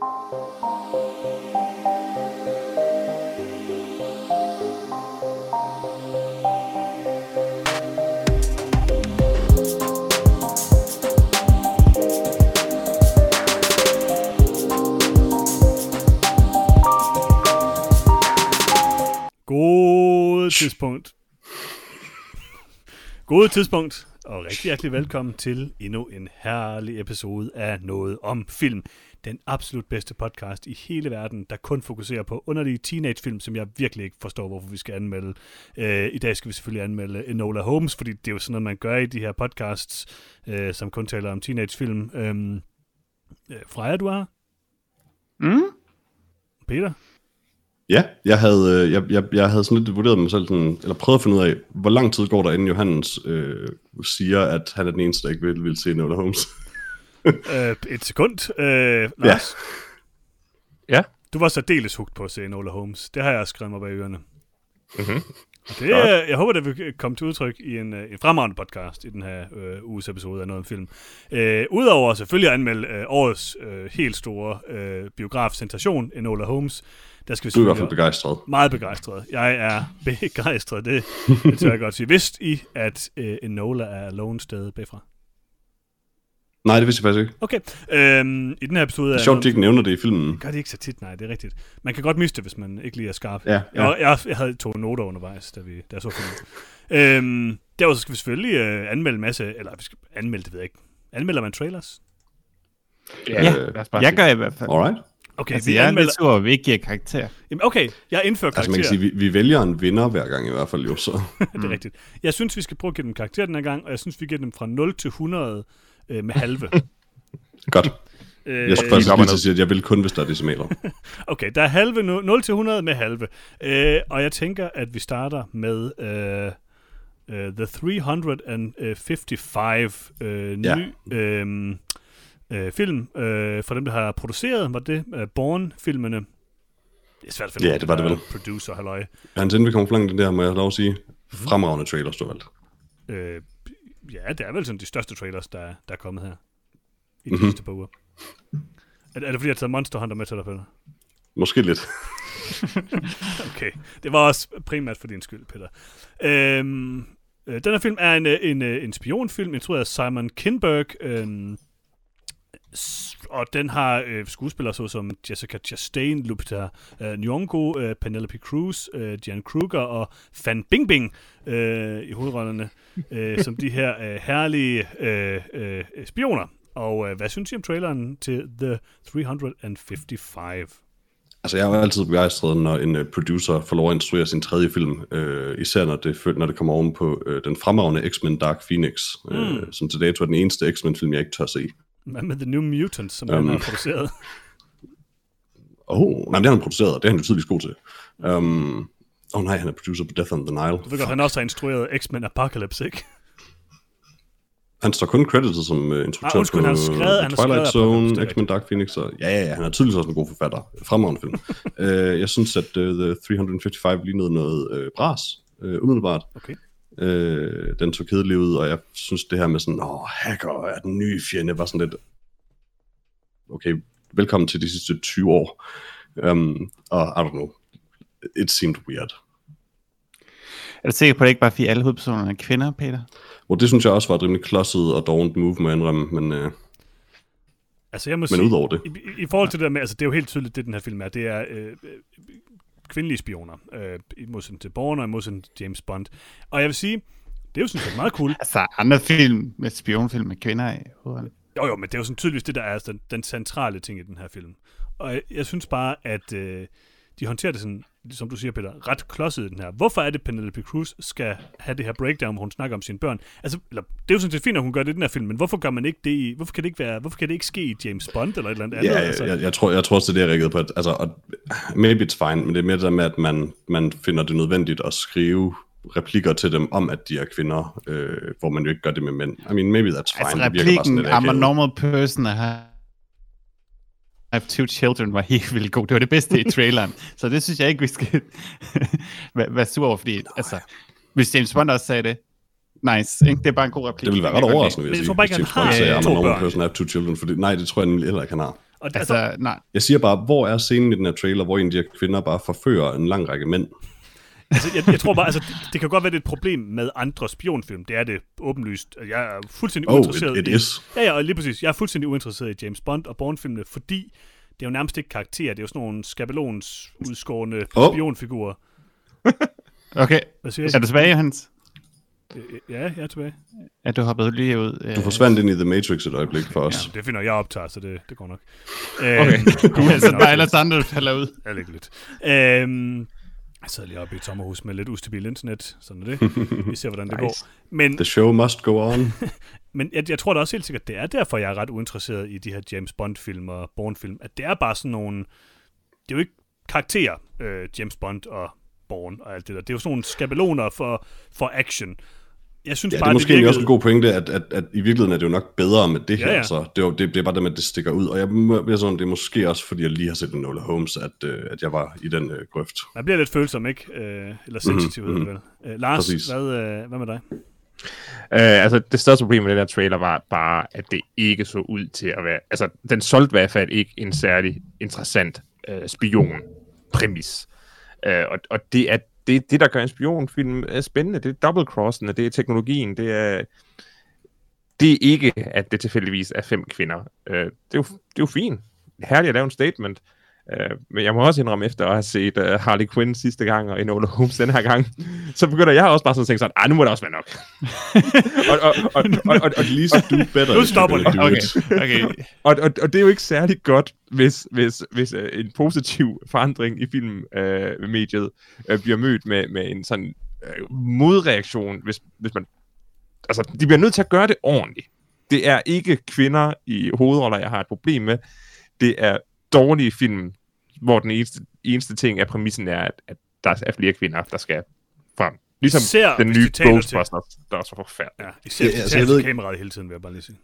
God tidspunkt, og rigtig hjertelig velkommen til endnu en herlig episode af Noget om Film. Den absolut bedste podcast i hele verden, der kun fokuserer på underlige teenagefilm, som jeg virkelig ikke forstår, hvorfor vi skal anmelde. I dag skal vi selvfølgelig anmelde Enola Holmes, fordi det er jo sådan noget, man gør i de her podcasts, som kun taler om teenagefilm. Freja, du er her? Peter? Ja, jeg havde sådan lidt vurderet mig selv, sådan, eller prøvet at finde ud af, hvor lang tid går der, inden Johannes siger, at han er den eneste, der ikke vil se Enola Holmes. Et sekund. Lars? Ja. Du var særdeles hugt på at se Enola Holmes. Det har jeg skrevet mig bag ørerne. Mm-hmm. Det, jeg håber, det vil komme til udtryk i en fremragende podcast i den her uges episode af Noget om Film. Udover selvfølgelig at anmelde årets helt store biograf-sensation, Enola Holmes, der skal vi du er i hvert fald begejstret. Meget begejstret. Jeg er begejstret, det tør jeg godt sige. Vidste I, at Enola er alone sted bagfra? Nej, det vidste jeg faktisk ikke. Okay. I den her episode... Det er sjovt, de ikke nævner det i filmen. Det gør de ikke så tit, nej, det er rigtigt. Man kan godt miste det, hvis man ikke lige er skarp. Ja. Jeg havde 2 noter undervejs, da jeg så filmen. Derudover skal vi selvfølgelig anmelde en masse... Eller vi skal anmelde det, ved jeg ikke. Anmelder man trailers? Ja, jeg gør i hvert fald. Alright. Okay, altså, jeg er lidt sur, at vi ikke giver karakter. Jamen, okay, jeg indfører karakter. Altså, man kan sige, vi vælger en vinder hver gang i hvert fald, jo så. Det er rigtigt. Jeg synes, vi skal prøve at give dem karakter den her gang, og jeg synes, vi giver dem fra 0 til 100 med halve. Godt. Jeg skulle faktisk lige til at sige, at jeg vil kun, hvis der er decimaler. Okay, der er halve 0 til 100 med halve. Og jeg tænker, at vi starter med The 355 film. For dem, der har produceret, var det Bourne-filmene. Det er svært at finde. Ja, det var det vel. Producer, halløj. Hans, inden vi kommer for langt den der, må jeg lov at sige, fremragende trailers, du valgt. Ja, det er vel sådan de største trailers, der er kommet her. I de sidste par uger. Er det fordi, jeg har taget Monster Hunter med til dig, Peter? Måske lidt. Okay, det var også primært for din skyld, Peter. Den her film er en spionfilm, instrueret af Simon Kinberg, og den har skuespillere såsom Jessica Chastain, Lupita Nyong'o, Penelope Cruz, Diane Kruger og Fan Bingbing i hovedrollerne, som de her herlige spioner. Og hvad synes I om traileren til The 355? Altså, jeg er jo altid begejstret, når en producer får lov at instruere sin tredje film, især når det kommer oven på den fremragende X-Men Dark Phoenix, som til dato er den eneste X-Men-film, jeg ikke tør se. Hvad med The New Mutants, som han har produceret? Nej, det har han produceret, og det er han jo tydeligvis god til. Nej, han er producer på Death on the Nile. Du ved godt, han også har instrueret X-Men Apocalypse, ikke? Han står kun credited som instruktør på Twilight Zone, X-Men Dark Phoenix, og ja, han er tydeligvis også en god forfatter. Fremragende film. Jeg synes, at The 355 lignede noget bras, umiddelbart. Okay. Den tog kedelig ud, og jeg synes det her med sådan, hacker er den nye fjende, var sådan lidt, okay, velkommen til de sidste 20 år. Og I don't know, it seemed weird. Er du sikker på, at det ikke bare fordi alle hovedpersonerne er kvinder, Peter? Det synes jeg også var et rimelig klodset og dårligt move, må jeg indrømme, men... Altså jeg må sige, udover det. I forhold til det der med, altså det er jo helt tydeligt, det den her film er, det er kvindelige spioner, i modsætning til Bourne og i modsætning til James Bond. Og jeg vil sige, det er jo sådan set meget cool. Altså andre film med spionfilm med kvinder i hovedet. Jo, men det er jo sådan tydeligvis det, der er den centrale ting i den her film. Og jeg synes bare, at de håndterer det sådan, som du siger, Peter, ret klodset i den her. Hvorfor er det, Penelope Cruz skal have det her breakdown, hvor hun snakker om sine børn? Altså, det er jo sådan set fint, at hun gør det i den her film, men hvorfor gør man ikke det i... Hvorfor kan det ikke ske i James Bond eller et eller andet? Ja, altså? jeg tror også, det er reagerede på, at altså, maybe it's fine, men det er mere det med, at man finder det nødvendigt at skrive replikker til dem om, at de er kvinder, hvor man jo ikke gør det med mænd. I mean, maybe that's fine. Altså replikken, I'm a normal person, I have 2 children var helt vildt god. Det var det bedste i traileren. Så det synes jeg ikke, vi skal være sur over, fordi altså, hvis James Bond også sagde det, nice, ikke? Det er bare en god replik. Det ville være ret overraskende, hvis James Bond sagde, I'm a normal person, I have 2 children, fordi nej, det tror jeg nemlig heller ikke, han har. Og nej. Jeg siger bare, hvor er scenen i den her trailer, hvor en af de her kvinder bare forfører en lang række mænd? Altså, jeg tror bare, altså, det kan godt være, det er et problem med andre spionfilm. Det er det åbenlyst. Jeg er fuldstændig uinteresseret i... Ja, og lige præcis. Jeg er fuldstændig uinteresseret i James Bond og Bourne-filmene, fordi det er jo nærmest ikke karakterer. Det er jo sådan nogle skabelonsudskårende spionfigurer. Okay. Er du tilbage, Hans? Ja, jeg er tilbage. Ja, du hoppede lige ud. Du forsvandt ind i The Matrix et øjeblik for os. Ja, det finder jeg optager, så det går nok. Okay, så bare ellers andre, der falder ud. Ja, lidt. Jeg sidder lige oppe i et sommerhus med lidt ustabil internet, sådan er det. Vi ser, hvordan det går. Men, the show must go on. Men jeg tror da også helt sikkert, det er derfor, jeg er ret uinteresseret i de her James Bond-film og Bourne-film. At det er bare sådan nogle... Det er jo ikke karakterer, James Bond og Bourne og alt det der. Det er jo sådan nogle skabeloner for action. Jeg synes bare, det er måske virkede... også en god pointe, at i virkeligheden er det jo nok bedre med det her. Ja. Så det er bare det med, at det stikker ud. Og jeg ved sådan, det er måske også, fordi jeg lige har set en Enola Holmes, at jeg var i den grøft. Man bliver lidt følsom, ikke? Eller sensitiv, Lars, hvad med dig? Altså, det største problem med den her trailer var bare, at det ikke så ud til at være... Altså, den solgte i hvert fald ikke en særlig interessant spion-præmis. Og det er det, der gør en spionfilm spændende. Det er double-crossende, det er teknologien, det er ikke, at det tilfældigvis er 5 kvinder. Det er jo fint. Herligt at lave en statement. Men jeg må også indrømme, efter at have set Harley Quinn sidste gang, og Enola Holmes den her gang, så begynder jeg også bare sådan at tænke sådan, nu må det også være nok. og lige så du better. Nu stopper det. Okay. Og det er jo ikke særlig godt, hvis en positiv forandring i filmmediet bliver mødt med en sådan modreaktion, hvis man... Altså, de bliver nødt til at gøre det ordentligt. Det er ikke kvinder i hovedroller, jeg har et problem med. Det er dårlige film, hvor den eneste ting af præmissen er, at der er flere kvinder, der skal frem. Ligesom især, den nye Ghostbusters, der er så forfærdelig. Ja, især til kameraet hele tiden, vil jeg bare lige sige.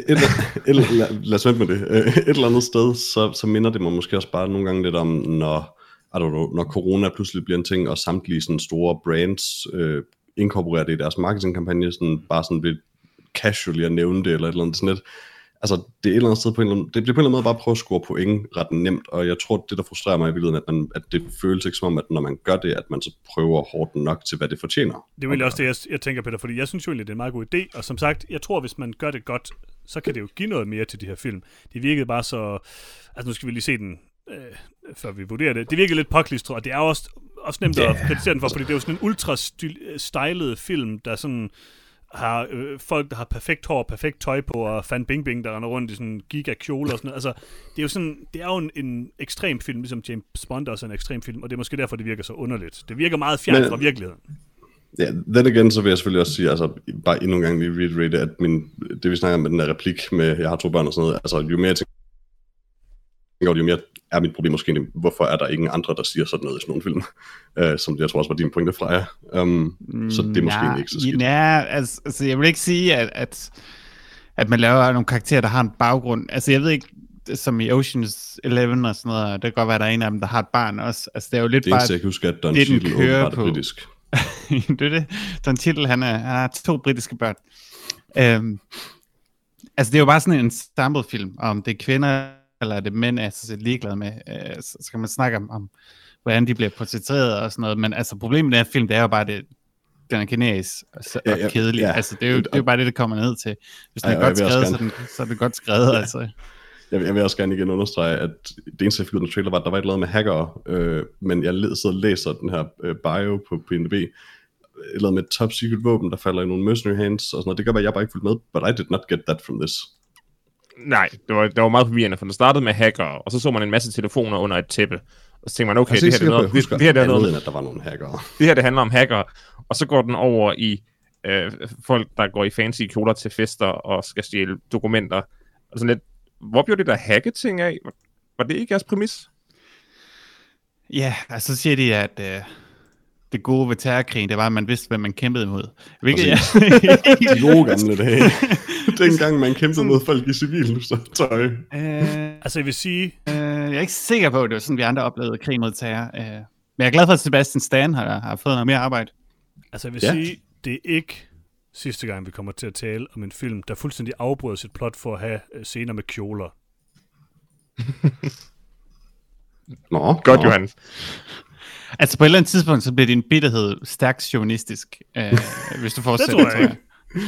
Lad os vente med det. Et eller andet sted, så minder det mig måske også bare nogle gange lidt om, når corona pludselig bliver en ting, og samtlige sådan store brands inkorporerer det i deres marketingkampagne, sådan, bare sådan lidt casually at nævne det, eller et eller andet sådan lidt. Altså, det er et eller andet sted på en eller anden, det bliver på en eller anden måde bare at prøve at score point ret nemt, og jeg tror, det der frustrerer mig i virkeligheden, at det føles ikke som om, at når man gør det, at man så prøver hårdt nok til, hvad det fortjener. Det er jo også det, jeg tænker, Peter, fordi jeg synes jo egentlig, det er en meget god idé, og som sagt, jeg tror, hvis man gør det godt, så kan det jo give noget mere til de her film. Det virkede bare så... Altså, nu skal vi lige se den, før vi vurderer det. Det virkede lidt påklistret, og det er også nemt at kritisere den for, fordi det er jo sådan en ultra-stylet film, der sådan... har folk, der har perfekt hår, perfekt tøj på, og Fan Bingbing, der render rundt i sådan giga-kjole og sådan noget. Altså, det er jo sådan, det er jo en ekstrem film, ligesom James Bond også er en ekstrem film, og det er måske derfor, det virker så underligt. Det virker meget fjernt fra virkeligheden. Ja, then again, så vil jeg selvfølgelig også sige, altså, bare endnu en gang lige reiterate, at det vi snakker om med den der replik med, jeg har 2 børn og sådan noget, altså, jo mere jeg tænker, jo mere er mit problem måske egentlig, hvorfor er der ingen andre, der siger sådan noget i sådan nogle film, som jeg tror også var din pointe fra jer. Så det er måske ikke så skidt. Ja, altså jeg vil ikke sige, at man laver nogle karakterer, der har en baggrund. Altså jeg ved ikke, som i Ocean's 11 og sådan noget, det kan godt være, der er en af dem, der har et barn også. Altså det er jo lidt det bare... Det eneste, jeg kan huske, at Don Cheadle var det britisk. Det er det. Don Cheadle, han har 2 britiske børn. Altså det er jo bare sådan en samplefilm, om det er kvinder eller det mænd er så ligeglade med, så kan man snakke om, hvordan de bliver portrætteret og sådan noget, men altså problemet med den her film, det er jo bare, den er generisk og kedelig, altså det er jo bare det kommer ned til. Hvis den er godt skrevet, så er det godt skrevet, altså. Jeg vil også gerne igen understrege, at det eneste, jeg fik ud af den trailer, var, at der var et eller andet med hackere, men jeg sidder og læser den her bio på PNB, et eller andet med et top secret våben, der falder i nogle mercenary hands, og sådan noget. Det gør være, at jeg bare ikke fulgte med, but I did not get that from this. Nej, det var meget forvirrende, for den startede med hacker, og så man en masse telefoner under et tæppe. Og så tænkte man, okay, altså, det her er noget, at der var nogle hackere. Det her, det handler om hacker, og så går den over i folk, der går i fancy kjoler til fester og skal stjæle dokumenter. Og sådan lidt, hvor blev det der hacketing af? Var det ikke jeres præmis? Ja, altså så siger de, at det gode ved terrorkrigen, det var, at man vidste, hvad man kæmpede imod. Hvilket de gode gamle dage. Dengang man kæmpede mod folk i civil tøj. Altså jeg vil sige... jeg er ikke sikker på, at det var sådan, vi andre oplevede krig mod terror. Men jeg er glad for, at Sebastian Stan har fået noget mere arbejde. Altså jeg vil sige, det er ikke sidste gang, vi kommer til at tale om en film, der fuldstændig afbryder sit plot for at have scener med kjoler. Godt, Johannes. Altså på et eller andet tidspunkt, så bliver din bitterhed stærkt chauvinistisk, hvis du fortsætter. Det tror jeg ikke.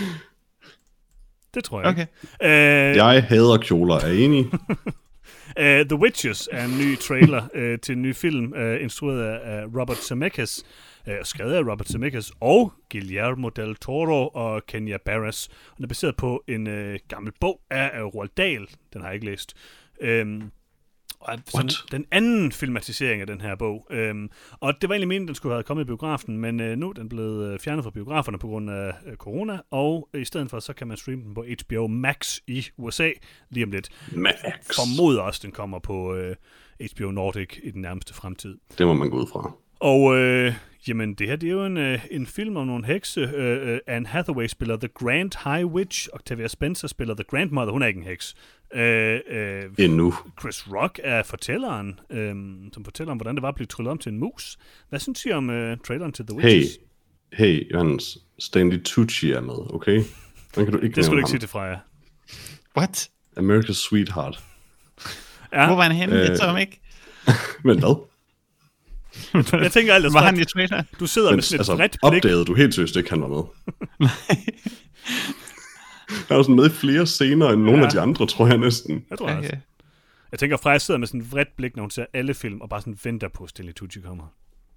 Det tror jeg okay. ikke. Jeg hader kjoler, er enig? The Witches er en ny trailer til en ny film, instrueret af Robert Zemeckis, skrevet af Robert Zemeckis og Guillermo del Toro og Kenya Barris. Den er baseret på en gammel bog af Roald Dahl. Den har jeg ikke læst. Og sådan, den anden filmatisering af den her bog. Og det var egentlig meningen, den skulle have kommet i biografen, men nu er den blevet fjernet fra biograferne på grund af corona, og i stedet for, så kan man streame den på HBO Max i USA lige om lidt. Max. Formoder også, den kommer på HBO Nordic i den nærmeste fremtid. Det må man gå ud fra. Og jamen, det her, det er jo en film om nogle hekse. Anne Hathaway spiller The Grand High Witch, Octavia Spencer spiller The Grandmother. Hun er ikke en heks. Endnu. Chris Rock er fortælleren, som fortæller om, hvordan det var at blive tryllet om til en mus. Hvad synes I om traileren til The Witches? Hey, Johannes. Stanley Tucci er med, okay? Kan du ikke det skulle du ikke sige til Freja. What? America's Sweetheart. Ja. Hvor var han henne? Jeg tror ikke. Men hvad? Jeg tænker altid, var han i trailer? Du sidder med sådan et bredt blik. Opdagede du helt seriøst ikke, han var med? Nej. Han var sådan med i flere scener end nogle af de andre, tror jeg næsten. Jeg tror også. Jeg tænker, Freja sidder med sådan et vredt blik, når hun ser alle film, og bare sådan venter på, at Stanley Tucci kommer.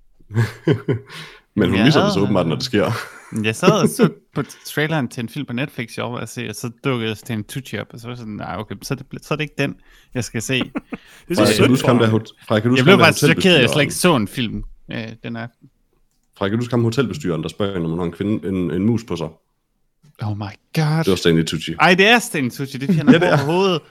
Men hun misser det så åbenbart, når det sker. Jeg sad og så på traileren til en film på Netflix, jeg var at se, og så dukkede Stanley Tucci op, og så var sådan, nej, okay, så er det ikke den, jeg skal se. Det er så sødt for ham. Jeg blev bare chokeret, at jeg slet ikke så en film den aften. Fra kan du huske ham hotelbestyreren, der spørger, når man har en kvinde, en mus på sig? Oh my god. Det var Stanley Tucci. Ej, det er Stanley Tucci, det fjender på hovedet.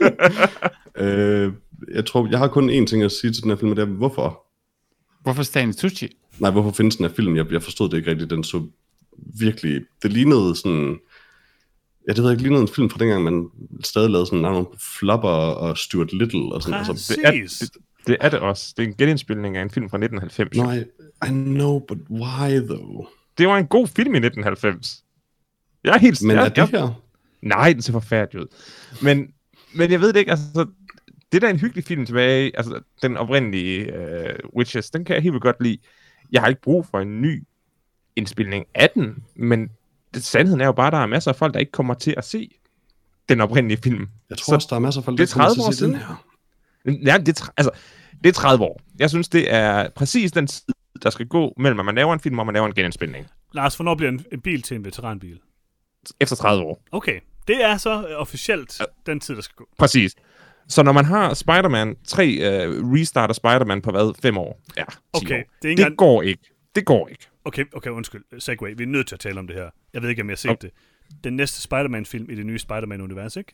Jeg tror, jeg har kun én ting at sige til den her film, og det er, hvorfor? Hvorfor Stanley Tucci? Nej, hvorfor findes den her film? Jeg forstod det ikke rigtigt. Den så virkelig... Det lignede sådan... Ja, det ved jeg ikke, lignede en film fra dengang, man stadig lavede sådan nogle Flubber og Stuart Little og sådan. Altså, det er det også. Det er en genindspilning af en film fra 1990. Nej, I know, but why though? Det var en god film i 1990. Jeg er helt... Men er det her? Nej, den ser forfærdelig ud. Men jeg ved det ikke, altså... Det er da en hyggelig film tilbage, altså den oprindelige Witches, den kan jeg helt vildt godt lide. Jeg har ikke brug for en ny indspilning af den, men sandheden er jo bare, at der er masser af folk, der ikke kommer til at se den oprindelige film. Jeg tror også, der er masser af folk, der kommer til at se den her. Ja, det er 30 år. Jeg synes, det er præcis den tid, der skal gå mellem, at man laver en film, og man laver en genindspilning. Lars, hvornår bliver en bil til en veteranbil? Efter 30 år. Okay, det er så officielt den tid, der skal gå. Præcis. Så når man har Spider-Man, 3 restarter Spider-Man på 5 år? Ja, 10 okay, år. Det går ikke. Det går ikke. Okay, undskyld. Segway, vi er nødt til at tale om det her. Jeg ved ikke, om jeg har set det. Den næste Spider-Man-film i det nye Spider-Man-univers, ikke?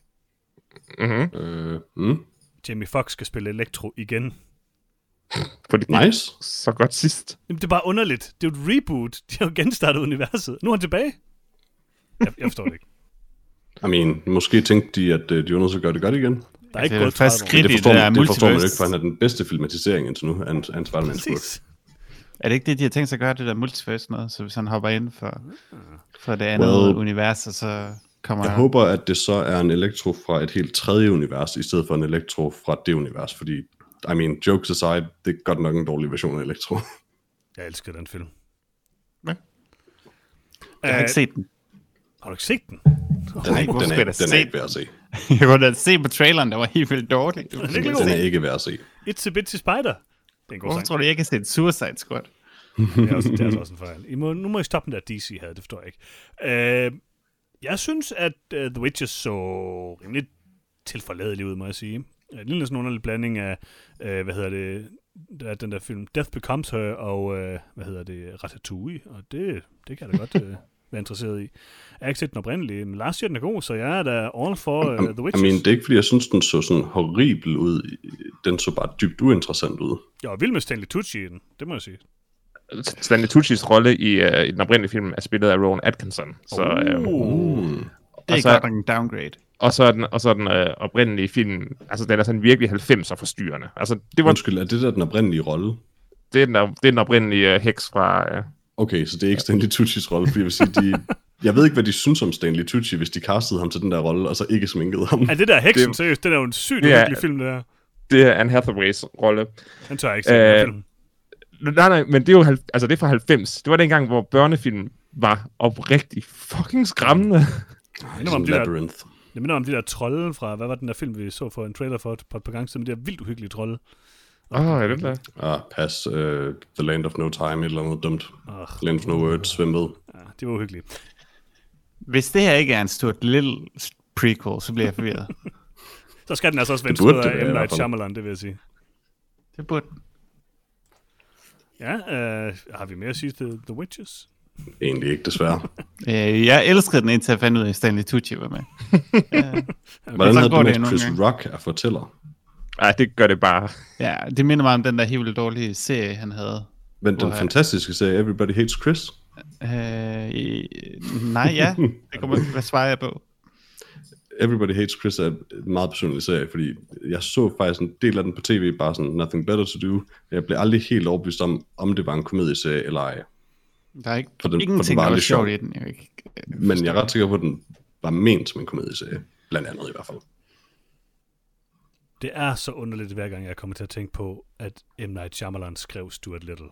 Jamie Foxx skal spille Electro igen. Nice. Så godt sidst. Jamen, det er bare underligt. Det er jo et reboot. De har jo genstartet universet. Nu er han tilbage. Jeg forstår det ikke. I mean, måske tænkte de, at de var nødt til at gøre det godt igen. Der er ikke gået 30 år. Det forstår man jo ikke, for han er den bedste filmatisering indtil nu af en Spider-Man-skurk. Er det ikke det, de har tænkt sig at gøre, det der multiverse noget? Så hvis han hopper ind for det andet univers, så kommer... Jeg håber, at det så er en Electro fra et helt tredje univers, i stedet for en Electro fra det univers, fordi, I mean, jokes aside, det er godt nok en dårlig version af Electro. Jeg elsker den film. Jeg har ikke set den. Har du ikke set den? Den er ikke værd at se. Jeg kunne da se på traileren, der var helt vildt dårlig. Den er ikke værd at se. It's a Bitsy Spider. Hvorfor tror du, jeg ikke har set Suicide Squad? Det er altså også en fejl. Nu må I stoppe den der DC her, det forstår jeg ikke. Jeg synes, at The Witches så rimelig tilforladelig ud, må jeg sige. Det ligner sådan en underlig blanding af, den der film Death Becomes Her og, Ratatouille, og det kan jeg da godt være interesseret i. Jeg har ikke set den oprindelige, men Lars siger, den er god, så jeg er da all for The Witches. I mean, det er ikke, fordi jeg synes, den så sådan horribel ud. Den så bare dybt uinteressant ud. Jeg var vild med Stanley Tucci i den, det må jeg sige. Stanley Tuccis rolle i den oprindelige film er spillet af Rowan Atkinson. Så, det er godt en downgrade. Og så den oprindelige film, altså den er sådan virkelig 90'er forstyrrende. Altså, Undskyld, er det der den oprindelige rolle? Det er den oprindelige heks fra... Okay, så det er ikke Stanley Tuccis rolle, fordi jeg vil sige, jeg ved ikke, hvad de synes om Stanley Tucci, hvis de castede ham til den der rolle, og så ikke sminkede ham. Er det der heksen, seriøst? Det er jo en sygt uhyggelig film, det der. Det er Anne Hathaways rolle. Den tør jeg ikke se film. Nej, men det er jo det er fra 90. Det var dengang, hvor børnefilm var oprigtig fucking skræmmende. Det minder om de der trolde fra, hvad var den der film, vi så for en trailer for på et par gange siden, de der vildt uhyggelige trolde. Er det der? Pas. The Land of No Time, et eller andet dumt. Land of No Words, svømmet. Ja, det var uhyggeligt. Hvis det her ikke er en stort lille prequel, så bliver jeg forvirret. Så skal den altså også vende af M. Night Shyamalan, det vil jeg sige. Det burde. Ja, har vi mere at sige til The Witches? Egentlig ikke, desværre. Jeg elskede den, indtil jeg fandt ud af, at Stanley Tucci var med. Hvordan havde du med Chris Rock at fortæller? Nej, det gør det bare. Ja, det minder mig om den der helt vildt dårlige serie, han havde. Men den fantastiske serie, Everybody Hates Chris? Nej, ja. Det kommer hvad svarer jeg på? Everybody Hates Chris er en meget personlig serie, fordi jeg så faktisk en del af den på tv, bare sådan Nothing Better to Do. Jeg blev aldrig helt overbevist om det var en komedieserie eller ej. Der er ingenting, der var sjovt i den. Men jeg er ret sikker på, at den var ment som en komedieserie. Blandt andet i hvert fald. Det er så underligt hver gang, jeg kommer til at tænke på, at M. Night Shyamalan skrev Stuart Little.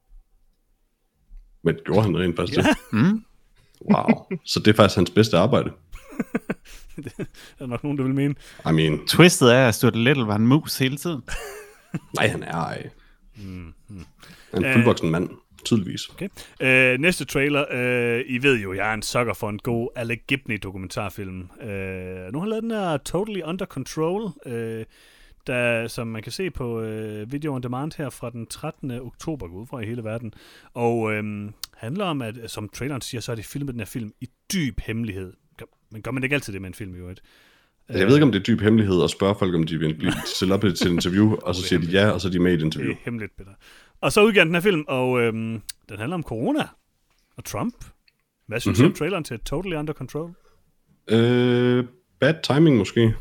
Men gjorde han rent faktisk det? Mm. Wow. Så det er faktisk hans bedste arbejde. Det er nok nogen, der vil mene. Twistet er, at Stuart Little var en mus hele tiden. Nej, han er ej. Han er en fuldvoksen mand. Tydeligvis. Okay. Næste trailer. I ved jo, jeg er en sucker for en god Alec Gibney dokumentarfilm. Nu har han lavet den her Totally Under Control, der, som man kan se på Video On Demand her fra den 13. oktober, går ud fra i hele verden. Og handler om, at som traileren siger, så er det filmet den her film i dyb hemmelighed. Men gør man ikke altid det med en film, jo et? Jeg ved ikke, om det er dyb hemmelighed at spørge folk, om de vil blive stillet op til et interview, og så siger de ja, og så er de med i et interview. Det er hemmeligt, Peter. Og så udgiver den her film, og den handler om corona og Trump. Hvad synes du om traileren til Totally Under Control? Bad timing måske.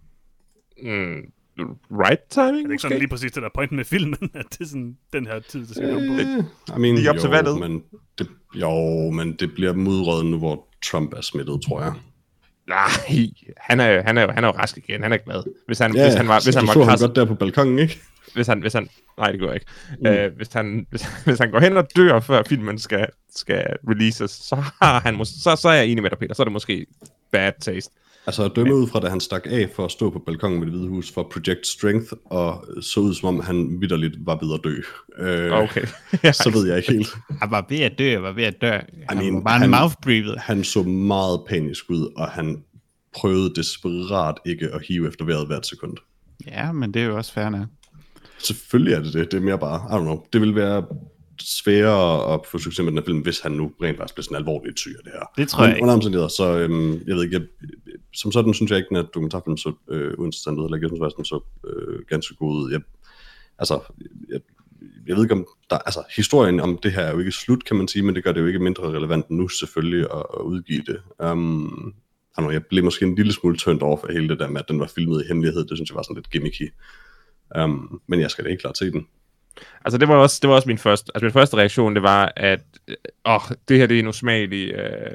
Right timing? Er det ikke sådan lige præcis det der pointen med filmen, at det er sådan den her tid, der skal komme på? Lige op til valget. Men det bliver mudrøget nu, hvor Trump er smittet, tror jeg. Nej, han er jo rask igen. Han er glad. Hvis han var godt der på balkongen, ikke? Hvis han nej, det går ikke. Hvis han går hen og dør, før filmen skal releases, så er jeg enig med dig, Peter. Så er det måske bad taste. Altså at dømme ud fra, da han stak af for at stå på balkongen med Det Hvide Hus for Project Strength, og så ud som om han vitterligt var ved at dø. Okay. Så ved jeg ikke helt. Han var ved at dø, Han var bare en mouth-breathed. Han så meget panisk ud, og han prøvede desperat ikke at hive efter vejret hvert sekund. Ja, men det er jo også fair nok. Selvfølgelig er det det. Det er mere bare, I don't know. Det vil være sværere at få succes med den her film, hvis han nu rent faktisk bliver sådan alvorligt syg af det her. Det tror jeg ikke. Under omstændigheder, så jeg ved ikke, som sådan synes jeg ikke, den her dokumentarfilm så uinteressant ud, eller jeg synes faktisk, den så ganske god ud. Jeg ved ikke om historien om det her er jo ikke slut, kan man sige, men det gør det jo ikke mindre relevant nu selvfølgelig at udgive det. Jeg blev måske en lille smule turned off af hele det der med, at den var filmet i hemmelighed. Det synes jeg var sådan lidt gimmicky. Men jeg skal da ikke klart se den. Altså det var også min første reaktion, det var, at det her det er en usmagelig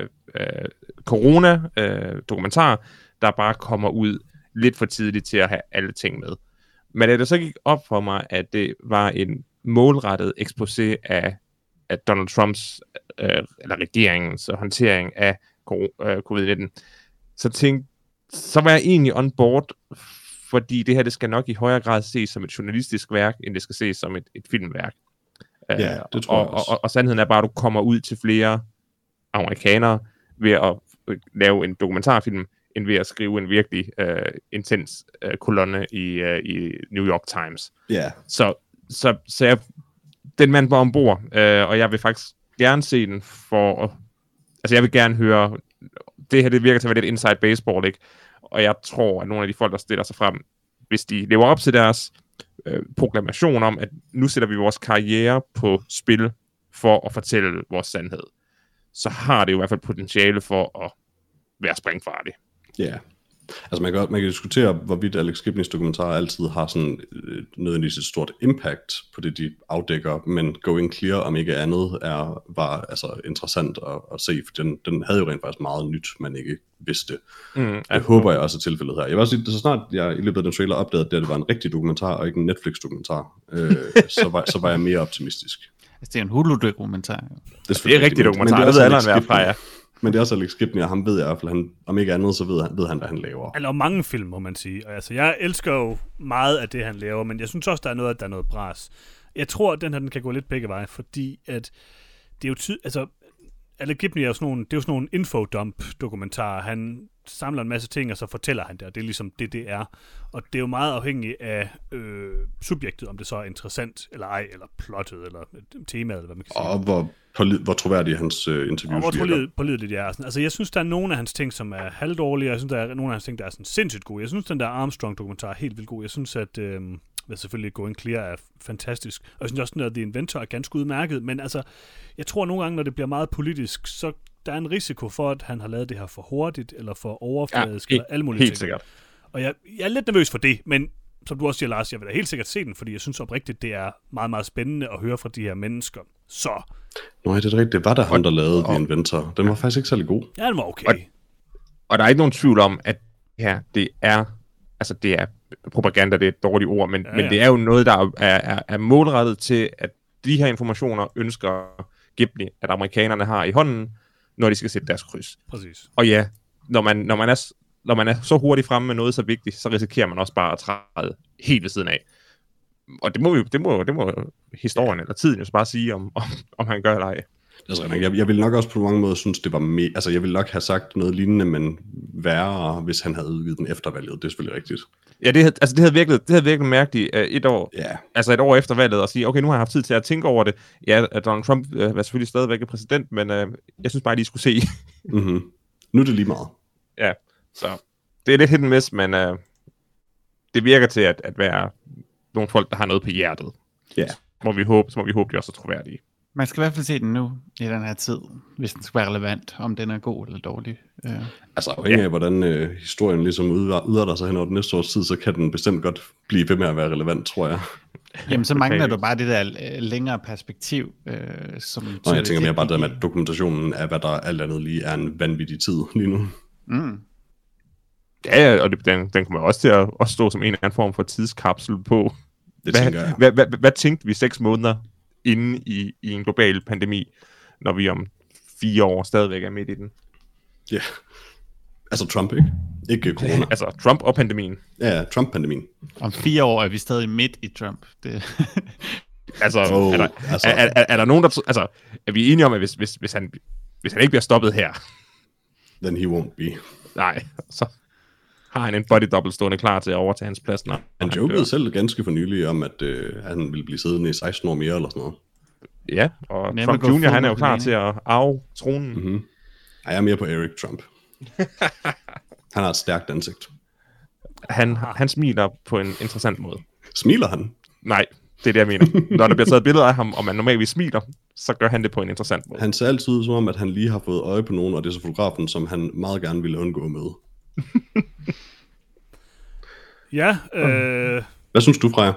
corona-dokumentar, der bare kommer ud lidt for tidligt til at have alle ting med. Men da det så gik op for mig, at det var en målrettet exposé af Donald Trumps, eller regeringens håndtering af covid-19, så var jeg egentlig on board, fordi det her, det skal nok i højere grad ses som et journalistisk værk, end det skal ses som et filmværk. Ja, det tror jeg også. Og sandheden er bare, at du kommer ud til flere amerikanere ved at lave en dokumentarfilm, end ved at skrive en virkelig intens kolonne i New York Times. Ja. Så jeg, den mand var ombord, og jeg vil faktisk gerne se den altså jeg vil gerne høre, det her det virker til at være lidt inside baseball, ikke? Og jeg tror, at nogle af de folk, der stiller sig frem, hvis de lever op til deres proklamation om, at nu sætter vi vores karriere på spil for at fortælle vores sandhed, så har det jo i hvert fald potentiale for at være springfarligt. Ja. Altså man kan diskutere, hvorvidt Alex Gibneys dokumentarer altid har sådan nødvendigvis et stort impact på det, de afdækker, men Going Clear, om ikke andet, var altså interessant at se, for den havde jo rent faktisk meget nyt, man ikke vidste. Det håber jeg også er tilfældet her. Jeg vil også sige, så snart jeg i løbet af den trailer opdagede, at det var en rigtig dokumentar, og ikke en Netflix-dokumentar, så var jeg mere optimistisk. Altså, det er en Hulu-dokumentar. Det er rigtig dokumentar, det ved alle være fra jer. Men det er også Alex Gibney, og ham ved jeg i hvert fald, om ikke andet, så ved han, hvad han laver. Han laver mange film, må man sige. Og altså, jeg elsker jo meget af det, han laver, men jeg synes også, der er noget bras. Jeg tror, at den kan gå lidt begge veje, fordi at det er jo altså, Alex Gibney er jo sådan nogle infodump-dokumentarer. Han samler en masse ting, og så fortæller han det, og det er ligesom det er. Og det er jo meget afhængigt af subjektet, om det så er interessant eller ej, eller plottet, eller temaet, eller hvad man kan sige. Og hvor troværdige hans interviews virker. Og hvor pålideligt det er. Altså, jeg synes, der er nogle af hans ting, som er halvdårlige, og jeg synes, der er nogle af hans ting, der er sådan sindssygt gode. Jeg synes, den der Armstrong-dokumentar er helt vildt god. Jeg synes, at selvfølgelig Going Clear er fantastisk. Og jeg synes også, at The Inventor er ganske udmærket. Men altså, jeg tror nogle gange, når det bliver meget politisk, så der er en risiko for, at han har lavet det her for hurtigt, eller for overfladisk, eller alle mulige ting. Helt sikkert. Og jeg er lidt nervøs for det, men som du også siger, Lars, jeg vil da helt sikkert se den, fordi jeg synes oprigtigt, det er meget, meget spændende at høre fra de her mennesker. Så. Nå, det er rigtigt. Det var der ham, der lavede The Inventor. Den var faktisk ikke særlig god. Ja, den var okay. Og der er ikke nogen tvivl om, at det er propaganda, det er et dårligt ord, men det er jo noget, der er målrettet til, at de her informationer ønsker Gibney, at amerikanerne har i hånden, når de skal sætte deres kryds. Præcis. Og ja, når man er så hurtigt fremme med noget så vigtigt, så risikerer man også bare at træde helt ved siden af. Og det må historien eller tiden jo så bare sige, om han gør eller ej. Jeg ville nok også på mange måder synes, det var altså jeg ville nok have sagt noget lignende, men værre, hvis han havde udgivet den efter valget. Det er selvfølgelig rigtigt. Ja, det havde virkelig mærkeligt et år efter valget, at sige, okay, nu har jeg haft tid til at tænke over det. Ja, at Donald Trump var selvfølgelig stadigvæk præsident, men jeg synes bare, de skulle se. Nu er det lige meget. Ja, så det er lidt hit and miss, men det virker til at være nogle folk, der har noget på hjertet. Ja. Så må vi håbe, de også er troværdige. Man skal i hvert fald se den nu, i den her tid, hvis den skal være relevant, om den er god eller dårlig. Altså afhængig af, hvordan historien ligesom udretter sig hen over den næste års tid, så kan den bestemt godt blive ved med at være relevant, tror jeg. Jamen, så mangler du bare det der længere perspektiv. Jeg tænker mere bare det med, at dokumentationen af, hvad der alt andet lige er en vanvittig tid lige nu. Ja, og den kommer også til at stå som en eller anden form for tidskapsel på. Hvad tænkte vi 6 måneder inde i en global pandemi, når vi om 4 år stadigvæk er midt i den? Ja, altså Trump, ikke? Ikke corona. Altså Trump og pandemien. Ja, Trump-pandemien. Om 4 år er vi stadig midt i Trump. Det... Er der nogen, der... Altså, er vi enige om, at hvis han ikke bliver stoppet her... Then he won't be. Nej, så har han en body double stående klar til at overtage hans plads. Han jokede selv ganske for nylig om, at han ville blive siddende i 16 år mere, eller sådan noget. Ja, og Trump Jr., han er jo klar til at arve tronen. Jeg er mere på Eric Trump. Han har et stærkt ansigt. Han smiler på en interessant måde. Smiler han? Nej, det er det, jeg mener. Når der bliver taget billeder af ham, og man normalt smiler, så gør han det på en interessant måde. Han ser altid ud som om, at han lige har fået øje på nogen, og det er så fotografen, som han meget gerne ville undgå med. Ja, Hvad synes du, Freja?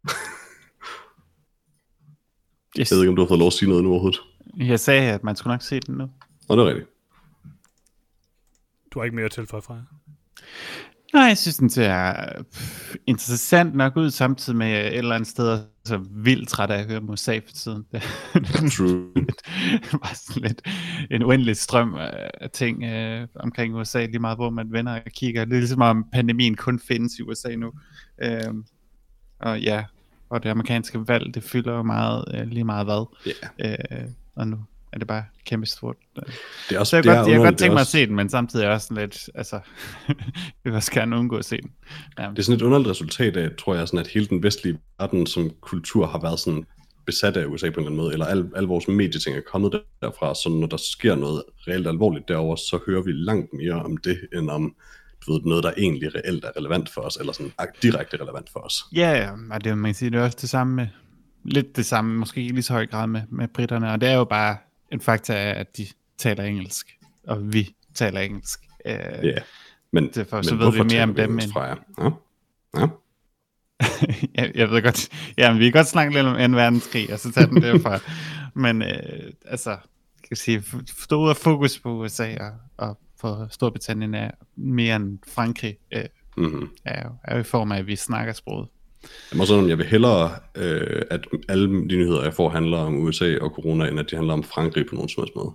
Yes. Jeg ved ikke, om du har fået lov at sige noget nu overhovedet. Jeg sagde, at man skulle nok se den nu. Nå, det er rigtigt. Du har ikke mere til for, Freja? Nej, jeg synes, den ser interessant nok ud, samtidig med et eller andet sted, så vildt træt af at høre USA for tiden. True. Bare sådan lidt en uendelig strøm af ting omkring USA, lige meget hvor man vender og kigger. Det er ligesom om pandemien kun findes i USA nu. Og ja, og det amerikanske valg, det fylder jo meget, lige meget hvad. Yeah. Og nu er det bare kæmpe stort. Det er også, så jeg kan godt tænke mig at se den, men samtidig også sådan lidt, altså, jeg vil også gerne undgå at se den. Ja. Det er sådan et underligt resultat af, tror jeg, sådan at hele den vestlige verden som kultur har været sådan besat af USA på en eller anden måde, eller al vores medieting er kommet derfra, så når der sker noget reelt alvorligt derovre, så hører vi langt mere om det, end om noget, der egentlig reelt er relevant for os, eller sådan direkte relevant for os. Ja, og det man kan sige, det er også det samme med, lidt det samme, måske ikke lige så høj grad med britterne, og det er jo bare en faktor af, at de taler engelsk, og vi taler engelsk. Ja, Men, derfor så ved vi mere om dem. Ja. Jeg ved godt, men vi kan godt snakke lidt om 2. verdenskrig, og så tage den derfra. Men kan jeg sige, stå ud af fokus på USA og på Storbritannien er mere end Frankrig, er jo i form af, at vi snakker sproget. Jeg vil hellere, at alle de nyheder, jeg får, handler om USA og corona, end at de handler om Frankrig på nogen som helst måde.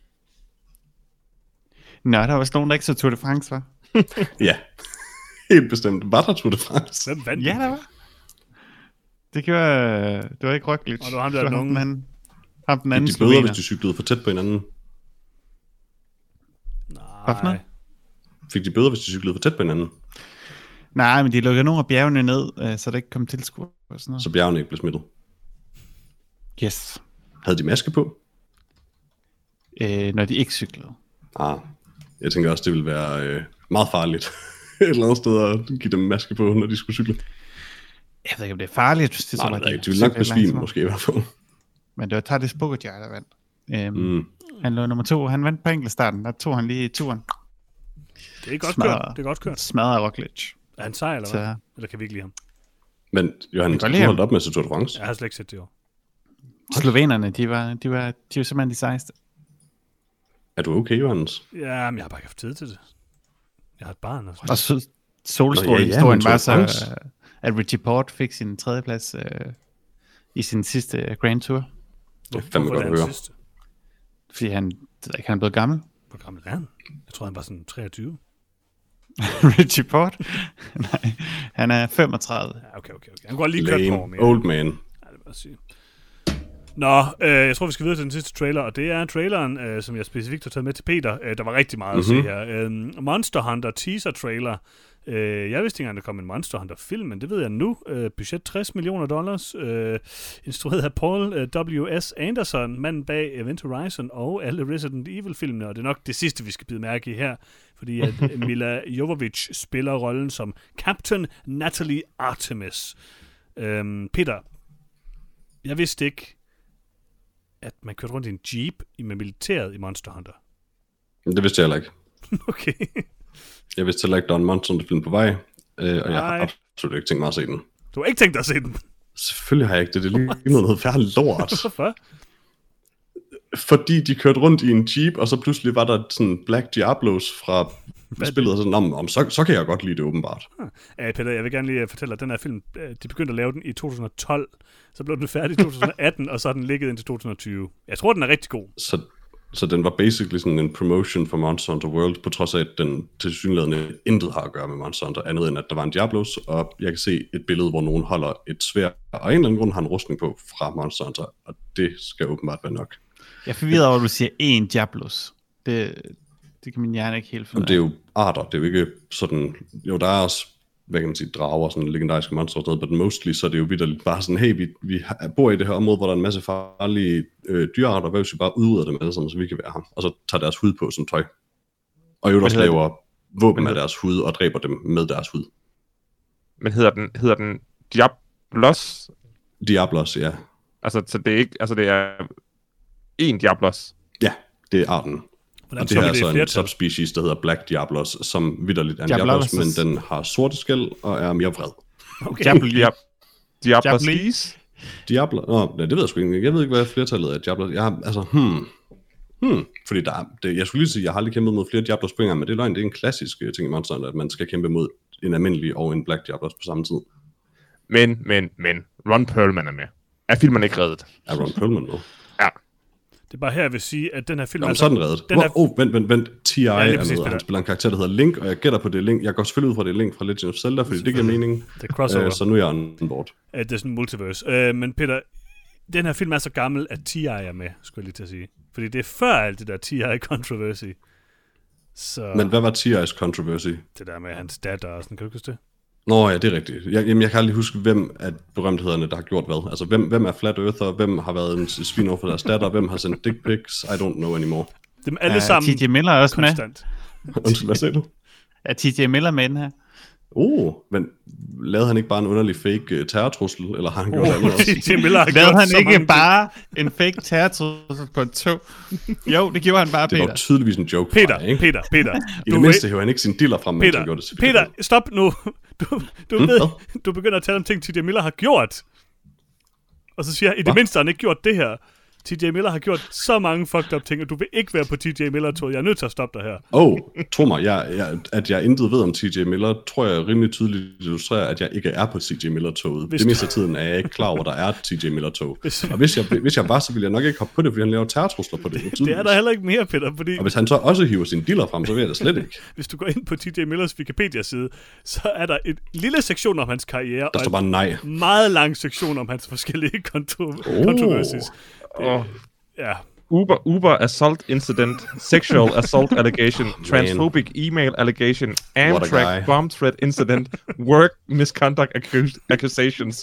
Nå, der var også nogen, der ikke så Tour de France, var? Ja, helt bestemt. Var der Tour de France? Hvem vandt? Ja, der var. Det var ikke Roglic. Og du har der nogen. Ham den anden de bøder, hvis de cyklede for tæt på hinanden. Nej. Fik de bøder, hvis de cyklede for tæt på hinanden? Nej, men de lukkede nogle af bjergene ned, så der ikke kom tilskuere og sådan noget. Så bjergene ikke blev smittet? Yes. Havde de maske på? Når de ikke cyklede. Jeg tænker også, det ville være meget farligt et eller andet sted at give dem maske på, når de skulle cykle. Jeg ved ikke, om det er farligt. Hvis det Nej, de ville nok besvime måske i hvert fald. Men det var Tadej Pogačar, der vandt. Han lå nummer 2. Han vandt på enkeltstarten. Der tog han lige turen. Det er godt kørt. Smadrer Roglic. Er han sej, eller hvad? Eller kan vi ikke lide ham? Men Johan, du holdt op med Tour de France? Jeg har slet ikke set det år. Slovenerne, de var simpelthen de sejeste. Er du okay, Johannes? Ja, men jeg har bare ikke haft tid til det. Jeg har et barn. Og solstrålehistorien var så, at Richie Porte fik sin 3. plads i sin sidste Grand Tour. Det er fandme godt at høre. Fordi han er blevet gammel. Hvor gammel er han? Jeg tror, han var sådan 23. Richie Porte? Nej, han er 35. Ja, okay. Han går lige kørt på mere. Old man. Ja, det vil jeg sige. Nå, jeg tror, vi skal videre til den sidste trailer, og det er traileren, som jeg specifikt har taget med til Peter. Der var rigtig meget at se her. Monster Hunter teaser-trailer. Jeg vidste ikke engang, der kom en Monster Hunter-film, men det ved jeg nu. Budget $60 million. Instrueret af Paul W.S. Anderson, manden bag Event Horizon og alle Resident Evil-filmene, og det er nok det sidste, vi skal bide mærke i her, fordi at Mila Jovovich spiller rollen som Captain Natalie Artemis. Peter, jeg vidste ikke, at man kørte rundt i en jeep med militæret i Monster Hunter. Det vidste jeg heller ikke. Okay. Jeg vidste heller ikke, der var en Monster Hunter-film på vej, og jeg har absolut ikke tænkt mig at se den. Du har ikke tænkt dig at se den? Selvfølgelig har jeg ikke det. Det er lige noget færdigt lort. Hvorfor? Fordi de kørte rundt i en jeep, og så pludselig var der sådan Black Diablos fra spillet, og sådan, så kan jeg godt lide det åbenbart. Peter, jeg vil gerne lige fortælle dig, den her film, de begyndte at lave den i 2012, så blev den færdig i 2018, og så har den ligget indtil 2020. Jeg tror, den er rigtig god. Så den var basically sådan en promotion for Monster Hunter World, på trods af, at den tilsyneladende intet har at gøre med Monster Hunter, andet end at der var en Diablos, og jeg kan se et billede, hvor nogen holder et sværd, og af en eller anden grund har en rustning på fra Monster Hunter, og det skal åbenbart være nok. Jeg er forvirret over, at du siger én Diablos. Det kan min hjerne ikke helt finde. Det er jo arter, det er jo ikke sådan, jo der er også, hvad kan man sige, drager, sådan legendariske monster og sådan noget, men mostly så er det jo vitterligt bare sådan, hey, vi bor i det her område, hvor der er en masse farlige dyrearter, hvad hvis vi bare udrydder dem alle sammen, så vi kan være her, og så tager deres hud på som tøj. Og jo også laver våben af deres hud, og dræber dem med deres hud. Men hedder den Diablos? Diablos, ja. Altså, så det er ikke, altså det er en Diablos? Ja, det er arten. Hvordan og det er altså en subspecies, der hedder Black Diablos, som vitterligt er en Diablos, men den har sorte skæl og er mere vred. Okay. Diablos? Diablo? Det ved jeg sgu ikke. Jeg ved ikke, hvad flertallet af Diablos. Jeg har, altså, fordi jeg skulle lige sige, jeg har aldrig kæmpet mod flere Diablos på en gang, men det er løgn, det er en klassisk ting i Monster Hunter, at man skal kæmpe mod en almindelig og en Black Diablos på samme tid. Men, Ron Perlman er med. Er filmen ikke reddet? Er Ron Perlman med? Ja. Det er bare her, jeg vil sige, at den her film... Jamen, så er den reddet. Vent. T.I. er med, han spiller en karakter, der hedder Link, og jeg gætter på det Link. Jeg går selvfølgelig ud fra det Link fra Legend of Zelda, fordi det giver mening. Det er crossover. Så nu er jeg on board. Det er sådan en multiverse. Men Peter, den her film er så gammel, at T.I. er med, skulle jeg lige til at sige. Fordi det er før alt det der T.I. controversy. Så... Men hvad var T.I.'s controversy? Det der med hans datter og sådan, kan du huske det? Nå ja, det er rigtigt. Jeg kan aldrig huske, hvem af berømthederne, der har gjort hvad. Altså, hvem er Flat Earther, hvem har været en svin over for deres datter, hvem har sendt dick pics, I don't know anymore. Dem alle sammen T.J. Miller er også konstant. Med. Undskyld, hvad sagde du? Er T.J. Miller med den her? Men lavede han ikke bare en underlig fake terrortrussel, eller har han gjort andet også? Lavede han ikke bare en fake terrortrussel på et tog? Jo, det gjorde han bare, Peter. Det var tydeligvis en joke. Peter. I det mindste hæver han ikke sin diller frem, mens han gjorde det. Peter, stop nu. Du begynder at tale om ting, T.J. Miller har gjort. Og så siger jeg, i det mindste har han ikke gjort det her. T.J. Miller har gjort så mange fucked up ting, og du vil ikke være på T.J. Miller-toget. Jeg er nødt til at stoppe dig her. Tro mig, at jeg intet ved om T.J. Miller, tror jeg rimelig tydeligt illustrerer, at jeg ikke er på T.J. Miller-toget. Det meste af tiden er jeg ikke klar over, at der er et T.J. Miller-tog. Og hvis jeg var, så ville jeg nok ikke hoppe på det, fordi han laver terrortrusler på det. Det er der heller ikke mere, Peter. Fordi... Og hvis han så også hiver sin dealer frem, så vil jeg det slet ikke. Hvis du går ind på T.J. Millers Wikipedia-side, så er der en lille sektion om hans karriere, der står bare nej. En meget lang sektion om hans forskellige controversies. Ja. Uber assault incident, sexual assault allegation, transphobic email allegation, Amtrak bomb threat incident, work misconduct accusations.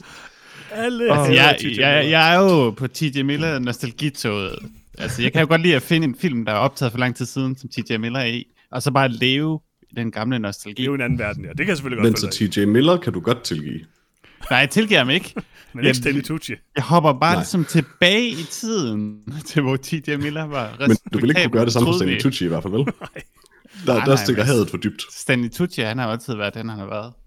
Jeg er jo på T.J. Miller nostalgitoget. Altså, jeg kan jo godt lide at finde en film, der er optaget for lang tid siden, som T.J. Miller er i, og så bare leve i den gamle nostalgi. Det er jo en anden verden, ja. Det kan jeg selvfølgelig godt følge. Men så T.J. Miller kan du godt tilgive. Nej, jeg tilgiver ham ikke. Men ikke Stanley Tucci. Jeg hopper bare ligesom tilbage i tiden, til hvor T.J. Miller var Men du vil ikke kunne gøre det samme for Stanley Tucci i hvert fald, vel? Der stikker hadet for dybt. Stanley Tucci, han har altid været den, han har været.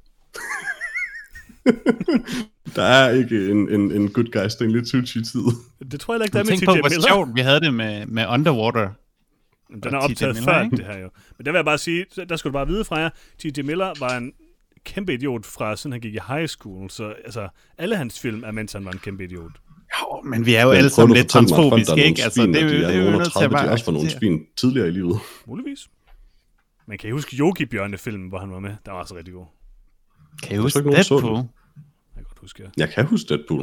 Der er ikke en good guy Stanley Tucci-tid. Det tror jeg ikke, der er med T.J. Miller. Tænk på, hvor sjovt vi havde det med Underwater. Den er optaget før det her jo. Men der vil jeg bare sige, der skulle du bare vide fra jer, T.J. Miller var en kæmpe idiot fra siden han gik i high school, så altså, alle hans film er, mens han var en kæmpe idiot. Jo, men vi er jo alle sammen lidt transfobiske, ikke? Altså, det er jo nødt til at bare... De også var nogle svin tidligere i livet. Muligvis. Man kan I huske Yogi-bjørne-filmen, hvor han var med? Der var også rigtig god. Kan I huske Deadpool? Jeg kan godt huske, ja. Jeg kan huske Deadpool.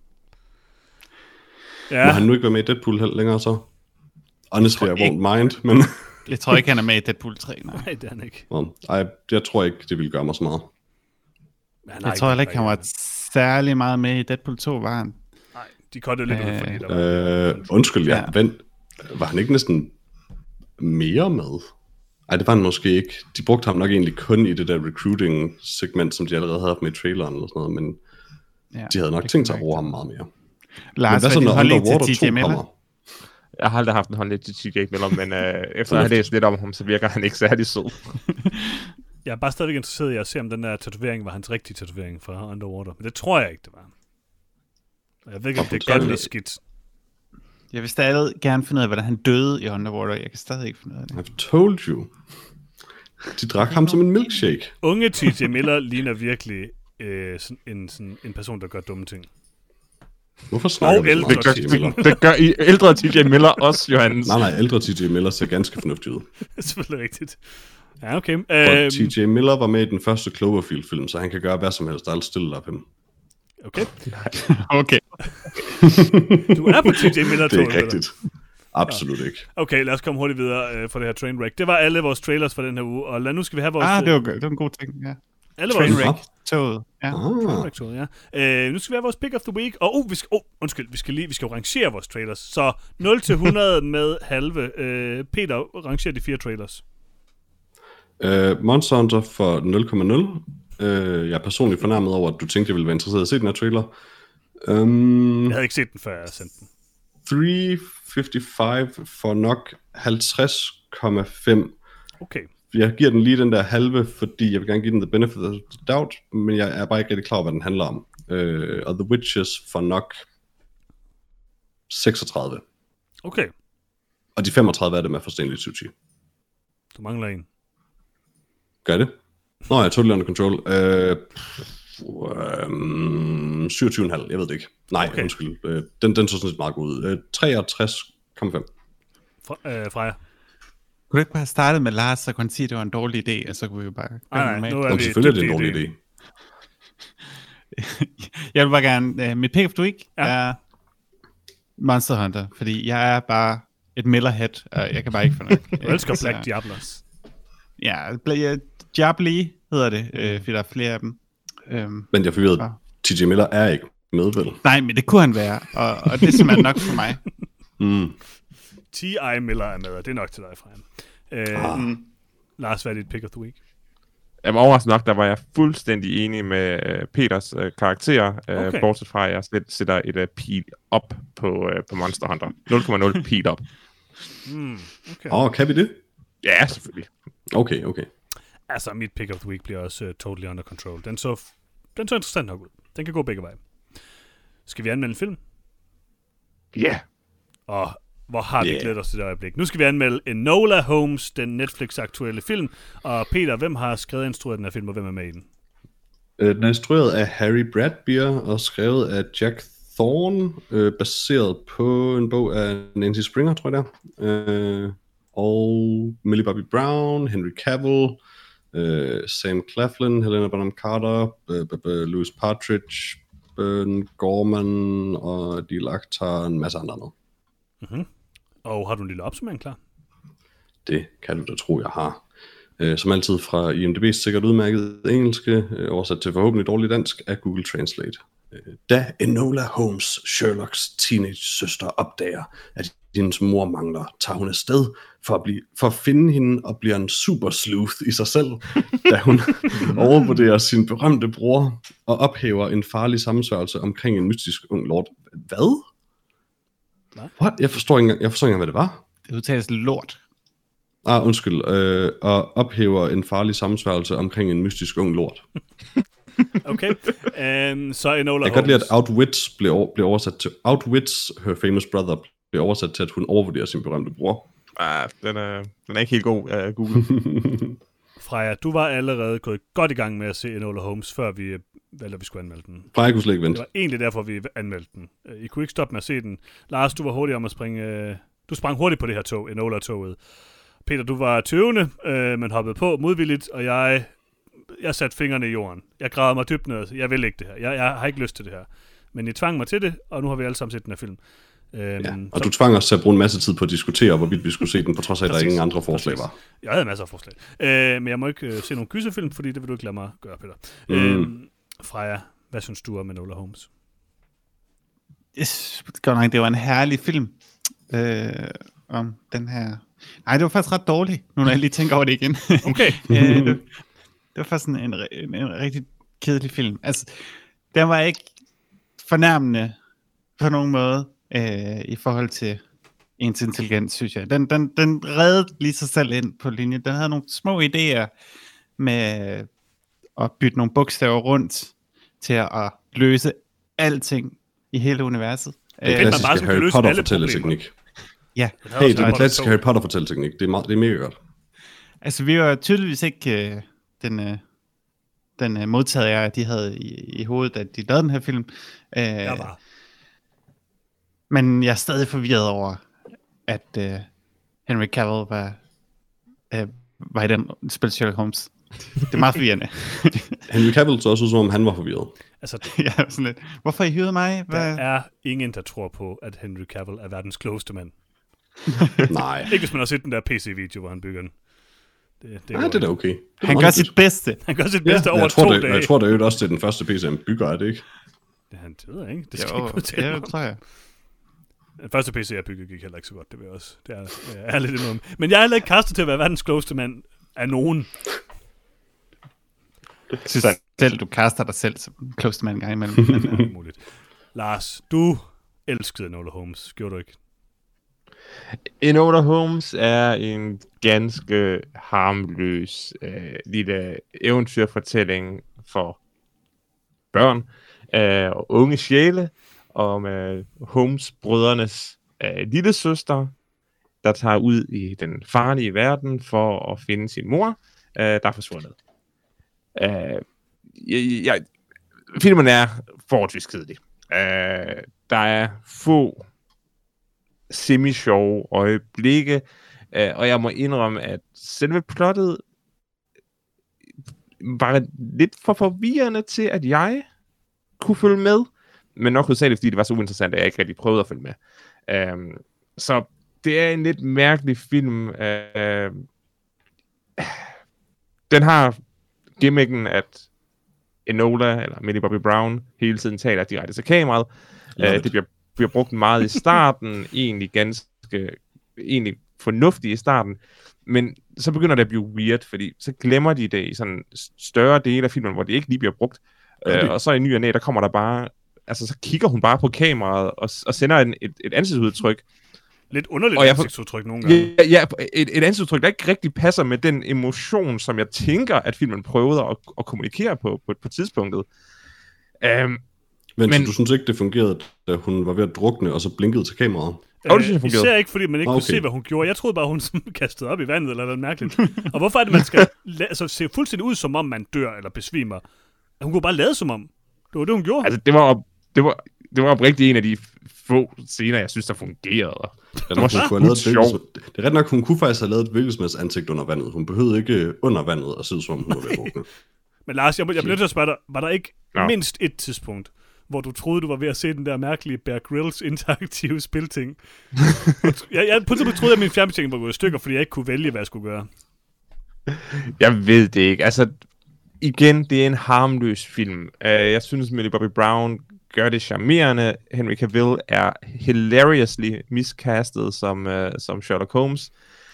Ja. Må han nu ikke være med i Deadpool længere så? Honestly, I won't mind, men... Jeg tror ikke, han er med i Deadpool 3, nej. Nej, det er han ikke. Jeg tror ikke, det ville gøre mig så meget. Jeg tror heller ikke, han var særlig meget med i Deadpool 2, var han? Nej, de kottede lidt ud for det. Undskyld, ja. Var han ikke næsten mere med? Nej, det var han måske ikke. De brugte ham nok egentlig kun i det der recruiting-segment, som de allerede havde med i traileren eller sådan noget, men de havde nok tænkt sig at bruge ham meget mere. Lars, hvad er din holdning til T.J. Miller? Jeg har aldrig haft en holdning til T.J. Miller, men efter at have læst lidt om ham, så virker han ikke særlig sød. Jeg er bare stadig interesseret i at se, om den der tatovering var hans rigtige tatovering fra Underwater. Men det tror jeg ikke, det var. Jeg ved ikke, om det er godt eller skidt. Jeg vil stadig gerne finde ud af, hvordan han døde i Underwater. Jeg kan stadig ikke finde ud af det. I've told you. De drak ham som en milkshake. Unge T.J. Miller ligner virkelig en person, der gør dumme ting. Hvorfor snakker vi ældre T.J. Miller? Det gør I ældre T.J. Miller også, Johannes. Nej, ældre T.J. Miller ser ganske fornuftig ud. Det er selvfølgelig rigtigt. Ja, okay. Og T.J. Miller var med i den første Cloverfield-film, så han kan gøre hvad som helst. Der er alt stille op ham. Okay. Okay. Du er på T.J. Miller. Det er ikke rigtigt. Absolut ikke. Okay, lad os komme hurtigt videre fra det her trainwreck. Det var alle vores trailers for den her uge, og nu skal vi have vores... det var en god ting, ja. Alle vores trainwreck-toget. Ja. Trainwreck-toget, ja. Nu skal vi have vores pick of the week, og vi skal rangere vores trailers. Så 0-100 med halve. Peter, rangerer de 4 trailers. Monster Hunter for 0,0. Jeg er personligt fornærmet over, at du tænkte, jeg ville være interesseret i at se den her trailer. Jeg havde ikke set den, før jeg sendte den. 355 for nok 50,5. Okay. Jeg giver den lige den der halve, fordi jeg vil gerne give den the benefit of the doubt, men jeg er bare ikke rigtig klar over, hvad den handler om. Og The Witches for nok 36. Okay. Og de 35 er det med for Stanley Tucci. Du mangler en. Gør det? Nå, jeg er totally under control. 27,5, jeg ved det ikke. Nej, okay. Undskyld. Den så sådan set meget god ud. 63,5. Freja. Kunne du ikke bare have startet med Lars, så kunne han sige, at det var en dårlig idé, og så kunne vi jo bare... Nej, nu er det selvfølgelig er det en dårlig idé. Jeg vil bare gerne... mit pick of the week er Monster Hunter, fordi jeg er bare et Millerhead, og jeg kan bare ikke få nok. Jeg elsker Black Diablos. Ja, Diabli hedder det, fordi der er flere af dem. Men jeg forvirret, T.J. Miller er ikke med, vel? Nej, men det kunne han være, og det er simpelthen nok for mig. T.I. Miller er med, og det er nok til dig, Freja. Lars, hvad er dit pick of the week? Jeg var overraskende nok, der var jeg fuldstændig enig med Peters karakter, bortset fra, at jeg sætter et pil op på Monster Hunter. 0,0 pil op. Okay. Kan vi det? Ja, selvfølgelig. Okay. Altså, mit pick of the week bliver også totally under control. Den så interessant nok ud. Den kan gå begge veje. Skal vi anmelde en film? Ja. Yeah. Og hvor har vi glædet os til det øjeblik. Nu skal vi anmelde Enola Holmes, den Netflix-aktuelle film. Og Peter, hvem har skrevet og instrueret den her film, og hvem er med i den? Den er instrueret af Harry Bradbeer og skrevet af Jack Thorne, baseret på en bog af Nancy Springer, tror jeg der. Og Millie Bobby Brown, Henry Cavill, Sam Claflin, Helena Bonham Carter, Louis Partridge, Bern Gorman og Adil Akhtar, en masse andre noget. Mm-hmm. Og har du en lille opsummering klar? Det kan du da tro, jeg har. Som altid fra IMDb's sikkert udmærket engelske, oversat til forhåbentlig dårligt dansk af Google Translate. Da Enola Holmes, Sherlocks teenage-søster, opdager, at hendes mor mangler, tager hun afsted for at finde hende og bliver en super sleuth i sig selv, da hun overvurderer sin berømte bror og ophæver en farlig sammensværgelse omkring en mystisk ung lord. Hvad? What? Jeg forstår ikke engang, hvad det var. Det udtales lort. Undskyld. Og ophæver en farlig sammensværgelse omkring en mystisk ung lord. Okay. Så Enola Holmes. Jeg kan godt lide, at outwits bliver oversat til outwits her famous brother, bliver oversat til, at hun overvurderer sin berømte bror. Den er ikke helt god, Google. Freja, du var allerede gået godt i gang med at se Enola Holmes, før vi valgte, at vi skulle anmelde den. Freja kunne slet ikke vente. Det var egentlig derfor, vi anmeldte den. I kunne ikke stoppe med at se den. Lars, du var hurtig om at springe. Du sprang hurtigt på det her tog, Enola-toget. Peter, du var tøvende, men hoppede på modvilligt, og jeg satte fingrene i jorden. Jeg gravede mig dybt ned. Jeg vil ikke det her. Jeg har ikke lyst til det her. Men I tvang mig til det, og nu har vi alle sammen set den her film. Og du tvang os til at bruge en masse tid på at diskutere, hvorvidt vi skulle se den, på trods af, at der ingen andre forslag var. Jeg havde masser af forslag. Men jeg må ikke se nogen gyserfilm, fordi det vil du ikke lade mig gøre, Peter. Freja, hvad synes du om Enola Holmes? Det var en herlig film om den her... Nej, det var faktisk ret dårligt, nu når jeg lige tænker over det igen. Okay. Det var faktisk en rigtig kedelig film. Altså, den var ikke fornærmende på nogen måde i forhold til ens intelligens, synes jeg. Den reddede lige sig selv ind på linjen. Den havde nogle små idéer med at bytte nogle bogstaver rundt til at løse alting i hele universet. Det er klassisk Harry Potter-fortælleteknik. Ja. Hey, det er en klassisk Harry Potter-fortælleteknik. Det er mega godt. Altså, vi var tydeligvis ikke den modtager, de havde i hovedet, da de lavede den her film. Jeg var. Men jeg er stadig forvirret over, at Henry Cavill var i den spil Sherlock Holmes. Det er meget forvirrende. Henry Cavill så også ud, som om han var forvirret. Altså, ja, sådan lidt. Hvorfor I hyrede mig? Der er ingen, der tror på, at Henry Cavill er verdens klogeste mand. Nej. Ikke hvis man har set den der PC-video, hvor han bygger den. Nej, det er da okay. Han gør sit bedste. Han gør sit bedste over 2 dage. Jeg tror da også, det er den første PC, han bygger, er det ikke? Det ved jeg ikke. Det skal ikke gå til. Ja, det tror jeg. Den første PC, jeg byggede, gik heller ikke så godt. Det vil jeg også. Det er lidt enormt. Men jeg er heller ikke kastet til at være verdens klogeste mand af nogen. Jeg synes selv, du kaster dig selv som den klogeste mand en gang imellem. Men, muligt. Lars, du elskede Enola Holmes. Gjorde du ikke? Enola Holmes er en ganske harmløs lille eventyrfortælling for børn og unge sjæle om Holmes-brødrenes lille søster, der tager ud i den farlige verden for at finde sin mor, der er forsvundet. Filmen er forholdsvis kedelig. Der er få semi-sjove øjeblikke, og jeg må indrømme, at selve plottet var lidt for forvirrende til, at jeg kunne følge med, men nok hovedsageligt, fordi det var så uinteressant, at jeg ikke rigtig prøvede at følge med. Så det er en lidt mærkelig film. Den har gimmicken, at Enola, eller Millie Bobby Brown, hele tiden taler direkte til kameraet. Det bliver brugt meget i starten, egentlig fornuftige i starten, men så begynder det at blive weird, fordi så glemmer de det i sådan større dele af filmen, hvor det ikke lige bliver brugt. Og så i ny og næ, der kommer der bare, altså så kigger hun bare på kameraet og sender et ansigtsudtryk. Lidt underligt ansigtsudtryk nogle gange. Ja, et ansigtsudtryk, der ikke rigtig passer med den emotion, som jeg tænker, at filmen prøvede at kommunikere på tidspunktet. Men du synes ikke, det fungerede, da hun var ved at drukne, og så blinkede til kameraet? Især ikke, fordi man ikke kunne se, hvad hun gjorde. Jeg troede bare, hun kastede op i vandet, eller noget mærkeligt. Og hvorfor er det, man skal se fuldstændig ud, som om man dør eller besvimer? Hun kunne bare lade som om. Det var det, hun gjorde. Altså, det var oprigtigt en af de få scener, jeg synes, der fungerede. Det er ret nok, hun kunne faktisk have lavet et hvilket som helst ansigt under vandet. Hun behøvede ikke under vandet at se, som hun var ved at drukne. Men Lars, jeg bliver nødt til at spørge dig, var der ikke mindst et tidspunkt, hvor du troede, du var ved at se den der mærkelige Bear Grylls interaktive spilting? Jeg pludselig troede, at min fjernbetjening var gået i stykker, fordi jeg ikke kunne vælge, hvad jeg skulle gøre. Jeg ved det ikke. Altså, igen, det er en harmløs film. Jeg synes, Millie Bobby Brown gør det charmerende. Henry Cavill er hilariously miscastet som Sherlock Holmes.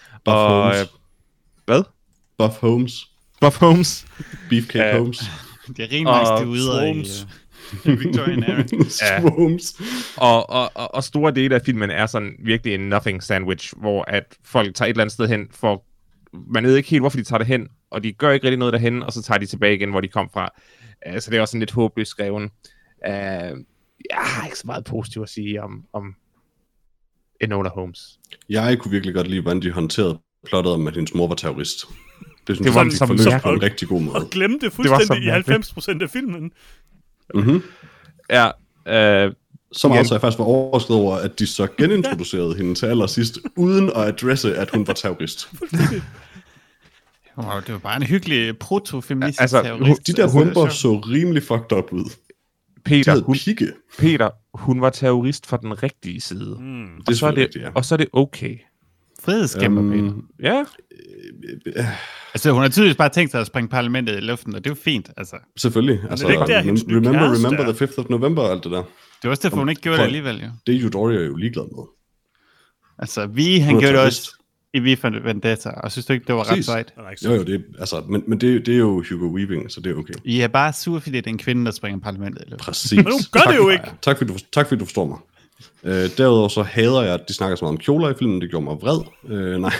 Hvad? Buff Holmes. Beefcake Holmes. Det er rimelig ude i Victorian era. Holmes. Og store dele af filmen er sådan virkelig en nothing sandwich, hvor at folk tager et eller andet sted hen, for man ved ikke helt, hvorfor de tager det hen, og de gør ikke rigtig noget derhen, og så tager de tilbage igen, hvor de kom fra. Så det er også sådan lidt håbløst skreven. Jeg har ikke så meget positivt at sige om Enola Holmes. Jeg kunne virkelig godt lide, hvordan de håndterede plottet om, at hendes mor var terrorist. Det synes jeg, de forløste på en rigtig god måde. Og glemte det fuldstændig i 90% af filmen. Mm-hmm. Ja. Så meget, så jeg faktisk var overrasket over, at de så genintroducerede hende til allersidst, uden at adresse, at hun var terrorist. Wow, det var bare en hyggelig proto-feministisk terrorist. De der humper så rimelig fucked up ud. Peter, hun var terrorist fra den rigtige side. Og så er det okay. Frihedskæmper, Peter. Ja. Altså, hun har tydeligvis bare tænkt sig at springe parlamentet i luften, og det er jo fint, altså. Selvfølgelig. Altså, remember the 5th of November og alt det der. Det var også derfor, hun ikke gjorde det alligevel, jo. Det er Eudoria jo ligeglad med. Altså, han gjorde det også i V for Vendetta, og synes du ikke, det var ret sejt? Jo, det er, altså, men det er jo Hugo Weaving, så det er okay. I er bare sur, fordi det er en kvinde, der springer parlamentet i luften. Præcis. Men hun gør det jo ikke. Tak fordi du forstår mig. Derudover så hader jeg, at de snakker så meget om kjoler i filmen. Det gjorde mig vred. Nej.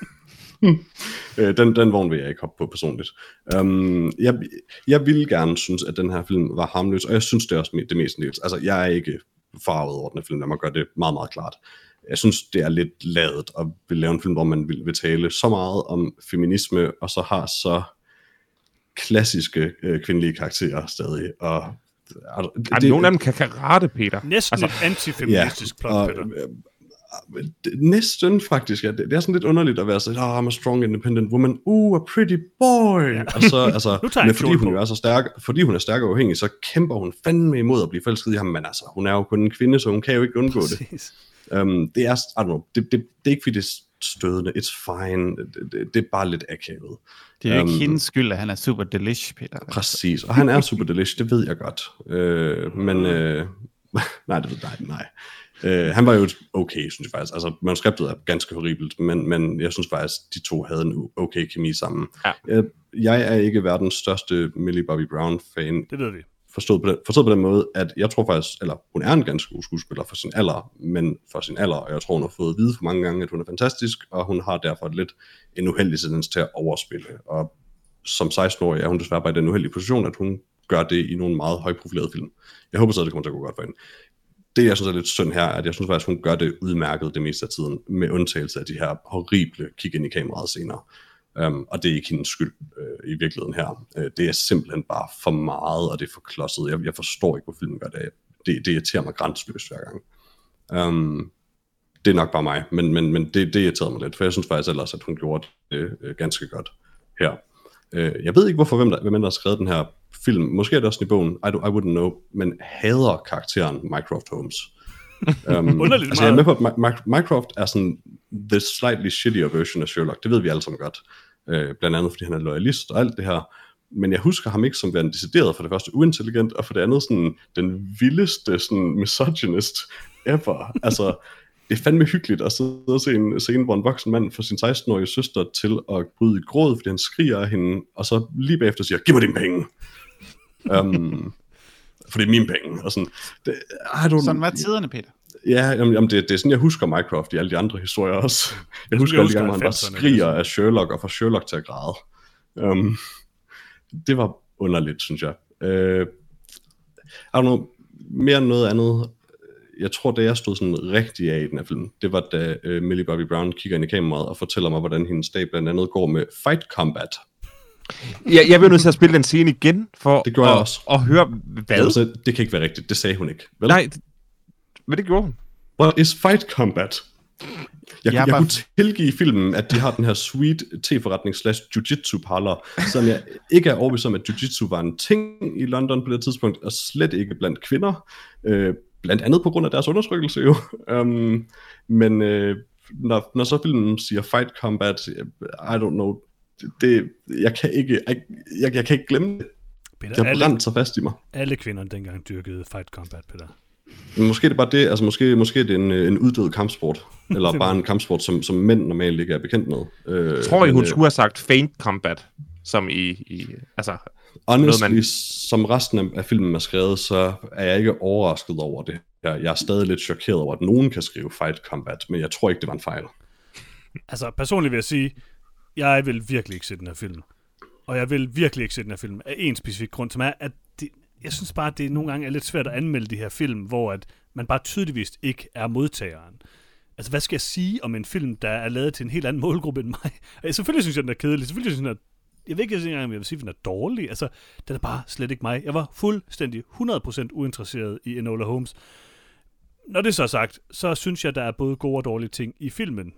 Den vogn vil jeg ikke hoppe på personligt. Jeg ville gerne synes, at den her film var harmløs, og jeg synes det er også det mest dels. Altså, jeg er ikke farvet over den her film, lad mig gøre det meget, meget klart. Jeg synes, det er lidt ladet at vil lave en film, hvor man vil tale så meget om feminisme, og så har så klassiske kvindelige karakterer stadig. Og nogle af dem kan karate, Peter. Næsten et antifeministisk plot, Peter. Næsten faktisk, ja. Det er sådan lidt underligt at være sådan, I'm a strong independent woman, a pretty boy. Ja. Og så, altså, fordi hun er stærk og uafhængig, så kæmper hun fandme imod at blive forelsket i ham, men altså, hun er jo kun en kvinde, så hun kan jo ikke undgå det. Det er, I don't know, det er ikke fordi det er stødende, it's fine, det er bare lidt akavet. Det er jo ikke hendes skyld, at han er super delish, Peter. Præcis, og han er super delish, det ved jeg godt. Men nej. Han var jo okay, synes jeg faktisk. Altså, manuskriptet er ganske horribelt, men jeg synes faktisk, de to havde en okay kemi sammen. Ja. Jeg er ikke verdens største Millie Bobby Brown-fan. Det ved vi. Forstået på den måde, at jeg tror faktisk, eller hun er en ganske god skuespiller for sin alder, men for sin alder, og jeg tror, hun har fået at vide for mange gange, at hun er fantastisk, og hun har derfor lidt en uheldig tendens til at overspille. Og som 16-årig er hun desværre bare i den uheldige position, at hun gør det i nogle meget højprofilerede film. Jeg håber så, at det kommer til at gå godt for hende. Det, jeg synes er lidt synd her, er, at jeg synes faktisk, hun gør det udmærket det meste af tiden, med undtagelse af de her horrible kig ind i kameraet senere. Og det er ikke hendes skyld i virkeligheden her. Det er simpelthen bare for meget, og det er for klodset. Jeg forstår ikke, hvor filmen gør det. Det irriterer mig grænseløst hver gang. Det er nok bare mig, men det irriterer mig lidt, for jeg synes faktisk ellers, at hun gjorde det ganske godt her. Jeg ved ikke, hvem der har skrevet den her film. Måske er det også i bogen, I wouldn't know, men hader karakteren Mycroft Holmes. Altså jeg er med på, at Mycroft er sådan the slightly shittier version af Sherlock. Det ved vi alle sammen godt. Blandt andet, fordi han er loyalist og alt det her. Men jeg husker ham ikke som værende decideret for det første uintelligent, og for det andet sådan den vildeste sådan misogynist ever. Altså, det er fandme hyggeligt at sidde og se en scene, hvor en voksen mand får sin 16-årige søster til at bryde i gråd, fordi han skriger af hende, og så lige bagefter siger, giv mig dine penge. For det er mine penge. Og sådan, sådan var tiderne, Peter. Ja, jamen det er sådan, jeg husker Mycroft i alle de andre historier også. Jeg husker alle de gange, hvor han bare skriger af Sherlock, og får Sherlock til at græde. Det var underligt, synes jeg. Mere end noget andet. Jeg tror, da jeg stod sådan rigtig af i den her film, det var da Millie Bobby Brown kigger ind i kameraet og fortæller mig, hvordan hendes dag blandt andet går med fight combat. Ja, jeg bliver nødt til at spille den scene igen, for det gjorde jeg også. At høre, hvad? Det kan ikke være rigtigt, det sagde hun ikke. Vel? Nej, men det gjorde hun. What is fight combat? Jeg kunne tilgive filmen, at de har den her sweet te-forretning / jiu-jitsu parlor, som jeg ikke er overbevist om, at jiu-jitsu var en ting i London på det tidspunkt, og slet ikke blandt kvinder. Blandt andet på grund af deres undertrykkelse jo. Men når så filmen siger fight combat, I don't know, jeg kan ikke glemme det. Peter, det har brændt sig fast i mig. Alle kvinder dengang dyrkede fight combat, Peter. Måske er det bare det, altså måske er det en uddød kampsport, eller bare en kampsport, som mænd normalt ikke er bekendt med. Tror I, hun skulle have sagt feint combat, som altså... Honestly, som resten af filmen er skrevet, så er jeg ikke overrasket over det. Jeg er stadig lidt chokeret over, at nogen kan skrive fight combat, men jeg tror ikke, det var en fejl. Altså, personligt vil jeg sige, jeg vil virkelig ikke se den her film. Og jeg vil virkelig ikke se den her film af en specifik grund, som er, at jeg synes bare, at det nogle gange er lidt svært at anmelde de her film, hvor at man bare tydeligvis ikke er modtageren. Altså, hvad skal jeg sige om en film, der er lavet til en helt anden målgruppe end mig? Selvfølgelig synes jeg, den er kedelig. Selvfølgelig synes jeg, jeg ved ikke engang, om jeg vil sige, at den er dårlig. Altså, den er bare slet ikke mig. Jeg var fuldstændig 100% uinteresseret i Enola Holmes. Når det så er sagt, så synes jeg, der er både gode og dårlige ting i filmen.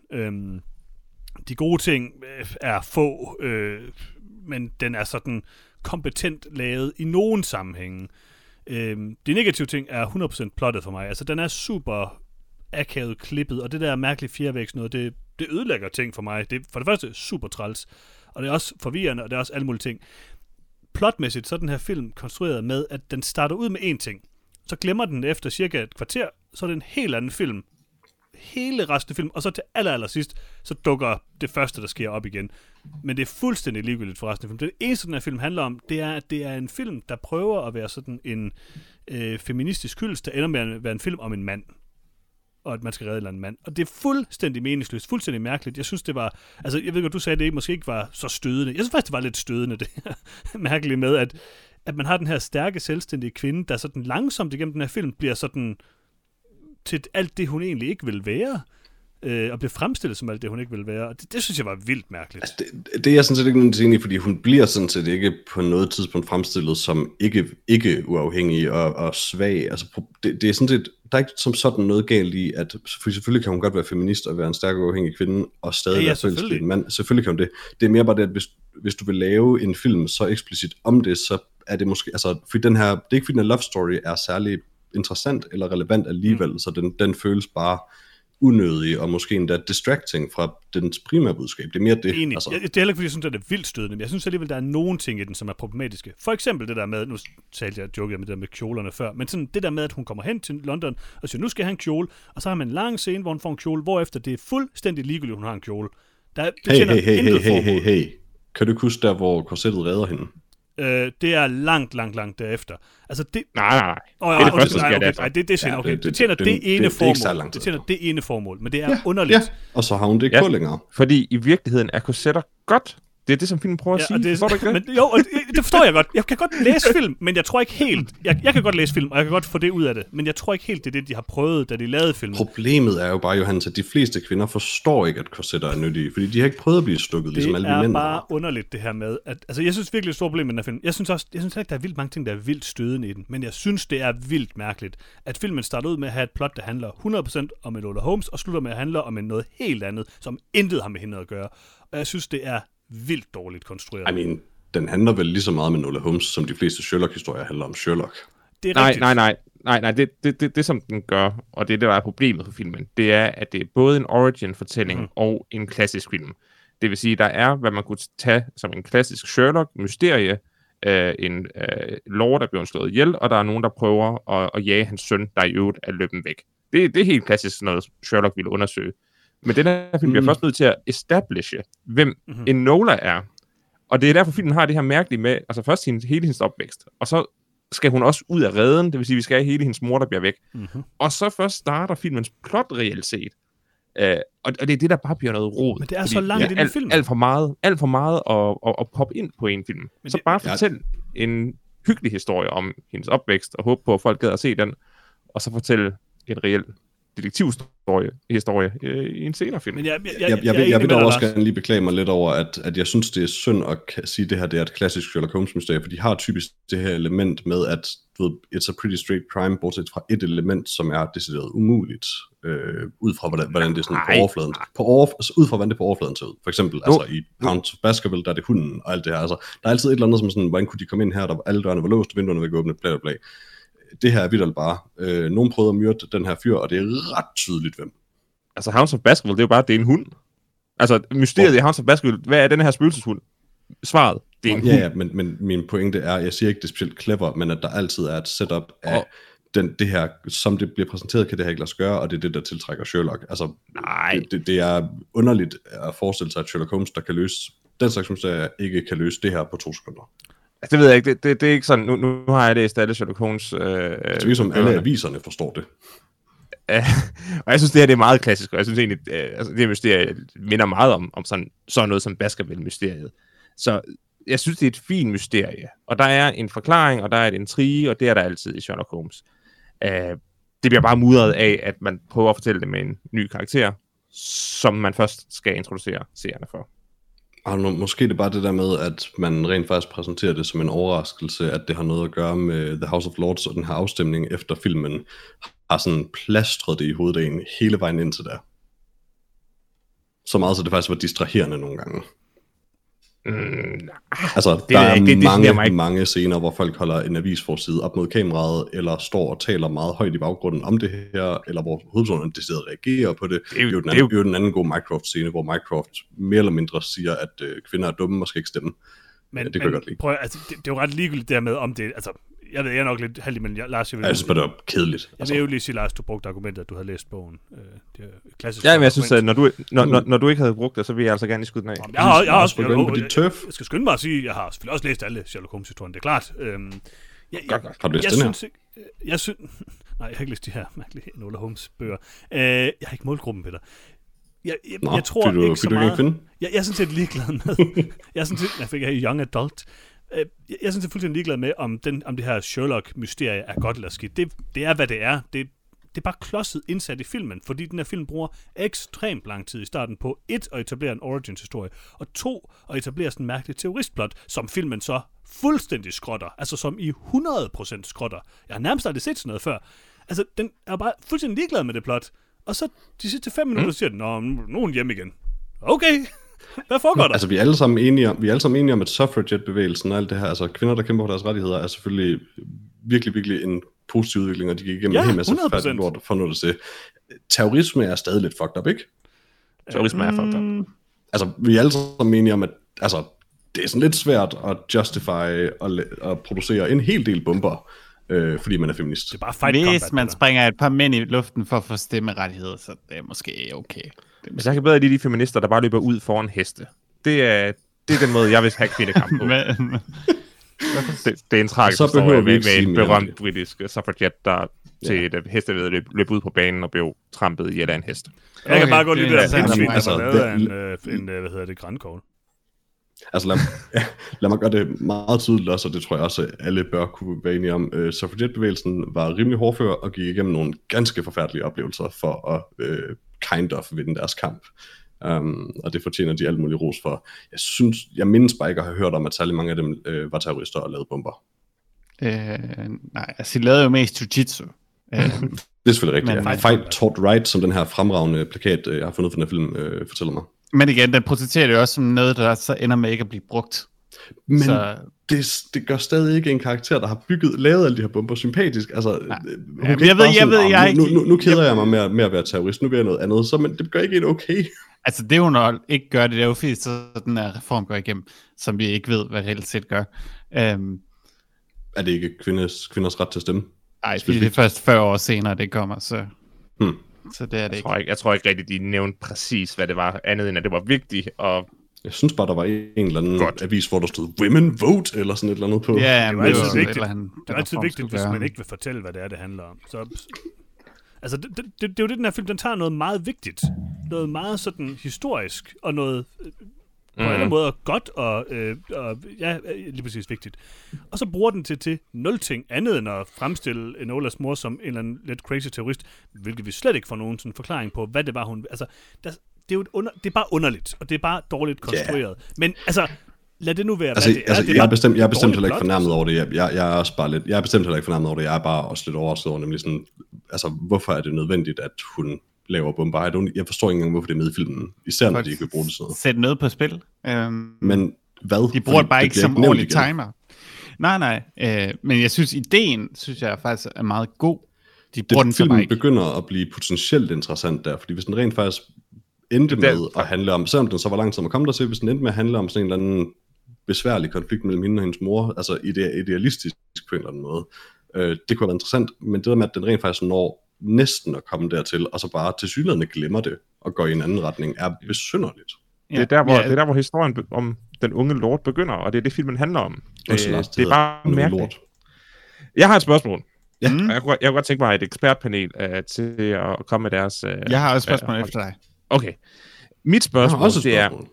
De gode ting er få, men den er sådan kompetent lavet i nogen sammenhænge. De negative ting er 100% plottet for mig. Altså, den er super akavet klippet, og det der mærkelige fjervægs noget, det ødelægger ting for mig. Det er for det første super træls, og det er også forvirrende, og det er også alle mulige ting. Plotmæssigt, så er den her film konstrueret med, at den starter ud med én ting, så glemmer den efter cirka et kvarter, så er det en helt anden film. Hele resten af film, og så til allersidst, så dukker det første, der sker op igen. Men det er fuldstændig ligegyldigt for resten af filmen. Det eneste, den her film handler om, det er, at det er en film, der prøver at være sådan en feministisk hyldest, der ender med at være en film om en mand. Og at man skal redde en eller anden mand. Og det er fuldstændig meningsløst, fuldstændig mærkeligt. Jeg synes, det var... Altså, jeg ved godt, du sagde, at det måske ikke var så stødende. Jeg synes faktisk, det var lidt stødende, det her mærkelige med, at man har den her stærke, selvstændige kvinde, der sådan langsomt igennem den her film bliver sådan til alt det, hun egentlig ikke vil være, og bliver fremstillet som alt det, hun ikke vil være. Og det synes jeg var vildt mærkeligt. Altså, det er jeg sådan set ikke nogen ting i, fordi hun bliver sådan set ikke på noget tidspunkt fremstillet som ikke uafhængig og svag. Altså, det er sådan set, der er ikke som sådan noget galt i, at selvfølgelig kan hun godt være feminist og være en stærk uafhængig kvinde, og stadig være forelsket i en mand. Selvfølgelig kan hun det. Det er mere bare det, at hvis du vil lave en film så eksplicit om det, så er det måske, altså, fordi det er ikke fordi den her love story er særlig interessant eller relevant alligevel, så den føles bare unødig og måske endda distracting fra dens primære budskab. Det er mere det. Altså. Det er heller ikke, fordi jeg synes, at det er vildt stødende, men jeg synes alligevel, der er nogle ting i den, som er problematiske. For eksempel det der med, nu talte jeg med det der med kjolerne før, men sådan det der med, at hun kommer hen til London og siger, nu skal jeg have en kjole, og så har man en lang scene, hvor hun får en kjole, hvorefter det er fuldstændig ligegyldigt, hun har en kjole. Hey. Kan du huske der, hvor korsettet redder hende? Det er langt derefter. Altså det... Nej. Det er det første, der sker derefter. Det er senere. Okay. Det tjener det ene formål. Det tjener det ene formål, men det er underligt. Ja. Og så har hun det ikke på længere. Fordi i virkeligheden er korsetter godt. Det er det, som filmen prøver at sige. Forstår du ikke det? Men, jo, det forstår jeg godt. Jeg kan godt læse film, men jeg tror ikke helt... Jeg kan godt læse film, og jeg kan godt få det ud af det, men jeg tror ikke helt, det er det, de har prøvet, da de lavede filmen. Problemet er jo bare, Johannes, at de fleste kvinder forstår ikke, at korsetter er nyttige, fordi de har ikke prøvet at blive stukket, ligesom alle de mænd. Det er bare underligt, det her med... At, altså, jeg synes virkelig, det er et stort problem med den her film. Jeg synes ikke, der er vildt mange ting, der er vildt stødende i den, men jeg synes, det er vildt mærkeligt, at filmen starter ud med at have et plot, der handler 100% om Enola Holmes, og slutter med at handle om noget helt andet, som intet har med hende at gøre. Og jeg synes, det er vildt dårligt konstrueret. Den handler vel lige så meget med Enola Holmes, som de fleste Sherlock-historier handler om Sherlock. Det er rigtigt. Nej, det som den gør, og det der er problemet for filmen, det er, at det er både en origin-fortælling og en klassisk film. Det vil sige, der er, hvad man kunne tage som en klassisk Sherlock-mysterie, en lord, der bliver slået ihjel, og der er nogen, der prøver at jage hans søn, der i øvrigt er løbet væk. Det er helt klassisk noget, Sherlock ville undersøge. Men den her film bliver først nødt til at establishe, hvem Enola er. Og det er derfor, filmen har det her mærkelige med, altså først hele hendes opvækst, og så skal hun også ud af reden, det vil sige, vi skal have hele hendes mor, der bliver væk. Og så først starter filmens plot reelt set. Og det er det, der bare bliver noget rod. Men det er så langt i den film. Alt for meget at poppe ind på en film. Men så bare fortæl en hyggelig historie om hendes opvækst, og håbe på, at folk gad at se den, og så fortælle en reel detektivhistorie i en senere film. Men jeg vil dog også gerne lige beklage mig lidt over, at jeg synes, det er synd at sige, at det her det er et klassisk Sherlock Holmes-mysterie, for de har typisk det her element med, at it's a pretty straight crime, bortset fra et element, som er decideret umuligt, ud fra hvordan det er sådan på overfladen. Ud fra hvordan det på overfladen ser ud. For eksempel altså i Hounds of Baskerville, der er det hunden og alt det her. Altså, der er altid et eller andet som sådan, hvordan kunne de komme ind her, der alle dørene var låst, vinduerne var ikke åbne, bla bla bla. Det her er vildt bare. Nogen prøvede at myrde den her fyr, og det er ret tydeligt, hvem. Altså, Hounds of Baskerville, det er jo bare, det er en hund. Altså, mysteriet i Hounds of Baskerville, hvad er den her spøgelseshund? Svaret, det er en hund. Ja, men min pointe er, jeg siger ikke, det er specielt clever, men at der altid er et setup af det her, som det bliver præsenteret, kan det her ikke lade sig gøre, og det er det, der tiltrækker Sherlock. Altså, det er underligt at forestille sig, at Sherlock Holmes, der kan løse den slags mysterier, ikke kan løse det her på 2 sekunder. Altså, det ved jeg ikke, det er ikke sådan, nu har jeg læst alle Sherlock Holmes... det er ligesom alle aviserne forstår det. Og jeg synes, det her det er meget klassisk, og jeg synes egentlig, altså, det her mysterie minder meget om sådan noget som Baskerville-mysteriet. Så jeg synes, det er et fint mysterie, og der er en forklaring, og der er et intrige, og det er der altid i Sherlock Holmes. Det bliver bare mudret af, at man prøver at fortælle det med en ny karakter, som man først skal introducere seerne for. Og måske det er bare det der med, at man rent faktisk præsenterer det som en overraskelse, at det har noget at gøre med The House of Lords og den her afstemning efter filmen har sådan plastret det i hovedet af en hele vejen indtil der. Så meget, så det faktisk var distraherende nogle gange. Altså, der er mange scener, hvor folk holder en avisforside op mod kameraet, eller står og taler meget højt i baggrunden om det her, eller hvor hovedpersonen decideret reagerer på det. Det er jo den anden gode Mycroft-scene, hvor Mycroft mere eller mindre siger, at kvinder er dumme og skal ikke stemme. Det kan jeg godt lide. Prøv, altså, det er jo ret ligegyldigt dermed om det, altså, jeg ved, jeg er nok lidt heldig, men Lars... Jeg synes bare, det var kedeligt. Jeg vil jo lige sige, Lars, du brugte argumentet, at du havde læst bogen. Det er klassisk. Ja, men jeg synes, at når du ikke havde brugt det, så vil jeg altså gerne skyde den af. Jeg har også jeg skal skynde mig at sige, jeg har selvfølgelig også læst alle Sherlock Holmes-historien, det er klart. Har du læst den her? Nej, jeg har ikke læst de her mærkelige Enola Holmes-bøger. Jeg har ikke målgruppen, Peter. Jeg tror ikke så meget... Jeg er sådan set ligeglad med... Jeg fik Young Adult... Jeg synes, jeg er fuldstændig ligeglad med, om det her Sherlock-mysterie er godt eller skidt. Det er, hvad det er. Det er bare klodset indsat i filmen, fordi den her film bruger ekstremt lang tid i starten på 1 at etablere en origins-historie, og 2 at etablere sådan en mærkelig terroristplot, som filmen så fuldstændig skrotter. Altså som i 100% skrotter. Jeg har nærmest aldrig set sådan noget før. Altså, den er bare fuldstændig ligeglad med det plot. Og så de sidste 5 minutter siger den, nogen hjem igen. Okay. Hvad foregår der? Altså, vi er alle sammen enige om, at suffragette-bevægelsen og alt det her, altså kvinder, der kæmper for deres rettigheder, er selvfølgelig virkelig, virkelig en positiv udvikling, og de gik igennem en hel masse færdigt lort for noget at se. Terrorisme er stadig lidt fucked up, ikke? Terrorisme er fucked up. Altså, vi er alle sammen enige om, at altså, det er sådan lidt svært at justify og producere en hel del bomber, fordi man er feminist. Det er bare fight Hvis combat, man springer et par mænd i luften for at få stemmerettigheder, så det er måske okay. Men jeg kan bedre lide de feminister, der bare løber ud foran heste. Det er den måde, jeg vil have kvindekamp på. Det er en tragisk historie med en berømt britisk suffragette, der til et hestevedløb løb ud på banen og blev trampet ihjel af en hest. Jeg kan bare gå lidt der sindssygt, hvad hedder det, grandkål. Altså lad mig gøre det meget tydeligt også, og det tror jeg også, at alle bør kunne være enige om. Suffragette-bevægelsen var rimelig hårdfør og gik igennem nogle ganske forfærdelige oplevelser for at kind of vinde deres kamp. Og det fortjener de alt muligt ros for. Jeg mindes bare ikke at have hørt om, at særlig mange af dem var terrorister og lavede bomber. Nej, altså de lavede jo mest jiu-jitsu. Det er selvfølgelig rigtigt. Fight taught right, som den her fremragende plakat, jeg har fundet for den her film, fortæller mig. Men igen, den portrætterer det også som noget, der så ender med ikke at blive brugt. Men så... det gør stadig ikke en karakter, der har lavet alle de her bomber sympatisk. Altså, nu keder jeg mig med at være terrorist, nu vil jeg noget andet, men det gør ikke en okay. Altså det hun ikke gør, det er jo fordi, så den her reform går igennem, som vi ikke ved, hvad reelt set gør. Er det ikke kvinders ret til at stemme? Nej, det er først 40 år senere, det kommer, så... Så det er det ikke. Jeg tror ikke rigtig, de nævnte præcis, hvad det var, andet end at det var vigtigt. Og jeg synes bare, der var en eller anden avis, hvor der stod Women Vote, eller sådan et eller andet på. Ja, det er altid vigtigt. Det er altid vigtigt, hvis man ikke vil fortælle, hvad det handler om. Så, altså, det er jo det, den her film, den tager noget meget vigtigt. Noget meget sådan historisk, og noget på alle måder godt, og ja, lige præcis vigtigt. Og så bruger den til nul ting andet, end at fremstille Enolas mor som en eller anden lidt crazy terrorist, hvilket vi slet ikke får nogen sådan forklaring på, hvad det var, hun... Altså, det er jo det er bare underligt, og det er bare dårligt konstrueret. Yeah. Men altså, lad det nu være, hvad det er. Altså, jeg er bestemt heller ikke fornærmet over det. Jeg er også bare lidt... Jeg er bestemt heller ikke fornærmet over det. Jeg er bare også lidt overrasket over, nemlig sådan... Altså, hvorfor er det nødvendigt, at hun laver bomber? Jeg forstår ikke engang, hvorfor det er med i filmen. Især når de ikke vil bruge det sådan noget. Sæt noget på spil. Men hvad? De bruger det bare ikke som ordentlig timer. Nej. Men jeg synes, ideen, jeg faktisk er meget god. De bruger den filmen begynder at blive potentielt interessant der, fordi hvis den rent faktisk endte med at handle om, selvom den så var lang tid at komme der til, hvis den endte med at handle om sådan en eller anden besværlig konflikt mellem hende og hendes mor, altså idealistisk på en eller anden måde, det kunne være interessant, men det der med, at den rent faktisk når næsten at komme dertil, og så bare tilsyneladende glemmer det, og går i en anden retning, er besynderligt. Ja. Det er der, hvor historien om den unge lord begynder, og det er det, filmen handler om. Det er bare mærkeligt. Jeg har et spørgsmål. Ja. Jeg kunne godt tænke mig et ekspertpanel til at komme med deres... jeg har også et spørgsmål efter dig. Okay. Mit spørgsmål, det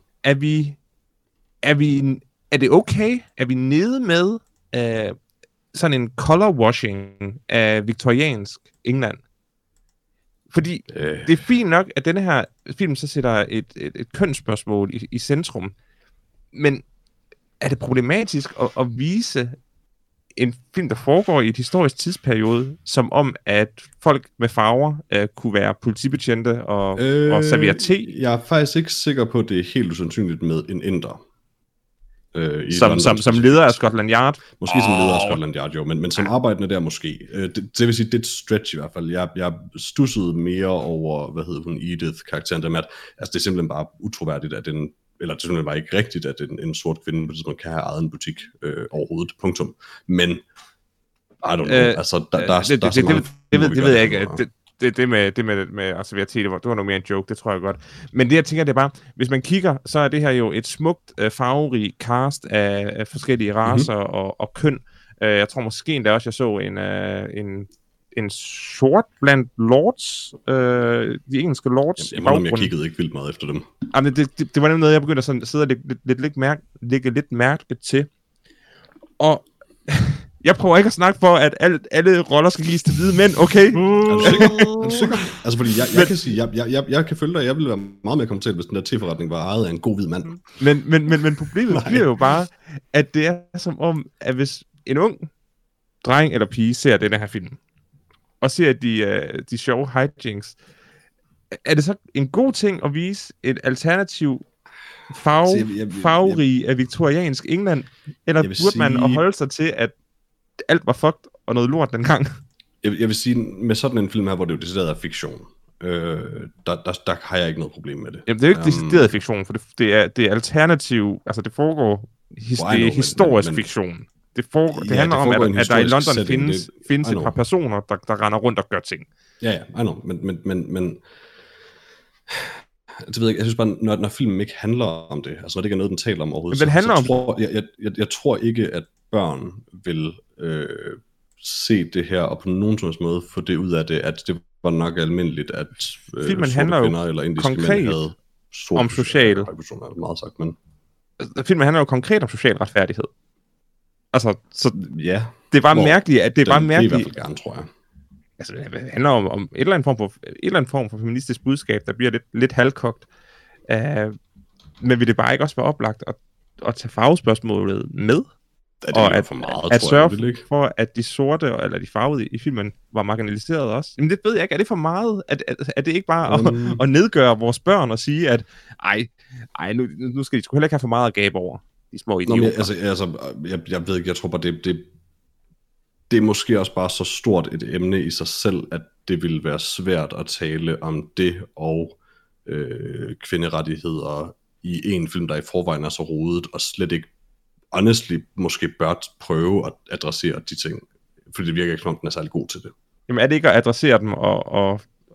er det okay? Er vi nede med sådan en color washing af viktoriansk England? Fordi det er fint nok, at denne her film så sætter et kønsspørgsmål i centrum. Men er det problematisk at vise en film, der foregår i et historisk tidsperiode, som om, at folk med farver kunne være politibetjente og servere te? Jeg er faktisk ikke sikker på, at det er helt usandsynligt med en inder. Som leder af Scotland Yard? Måske som leder af Scotland Yard, jo, men som arbejdende der måske. Det vil sige, det er et stretch i hvert fald. Jeg stussede mere over, Edith-karakteren, der med, at altså, det er simpelthen bare utroværdigt, at det er simpelthen bare ikke rigtigt, at en sort kvinde på det tidspunkt kan have ejet en butik overhovedet. Punktum. Men, I don't know, altså, der er så mange... Det ved jeg ikke. Det med at servere te, det var noget mere en joke, det tror jeg godt. Men det, jeg tænker, det er bare, hvis man kigger, så er det her jo et smukt, farverig cast af forskellige racer og køn. Jeg tror måske endda også, jeg så en sort blandt lords, de engelske lords. Jeg kiggede ikke vildt meget efter dem. Jamen, det var nemlig noget, jeg begyndte at sådan sidde og lægge lidt mærke til. Og jeg prøver ikke at snakke for, at alle roller skal gives til hvide mænd, okay? Er du sikker? Altså, fordi jeg kan sige, jeg kan følge dig, jeg ville være meget mere komfortabel, hvis den der teforretning var ejet af en god hvid mand. Men problemet bliver jo bare, at det er som om, at hvis en ung dreng eller pige ser den her film, og ser de sjove hijinks, er det så en god ting at vise et alternativ farverig af viktoriansk England, eller burde man at holde sig til, at alt var fucked og noget lort dengang? Jeg vil sige, med sådan en film her, hvor det jo decideret er fiktion, der har jeg ikke noget problem med det. Jamen, det er jo ikke decideret fiktion, for det er alternativ, altså det foregår, det er historisk fiktion. Det handler om, at der i London findes et par personer, der render rundt og gør ting. Ja, I know, men det ved jeg synes bare, når filmen ikke handler om det, altså når det ikke er noget, den taler om overhovedet, men handler jeg tror ikke, at børn vil se det her, og på nogen som helst måde få det ud af det, at det var nok almindeligt, at filmen handler kvinder eller indiske mænd havde om social... meget sagt, men... Filmen handler jo konkret om social retfærdighed. Altså, så ja. Det er bare mærkeligt, at det er bare mærkeligt... Det i hvert fald gerne, tror jeg. Altså, det handler om et eller andet form for feministisk budskab, der bliver lidt halvkogt. Men vil det bare ikke også være oplagt at tage farvespørgsmålet med? Og at sørge for, at de sorte eller de farvede i filmen var marginaliseret også. Men det ved jeg ikke. Er det for meget? Er det ikke bare at nedgøre vores børn og sige, at ej, nu skal de sgu heller ikke have for meget at gabe over de små idioter? Jeg ved ikke, jeg tror bare, det er måske også bare så stort et emne i sig selv, at det ville være svært at tale om det og kvinderettigheder i en film, der i forvejen er så rodet, og slet ikke honestly måske bør prøve at adressere de ting, fordi det virker ikke som om den er særlig god til det. Jamen er det ikke at adressere dem og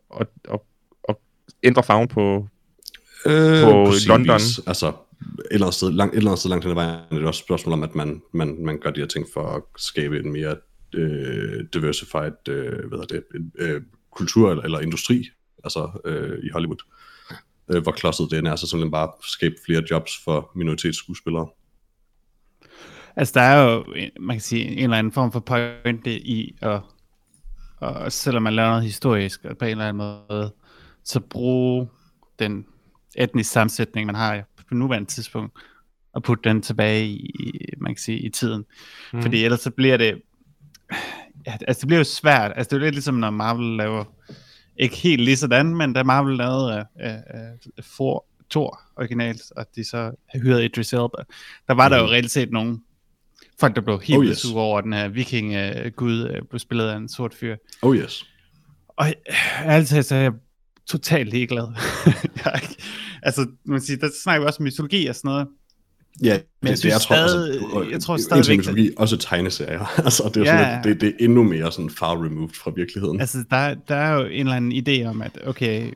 ændre farven på London. Altså, et eller andet sted langt hen ad vejen, er det også et spørgsmål om, at man gør de her ting for at skabe en mere diversified kultur eller industri, altså i Hollywood. Hvor klodset det er så simpelthen bare skabe flere jobs for minoritetsskuespillere. Altså der er jo, man kan sige, en eller anden form for pointe i, og selvom man laver noget historisk, og på en eller anden måde, så bruge den etniske sammensætning, man har på nuværende tidspunkt, og putte den tilbage man kan sige, i tiden. Fordi ellers så bliver det, altså det bliver jo svært, altså det er jo lidt ligesom, når Marvel laver, ikke helt lige sådan, men da Marvel lavede Thor originalt, og de så hyrede Idris Elba, der var der jo reelt set nogle folk, der blev helt sure over den her viking-gud, blev spillet af en sort fyr. Oh yes. Og altid så er jeg totalt ligeglad. Altså, man siger, der snakker vi også om mytologi og sådan noget. Ja, men jeg tror stadigvæk mytologi, også tegneserier. Altså, det er sådan, det er endnu mere sådan far removed fra virkeligheden. Altså, der er jo en eller anden idé om, at okay,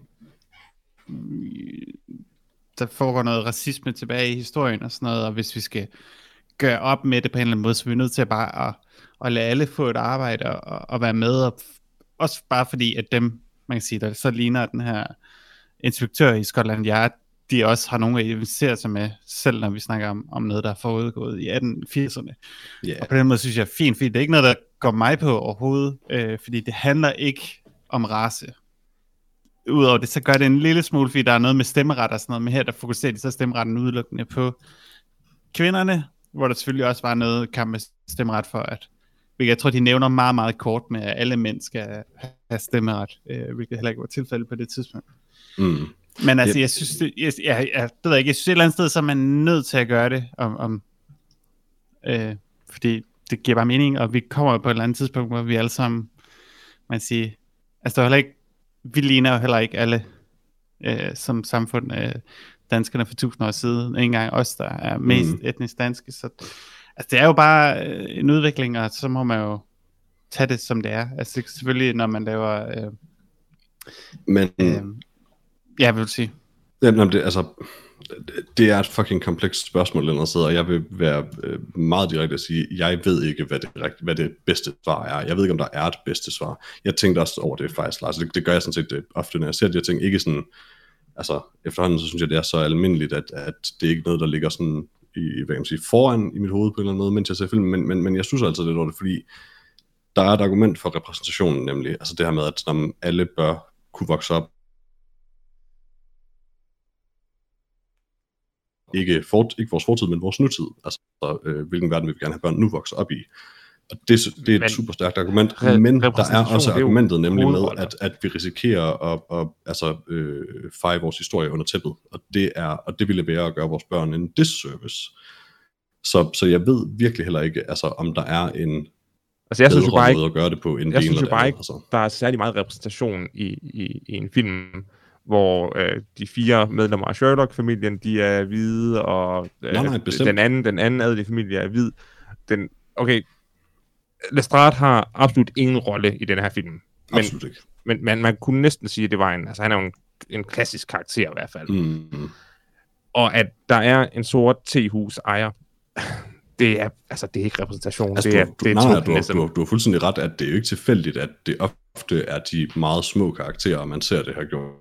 der foregår noget racisme tilbage i historien og sådan noget, og hvis vi skal gøre op med det på en eller anden måde, så er vi nødt til bare at lade alle få et arbejde og være med, og også bare fordi, at dem, man kan sige, der så ligner den her instruktør i Scotland Yard, de også har nogen at identificere sig med, selv når vi snakker om noget, der er forudgået i 1880'erne. Yeah. Og på den måde synes jeg fint, det er ikke noget, der går mig på overhovedet, fordi det handler ikke om race. Udover det, så gør det en lille smule, fordi der er noget med stemmeret og sådan noget, men her der fokuserer de så stemmeretten udelukkende på kvinderne, hvor der selvfølgelig også var noget kamp med stemmeret for, at jeg tror, de nævner meget, meget kort med, at alle mænd skal have stemmeret, hvilket heller ikke var tilfældet på det tidspunkt. Men altså, jeg synes, jeg ved ikke, jeg synes et eller andet sted, så er man nødt til at gøre det, fordi det giver bare mening, og vi kommer på et eller andet tidspunkt, hvor vi alle sammen, man siger, altså der er heller ikke, vi ligner jo heller ikke alle som samfund, danskerne for 1000 år siden, ikke engang os, der er mest etnisk danske, så altså, det er jo bare en udvikling, og så må man jo tage det, som det er. Altså selvfølgelig, når man laver jeg vil sige. Jamen, det er et fucking komplekst spørgsmål eller noget, og jeg vil være meget direkte at sige, jeg ved ikke, hvad det bedste svar er. Jeg ved ikke, om der er et bedste svar. Jeg tænkte også over det faktisk, Lars. Det gør jeg sådan set ofte, når jeg ser de her ting. Ikke sådan, altså efterhånden, så synes jeg, det er så almindeligt, at det er ikke noget, der ligger sådan hvad kan man sige, foran i mit hoved på en eller anden måde, mens jeg ser filmen. Men jeg synes altså lidt over det, fordi der er et argument for repræsentationen, nemlig altså det her med, at alle bør kunne vokse op ikke vores fortid, men vores nutid. Altså, hvilken verden vil vi gerne have børn nu vokse op i. Og det er et super stærkt argument, men der er også argumentet nemlig med, at vi risikerer at feje vores historie under tæppet. Og det ville være at gøre vores børn en disservice. Så jeg ved virkelig heller ikke, altså, om der er en jeg synes jo bare måde at gøre det på, jeg synes jo bare ikke, der er særlig meget repræsentation i en film, hvor de 4 medlemmer af Sherlock-familien, de er hvide, og den anden adelige familie er hvid. Lestrade har absolut ingen rolle i den her film. Absolut ikke. Men man kunne næsten sige, at det var han er jo en klassisk karakter i hvert fald. Og at der er en sort tehus ejer, det er ikke repræsentation. Altså, du har fuldstændig ret, at det er jo ikke tilfældigt, at det ofte er de meget små karakterer, og man ser det her gjort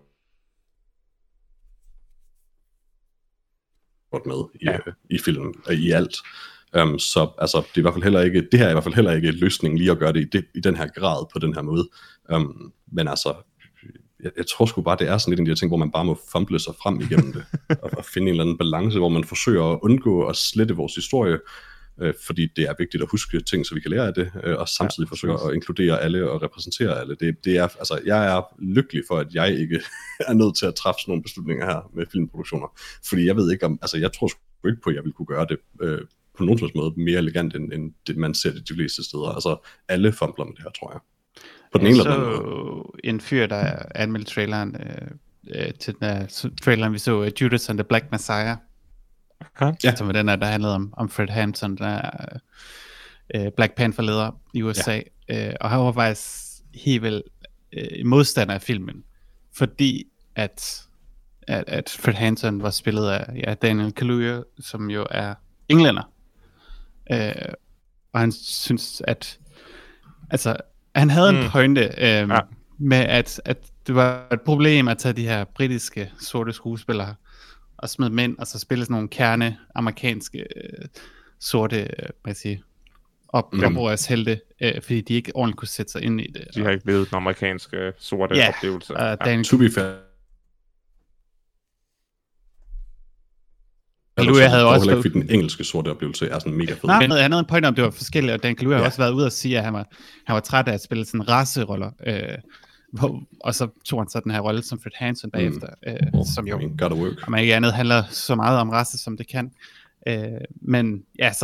med i filmen, i alt. Så altså, det er i hvert fald heller ikke, det her er i hvert fald heller ikke løsningen lige at gøre det i den her grad, på den her måde. Men altså, jeg tror sgu bare, det er sådan lidt en af de ting, hvor man bare må fumble sig frem igennem det, og finde en eller anden balance, hvor man forsøger at undgå at slette vores historie, fordi det er vigtigt at huske ting, så vi kan lære af det, og samtidig forsøge at inkludere alle og repræsentere alle. Det er, altså, jeg er lykkelig for, at jeg ikke er nødt til at træffe sådan nogle beslutninger her med filmproduktioner, fordi jeg ved ikke om, altså jeg tror sgu ikke på, at jeg vil kunne gøre det på nogen måde mere elegant, end det, man ser det de fleste steder. Altså alle fumbler med det her, tror jeg. På den ene eller anden måde. En fyr, der anmeldte traileren til den traileren, vi så, Judas and the Black Messiah. Ja. Som var den der handlede om Fred Hampton, der er Black Panther-leder i USA. Ja. Og han var faktisk helt vel modstander af filmen. fordi at Fred Hampton var spillet af Daniel Kaluuya, som jo er englænder. Og han synes, at altså, han havde en pointe med, at det var et problem at tage de her britiske sorte skuespillere og smide dem ind, og så spille sådan nogle kerne amerikanske sorte, oprørs helte, fordi de ikke ordentligt kunne sætte sig ind i det. De har ikke levet den amerikanske sorte oplevelse. To be fair. Kaluuya havde også ikke, fordi den engelske sorte oplevelse er sådan mega fed. Nej, han havde en point om, det var forskelligt, og Dan Kaluuya har også været ude og sige, at han var træt af at spille sådan raceroller, og så tog han så den her rolle som Fred Hampton bagefter, som jo, om ikke andet, handler så meget om race, som det kan. Men ja,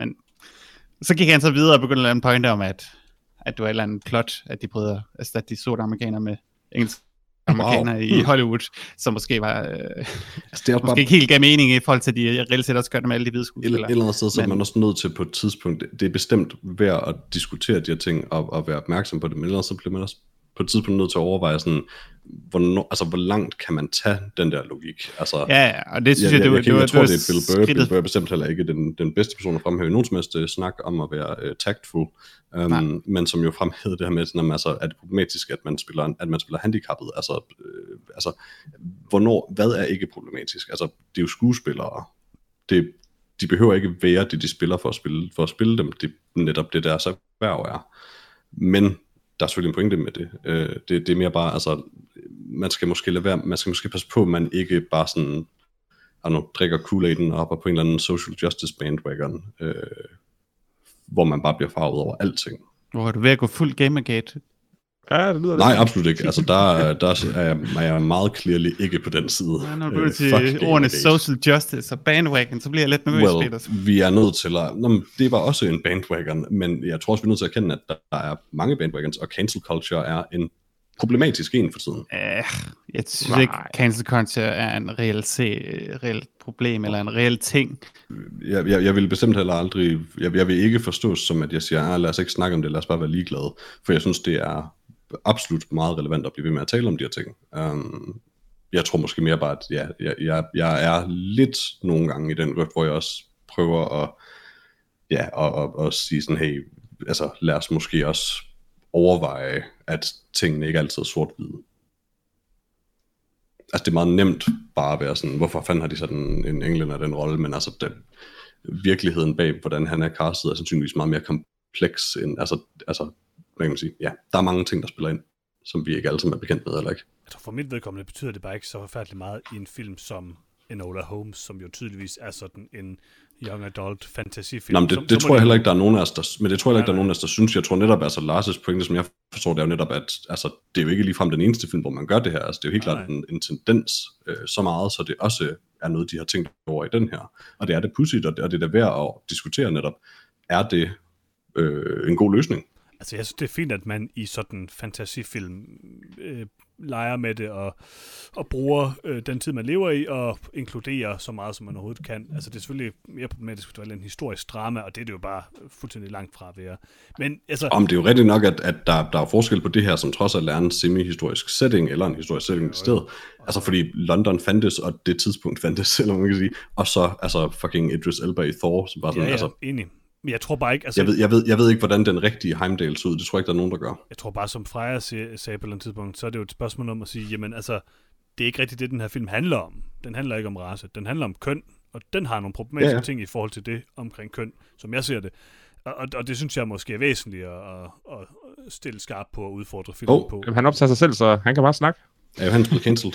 så gik han så videre og begyndte at lave en pointe om, at det var et eller andet plot, at de prøvede at erstatte de sorte amerikanere med engelske amerikanere i Hollywood, som måske var måske ikke helt gav mening i forhold til, at de reelt set også gør det med alle de hvide skuespillere. Et eller andet sted, så er man også nødt til på et tidspunkt, det er bestemt værd at diskutere de her ting, og være opmærksom på det, men ellers så bliver man også på et tidspunkt nødt til at overveje sådan, hvor langt kan man tage den der logik? Altså, ja, og det synes jeg tror, det er Bill Burr. Bill Burr er bestemt heller ikke den bedste person at fremhæve nogen som helst snak om at være tactful, men som jo fremhævede det her med, sådan, altså, er det problematisk, at man spiller handicappet? Altså, hvad er ikke problematisk? Altså, det er jo skuespillere. De behøver ikke være det, de spiller for at spille dem. Det er netop det, deres erhverv er. Men der er selvfølgelig en pointe med det. Det er mere bare, altså, man skal måske passe på, at man ikke bare sådan, drikker Kool-Aiden og hopper på en eller anden social justice bandwagon, hvor man bare bliver farvet over alting. Hvor er du ved at gå fuld Gamergate? Ja, det lyder Nej, absolut ikke. Altså, der er jeg meget clearly ikke på den side. Ja, når du er til ordene social justice og bandwagon, så bliver jeg lidt nervøs, Peter. Vi er nødt til at... det var også en bandwagon, men jeg tror også, vi er nødt til at erkende, at der er mange bandwagons, og cancel culture er en problematisk en for tiden. Jeg synes ikke, cancel culture er en reelt problem, eller en reel ting. Jeg vil bestemt heller aldrig... Jeg vil ikke forstås som, at jeg siger, lad os ikke snakke om det, lad os bare være ligeglade. For jeg synes, det er absolut meget relevant at blive ved med at tale om de her ting. Jeg tror måske mere bare, at jeg er lidt nogle gange i den grøft, hvor jeg også prøver at sige sådan, hey, altså lad os måske også overveje, at tingene ikke altid er sort-hvide. Altså det er meget nemt bare at være sådan, hvorfor fanden har de sådan en englænder den rolle, men altså virkeligheden bag, hvordan han er castet, er sandsynligvis meget mere kompleks end, altså hvad kan man sige, der er mange ting, der spiller ind, som vi ikke alle sammen er bekendt med, eller ikke? Jeg tror for mit vedkommende betyder det bare ikke så forfærdeligt meget i en film som Enola Holmes, som jo tydeligvis er sådan en young adult fantasyfilm. Nå, men det tror jeg heller ikke, der er nogen af os, der synes. Jeg tror netop, altså Lars' pointe, som jeg forstår, det er jo netop, at altså, det er jo ikke ligefrem den eneste film, hvor man gør det her. Altså, det er jo helt klart en tendens så meget, så det også er noget, de har tænkt over i den her. Og det er det pudsigt, og det er da værd at diskutere netop. Er det en god løsning? Altså, jeg synes, det er fint, at man i sådan en fantasifilm leger med det og bruger den tid, man lever i, og inkluderer så meget, som man overhovedet kan. Altså, det er selvfølgelig mere problematisk, at det er en historisk drama, og det er det jo bare fuldstændig langt fra at være. Men altså... det er jo rigtigt nok, at der er forskel på det her, som trods alt er en semi-historisk setting, eller en historisk setting i stedet. Altså, fordi London fandtes, og det tidspunkt fandtes, eller man kan sige, og så altså fucking Idris Elba i Thor, som bare sådan, altså... enig. Men jeg tror bare ikke... Altså, jeg ved ikke, hvordan den rigtige Heimdall så ud. Det tror jeg ikke, der er nogen, der gør. Jeg tror bare, som Freja sagde på et eller andet tidspunkt, så er det jo et spørgsmål om at sige, jamen altså, det er ikke rigtigt det, den her film handler om. Den handler ikke om race. Den handler om køn, og den har nogle problematiske ting i forhold til det omkring køn, som jeg ser det. Og det synes jeg måske er væsentligt at stille skarpt på og udfordre filmen på. Jamen, han optager sig selv, så han kan bare snakke. Ja, han er blevet cancelled.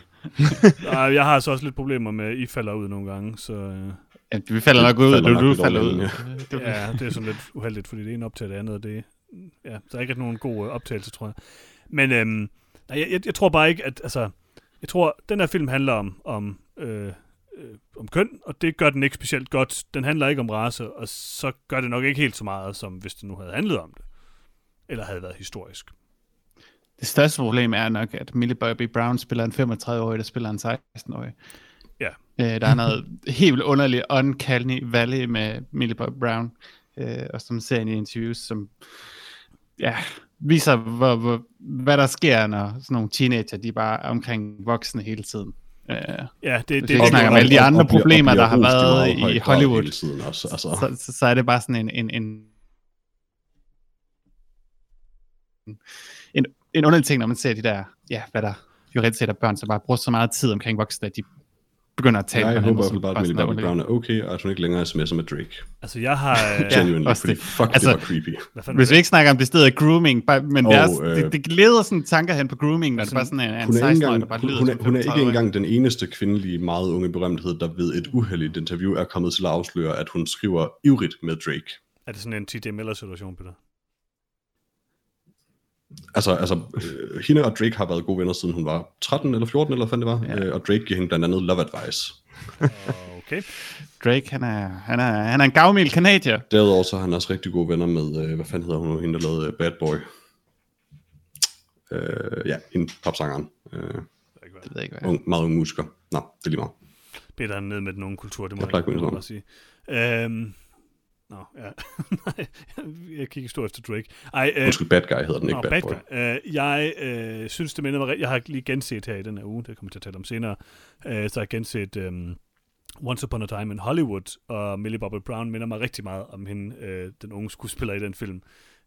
Jeg har altså også lidt problemer med, at I falder ud nogle gange, så... Ja, vi falder nok ud, du falder ud. Ja, det er sådan lidt uheldigt, fordi det ene optager det andet, og det... Ja, der er ikke nogen god optagelse, tror jeg. Men jeg tror bare ikke, at... Altså, jeg tror, den her film handler om køn, og det gør den ikke specielt godt. Den handler ikke om race, og så gør det nok ikke helt så meget, som hvis det nu havde handlet om det. Eller havde været historisk. Det største problem er nok, at Millie Bobby Brown spiller en 35-årig, der spiller en 16-årig. Ja. Der er noget helt underligt uncanny valley med Millie Bobby Brown, og som ser i interviews, som viser, hvad der sker, når sådan nogle teenager, de bare er omkring voksne hele tiden. Ja, det snakker om alle de andre problemer, der har været i Hollywood. Tiden også, altså. Så er det bare sådan en underlig ting, når man ser de der, hvad der jo reelt set er børn, så bare bruger så meget tid omkring voksne, at de begynder at tale. Jeg håber i hvert fald bare, at Millie Bobby Brown er okay, og at hun ikke længere sms'er med Drake. Altså, jeg har... Genuinely, fordi fuck, det var creepy. Hvis vi ikke snakker om det sted af grooming, men det leder sådan tanker hen på grooming, når det bare sådan en 16-årig, der bare lyder. Hun er ikke engang den eneste kvindelige, meget unge berømthed, der ved et uheldigt interview er kommet til at afsløre, at hun skriver ivrigt med Drake. Er det sådan en T.J. Miller-situation, Peter? Altså, hende og Drake har været gode venner, siden hun var 13 eller 14, eller hvad det var. Ja. Og Drake giver hende blandt andet love advice. Okay. Drake, han er en gavmild kanadier. Derudover så er han også rigtig gode venner med, hvad fanden hedder hun nu, hende der lavede Bad Boy. En popsangeren. Det ved jeg ikke, hvad. Meget ung musiker. Nå, det er lige meget. Peter er nede med den unge kultur, det må jeg bare sige. Nej, jeg kigger stort efter Drake. Undskyld, Bad Guy hedder den, ikke Bad Boy. Jeg synes, det minder mig. Jeg har lige genset her i den her uge, det kommer jeg til at tale om senere, så jeg har genset Once Upon a Time in Hollywood, og Millie Bobby Brown minder mig rigtig meget om hende, den unge skuespiller i den film.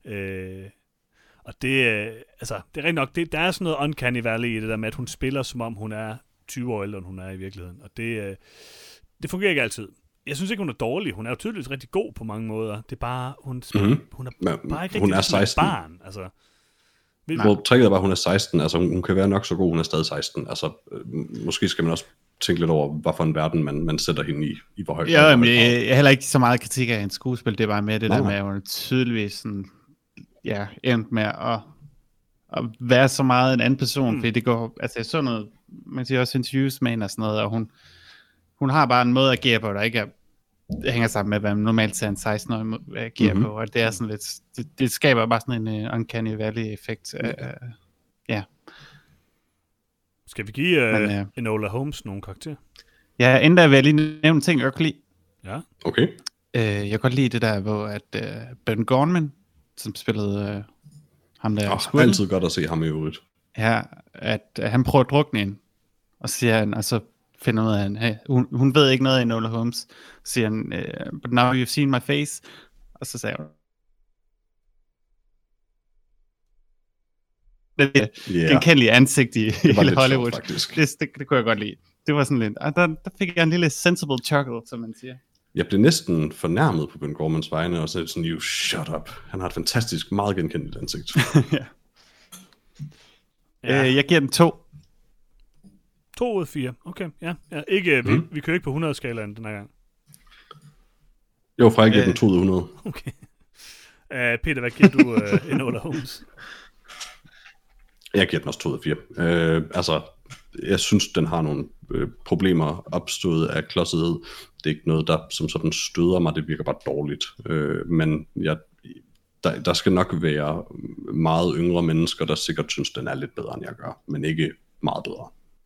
Og det er rigtig nok, der er sådan noget uncanny valley i det der med, at hun spiller, som om hun er 20 år ældre, end hun er i virkeligheden. Og det fungerer ikke altid. Jeg synes ikke, hun er dårlig. Hun er jo tydeligvis rigtig god på mange måder. Det er bare, hun er bare ikke rigtig 16. barn. Altså, tricket er bare, hun er 16. Altså, hun kan være nok så god, hun er stadig 16. Altså, måske skal man også tænke lidt over, hvad for en verden man sætter hende i hvor højt. Ja, men jeg er heller ikke så meget kritik af hendes skuespil. Det er bare mere det der med, at hun er tydeligvis sådan, endt med at være så meget en anden person. Fordi det går, altså jeg så noget, man siger også interviews med hende og sådan noget, og hun har bare en måde at agere på, der ikke hænger sammen med, hvad man normalt ser en 16-årig agerer på, og det er sådan lidt, det skaber bare sådan en uncanny valley-effekt. Skal vi give Enola Holmes nogle karakterer? Ja, endda vil jeg lige nævne en ting, jeg godt kan lide. Ja. Okay. Jeg kan godt lide det der, hvor at Ben Gorman, som spillede ham der... altid godt at se ham i øvrigt. Ja, at han prøver at drukne en, og siger han, og så finder ud af, at hey, hun ved ikke noget af Enola Holmes, så siger han, but now you've seen my face, og så sagde hun, det genkendelige ansigt i hele Hollywood. Det kunne jeg godt lide. Det var sådan lidt, der fik jeg en lille sensible chuckle, som man siger. Jeg blev næsten fornærmet på Ben Gormans vegne, og så sådan, you shut up. Han har et fantastisk, meget genkendeligt ansigt. Jeg giver den 2. 2 ud af 4. Okay, ja. Ikke, vi kører ikke på 100-skalaen den her gang. Jo, fra jeg giver den 2 ud af 100. Okay. Peter, hvad giver du Enola Holmes? Jeg giver den også 2 ud af 4. Jeg synes, den har nogle problemer opstået af klodsethed. Det er ikke noget, der som sådan støder mig. Det virker bare dårligt. Men der skal nok være meget yngre mennesker, der sikkert synes, den er lidt bedre, end jeg gør. Men ikke meget bedre.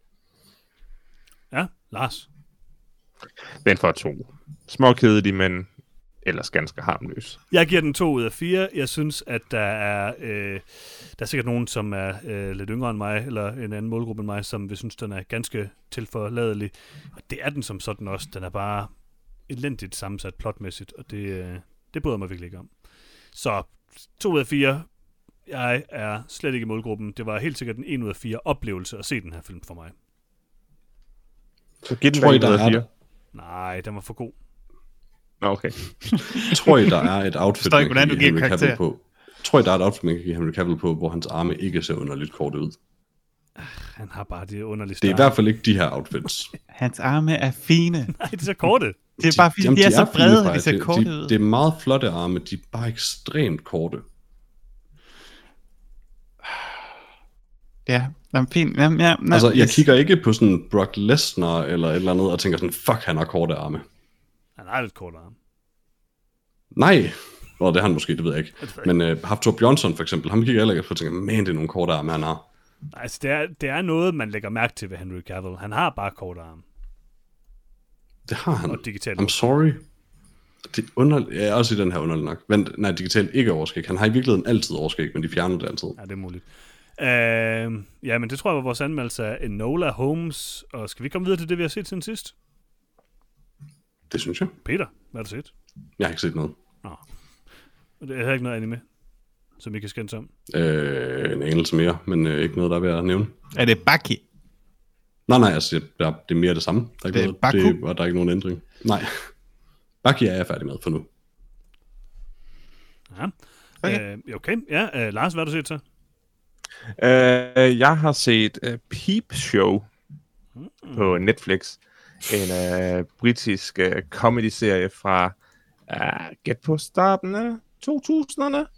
Ja, Lars? Den får 2. Småkedelig, men ellers ganske harmløs. Jeg giver den 2 ud af 4. Jeg synes, at der er sikkert nogen, som er lidt yngre end mig, eller en anden målgruppe end mig, som vil synes, den er ganske tilforladelig. Og det er den som sådan også. Den er bare elendigt sammensat plotmæssigt, og det bryder mig virkelig ikke om. Så 2 ud af 4. Jeg er slet ikke i målgruppen. Det var helt sikkert en 1 ud af 4 oplevelse at se den her film for mig. Så giv den 1 ud af 4. Nej, den var for god. Okay. Tror I, der er et outfit, man kan give Henry Cavill på? Tror I, der er et outfit, man kan give Henry Cavill på, hvor hans arme ikke ser underligt kort ud? Han har bare det underlige. Det er i hvert fald ikke de her outfits. Hans arme er fine. Nej, de er så korte. Det er bare fordi, de er så brede, de ser korte ud. Det er meget flotte arme, de er bare ekstremt korte. Ja, den er fin. Jeg kigger ikke på sådan Brock Lesnar eller et eller andet, og tænker sådan, fuck, han har korte arme. Han har lidt korte arme. Nej, det har han måske, det ved jeg ikke. Men Hafthor Bjørnsson for eksempel, ham kigger jeg heller ikke på og tænker, man, det er nogle korte arme, han har. Nej, altså det er noget, man lægger mærke til ved Henry Cavill. Han har bare korte arme. Det har han. Og digitalt. I'm sorry. Det er også i den her underlig nok. Men nej, digitalt ikke overskæg. Han har i virkeligheden altid overskæg, men de fjerner det altid. Ja, det er muligt. Ja, men det tror jeg var vores anmeldelse af Enola Holmes. Og skal vi komme videre til det, vi har set siden sidst? Det synes jeg. Peter, hvad har du set? Jeg har ikke set noget. Nå. Det er ikke noget anime, som I kan skændes om? En anelse mere, men ikke noget, der er ved at nævne. Er det Baki? Nej, altså, det er mere det samme. Der er ikke det er noget, og der er ikke nogen ændring. Nej. Baki er jeg færdig med for nu. Ja. Okay. Ja, Lars, hvad har du set så? Jeg har set Peep Show på Netflix. En britisk comedy-serie fra gæt på starten af 2000'erne.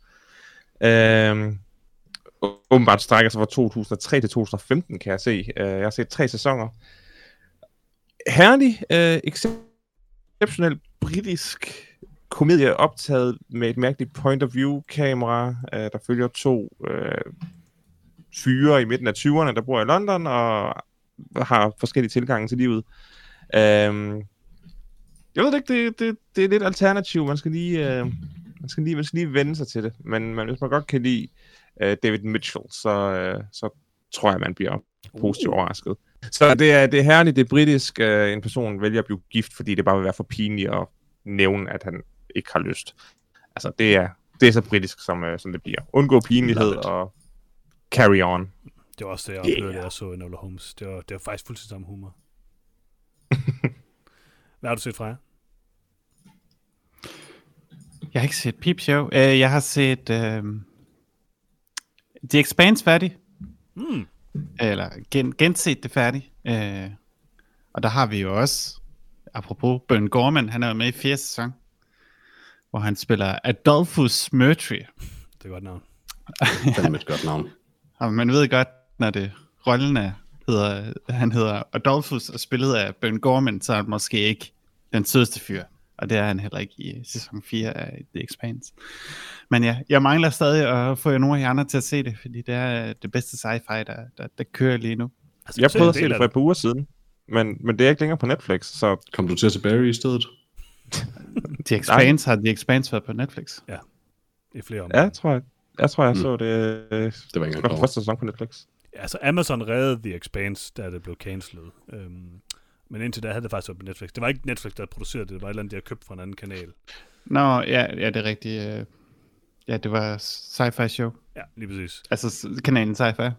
Åbenbart strækker sig fra 2003 til 2015, kan jeg se. Jeg har set 3 sæsoner. Herlig, exceptionelt britisk komedie optaget med et mærkeligt point of view kamera, der følger 2 fyre i midten af 20'erne, der bor i London og har forskellige tilgange til livet. Jeg ved ikke, det er lidt alternativ. Man skal lige vende sig til det. Men hvis man godt kan lide David Mitchell, så tror jeg, man bliver positivt overrasket. Så det er herligt, det er britisk. En person vælger at blive gift, fordi det bare vil være for pinligt at nævne, at han ikke har lyst. Altså, det er så britisk, som det bliver. Undgå pinlighed og carry on. Det var også det, jeg oplevede, da jeg så Enola Holmes. Det var faktisk fuldstændig samme humor. Hvad har du set fra jer? Jeg har ikke set Peep Show. Jeg har set The Expanse færdig. Eller genset det færdig. Og der har vi jo også, apropos Bern Gorman, han er jo med i 4. sæson, hvor han spiller Adolphus Murtry. Det er godt navn. Det er et godt navn. Og man ved godt, når det rollen er, han hedder Adolphus og spillet af Bern Gorman, så er han måske ikke den sødeste fyr. Og det er han heller ikke i sæson 4 af The Expanse. Men ja, jeg mangler stadig at få nogle af jer andre til at se det, fordi det er det bedste sci-fi, der kører lige nu. Altså, jeg prøvede at se det for et par uger siden, men det er ikke længere på Netflix, så... Kom du til at se Barry i stedet? The Expanse har The Expanse været på Netflix. Ja, i flere år. Ja, jeg tror, jeg så det... Det var ikke engang første sæson på Netflix. Ja, altså Amazon reddede The Expanse, da det blev cancelled. Men indtil da havde det faktisk været på Netflix. Det var ikke Netflix, der producerede det. Det var et eller andet, de havde købt fra en anden kanal. Nå, ja, det er rigtigt. Ja, det var Sci-Fi Show. Ja, lige præcis. Altså kanalen Sci-Fi.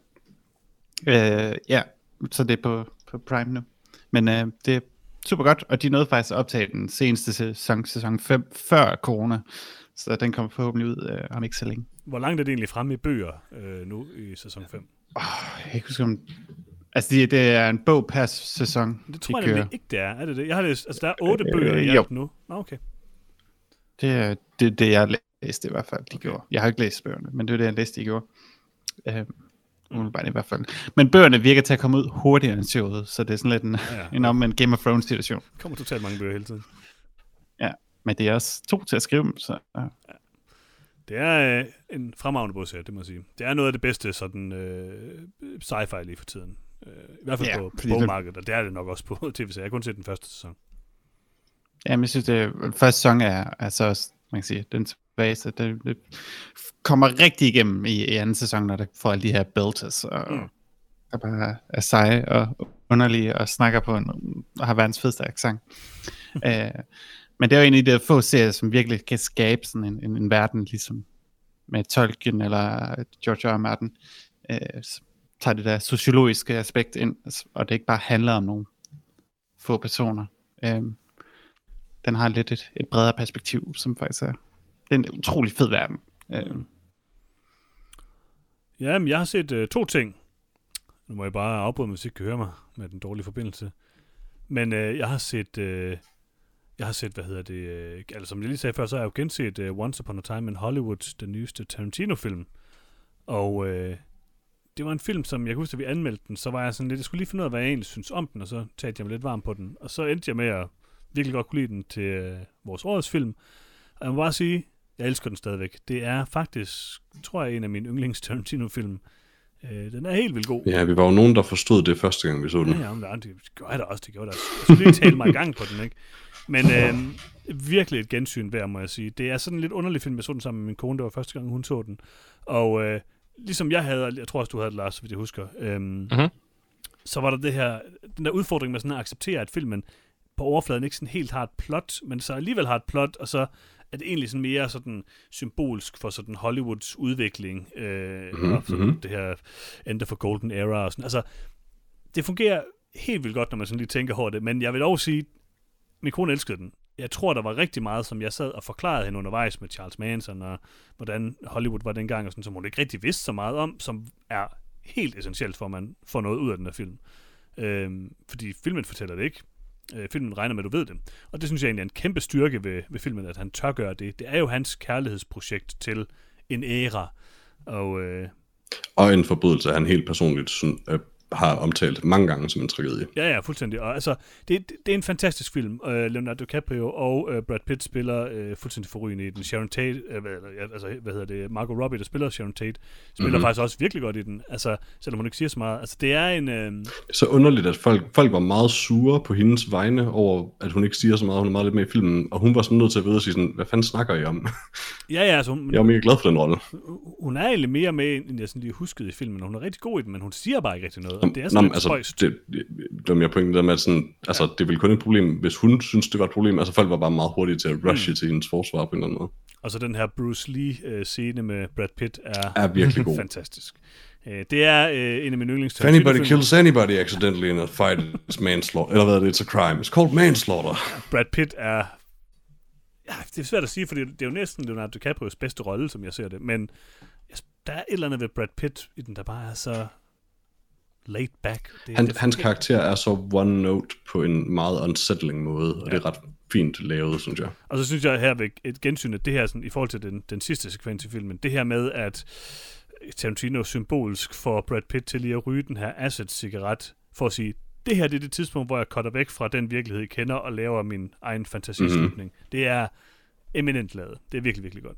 Ja, så det er på Prime nu. Men det er super godt, og de nåede faktisk at optage den seneste sæson 5 før corona. Så den kommer forhåbentlig ud om ikke så længe. Hvor langt er det egentlig fremme i bøger nu i sæson 5? Jeg kan ikke huske om... Altså, det er en bog per sæson. Det tror jeg nemlig ikke, det er. Er det det? Jeg har læst... Altså, der er 8 bøger i alt nu. Okay. Det er det, jeg læste i hvert fald, de gjorde. Jeg har ikke læst bøgerne, men det er det, jeg læste, de gjorde. Umiddelbart i hvert fald. Men bøgerne virker til at komme ud hurtigere end showet, så det er sådan lidt en omvendt Game of Thrones situation. Kommer totalt mange bøger hele tiden. Ja, men det er også 2 til at skrive dem, så... Ja. Det er en fremragende bogserie, det må jeg sige. Det er noget af det bedste sådan sci-fi lige for tiden. I hvert fald på bogmarkedet, og det er det nok også på tv-serier. Jeg har kun set den første sæson. Jamen, jeg synes, det første sæson er så også, man kan sige, den svageste. Det kommer rigtig igennem i anden sæson, når det får alle de her belters, og der bare er seje og underlige, og snakker på og har verdens fedeste accent. Men det er jo en af de få serier, som virkelig kan skabe sådan en verden, ligesom med Tolkien eller George R. R. Martin, tager det der sociologiske aspekt ind, og det ikke bare handler om nogle få personer. Den har lidt et bredere perspektiv, som faktisk er en utrolig fed verden. Ja, men jeg har set 2 ting. Nu må jeg bare afbryde, hvis I ikke kan høre mig med den dårlige forbindelse. Men jeg har set, hvad hedder det, altså som jeg lige sagde før, så har jeg jo genset Once Upon a Time in Hollywood, den nyeste Tarantino-film. Og det var en film, som jeg kan huske, at vi anmeldte den, så var jeg sådan lidt, jeg skulle lige finde ud af, hvad jeg egentlig synes om den, og så talte jeg mig lidt varm på den. Og så endte jeg med at virkelig godt kunne lide den til vores årets film. Og jeg må bare sige, jeg elsker den stadigvæk. Det er faktisk, tror jeg, en af mine yndlings Tarantino-film. Den er helt vildt god. Ja, vi var jo nogen, der forstod det første gang, vi så den. Ja, men det gjorde jeg da også. Jeg skulle lige tale mig i gang på den, ikke? Men virkelig et gensyn værd, må jeg sige. Det er sådan en lidt underlig film. Jeg så den sammen med min kone. Det var første gang, hun så den. Og ligesom jeg havde, jeg tror også, du havde det, Lars, hvis jeg husker, så var der den der udfordring med sådan at acceptere, at filmen på overfladen ikke sådan helt har et plot, men så alligevel har et plot, og så er det egentlig sådan mere sådan symbolsk for sådan Hollywoods udvikling, og sådan det her Ender for Golden Era og sådan. Altså, det fungerer helt vildt godt, når man sådan lige tænker over det, men jeg vil dog sige, min kone elskede den. Jeg tror, der var rigtig meget, som jeg sad og forklarede hende undervejs med Charles Manson, og hvordan Hollywood var dengang, og sådan, som hun ikke rigtig vidste så meget om, som er helt essentielt for, at man får noget ud af den her film. Fordi filmen fortæller det ikke. Filmen regner med, at du ved det. Og det synes jeg egentlig er en kæmpe styrke ved filmen, at han tør gøre det. Det er jo hans kærlighedsprojekt til en æra. Og en forbrydelse, han helt personligt har omtalt mange gange som en tragedie. Ja, fuldstændig. Og altså, det er en fantastisk film. Leonardo DiCaprio og Brad Pitt spiller fuldstændig forrygende i den. Sharon Tate, Margot Robbie, der spiller Sharon Tate, spiller faktisk også virkelig godt i den. Altså, selvom hun ikke siger så meget. Altså, det er en... Så underligt, at folk var meget sure på hendes vegne over, at hun ikke siger så meget. Hun er meget lidt med i filmen, og hun var sådan nødt til at vide og sige sådan, hvad fanden snakker I om? Ja, altså... Jeg er mega glad for den rolle. Hun er egentlig mere med, end jeg sådan lige huskede i filmen, og hun er rigtig god i den, men hun siger bare ikke rigtig noget. Det er sådan det var mere pointen der med, at sådan, altså, det er vel kun et problem, hvis hun synes, det var et problem. Altså, folk var bare meget hurtige til at rushe til hendes forsvar på en eller anden måde. Og så den her Bruce Lee-scene med Brad Pitt er virkelig god. Fantastisk. Det er en af mine yndlings. If anybody kills anybody accidentally in a fight, it's manslaughter. Eller hvad er det? It's a crime. It's called manslaughter. Brad Pitt er... Ja, det er svært at sige, fordi det er jo næsten Leonardo DiCaprios bedste rolle, som jeg ser det. Men der er et eller andet ved Brad Pitt i den, der bare er så... laid back. Hans karakter er så one note på en meget unsettling måde, og det er ret fint lavet, synes jeg. Og så synes jeg her ved et gensyn, at det her sådan, i forhold til den sidste sekvens i filmen, det her med, at Tarantino symbolsk får Brad Pitt til lige at ryge den her acid-cigaret, for at sige, det her det er det tidspunkt, hvor jeg cutter væk fra den virkelighed, jeg kender, og laver min egen fantasislutning. Det er eminent lavet. Det er virkelig, virkelig godt.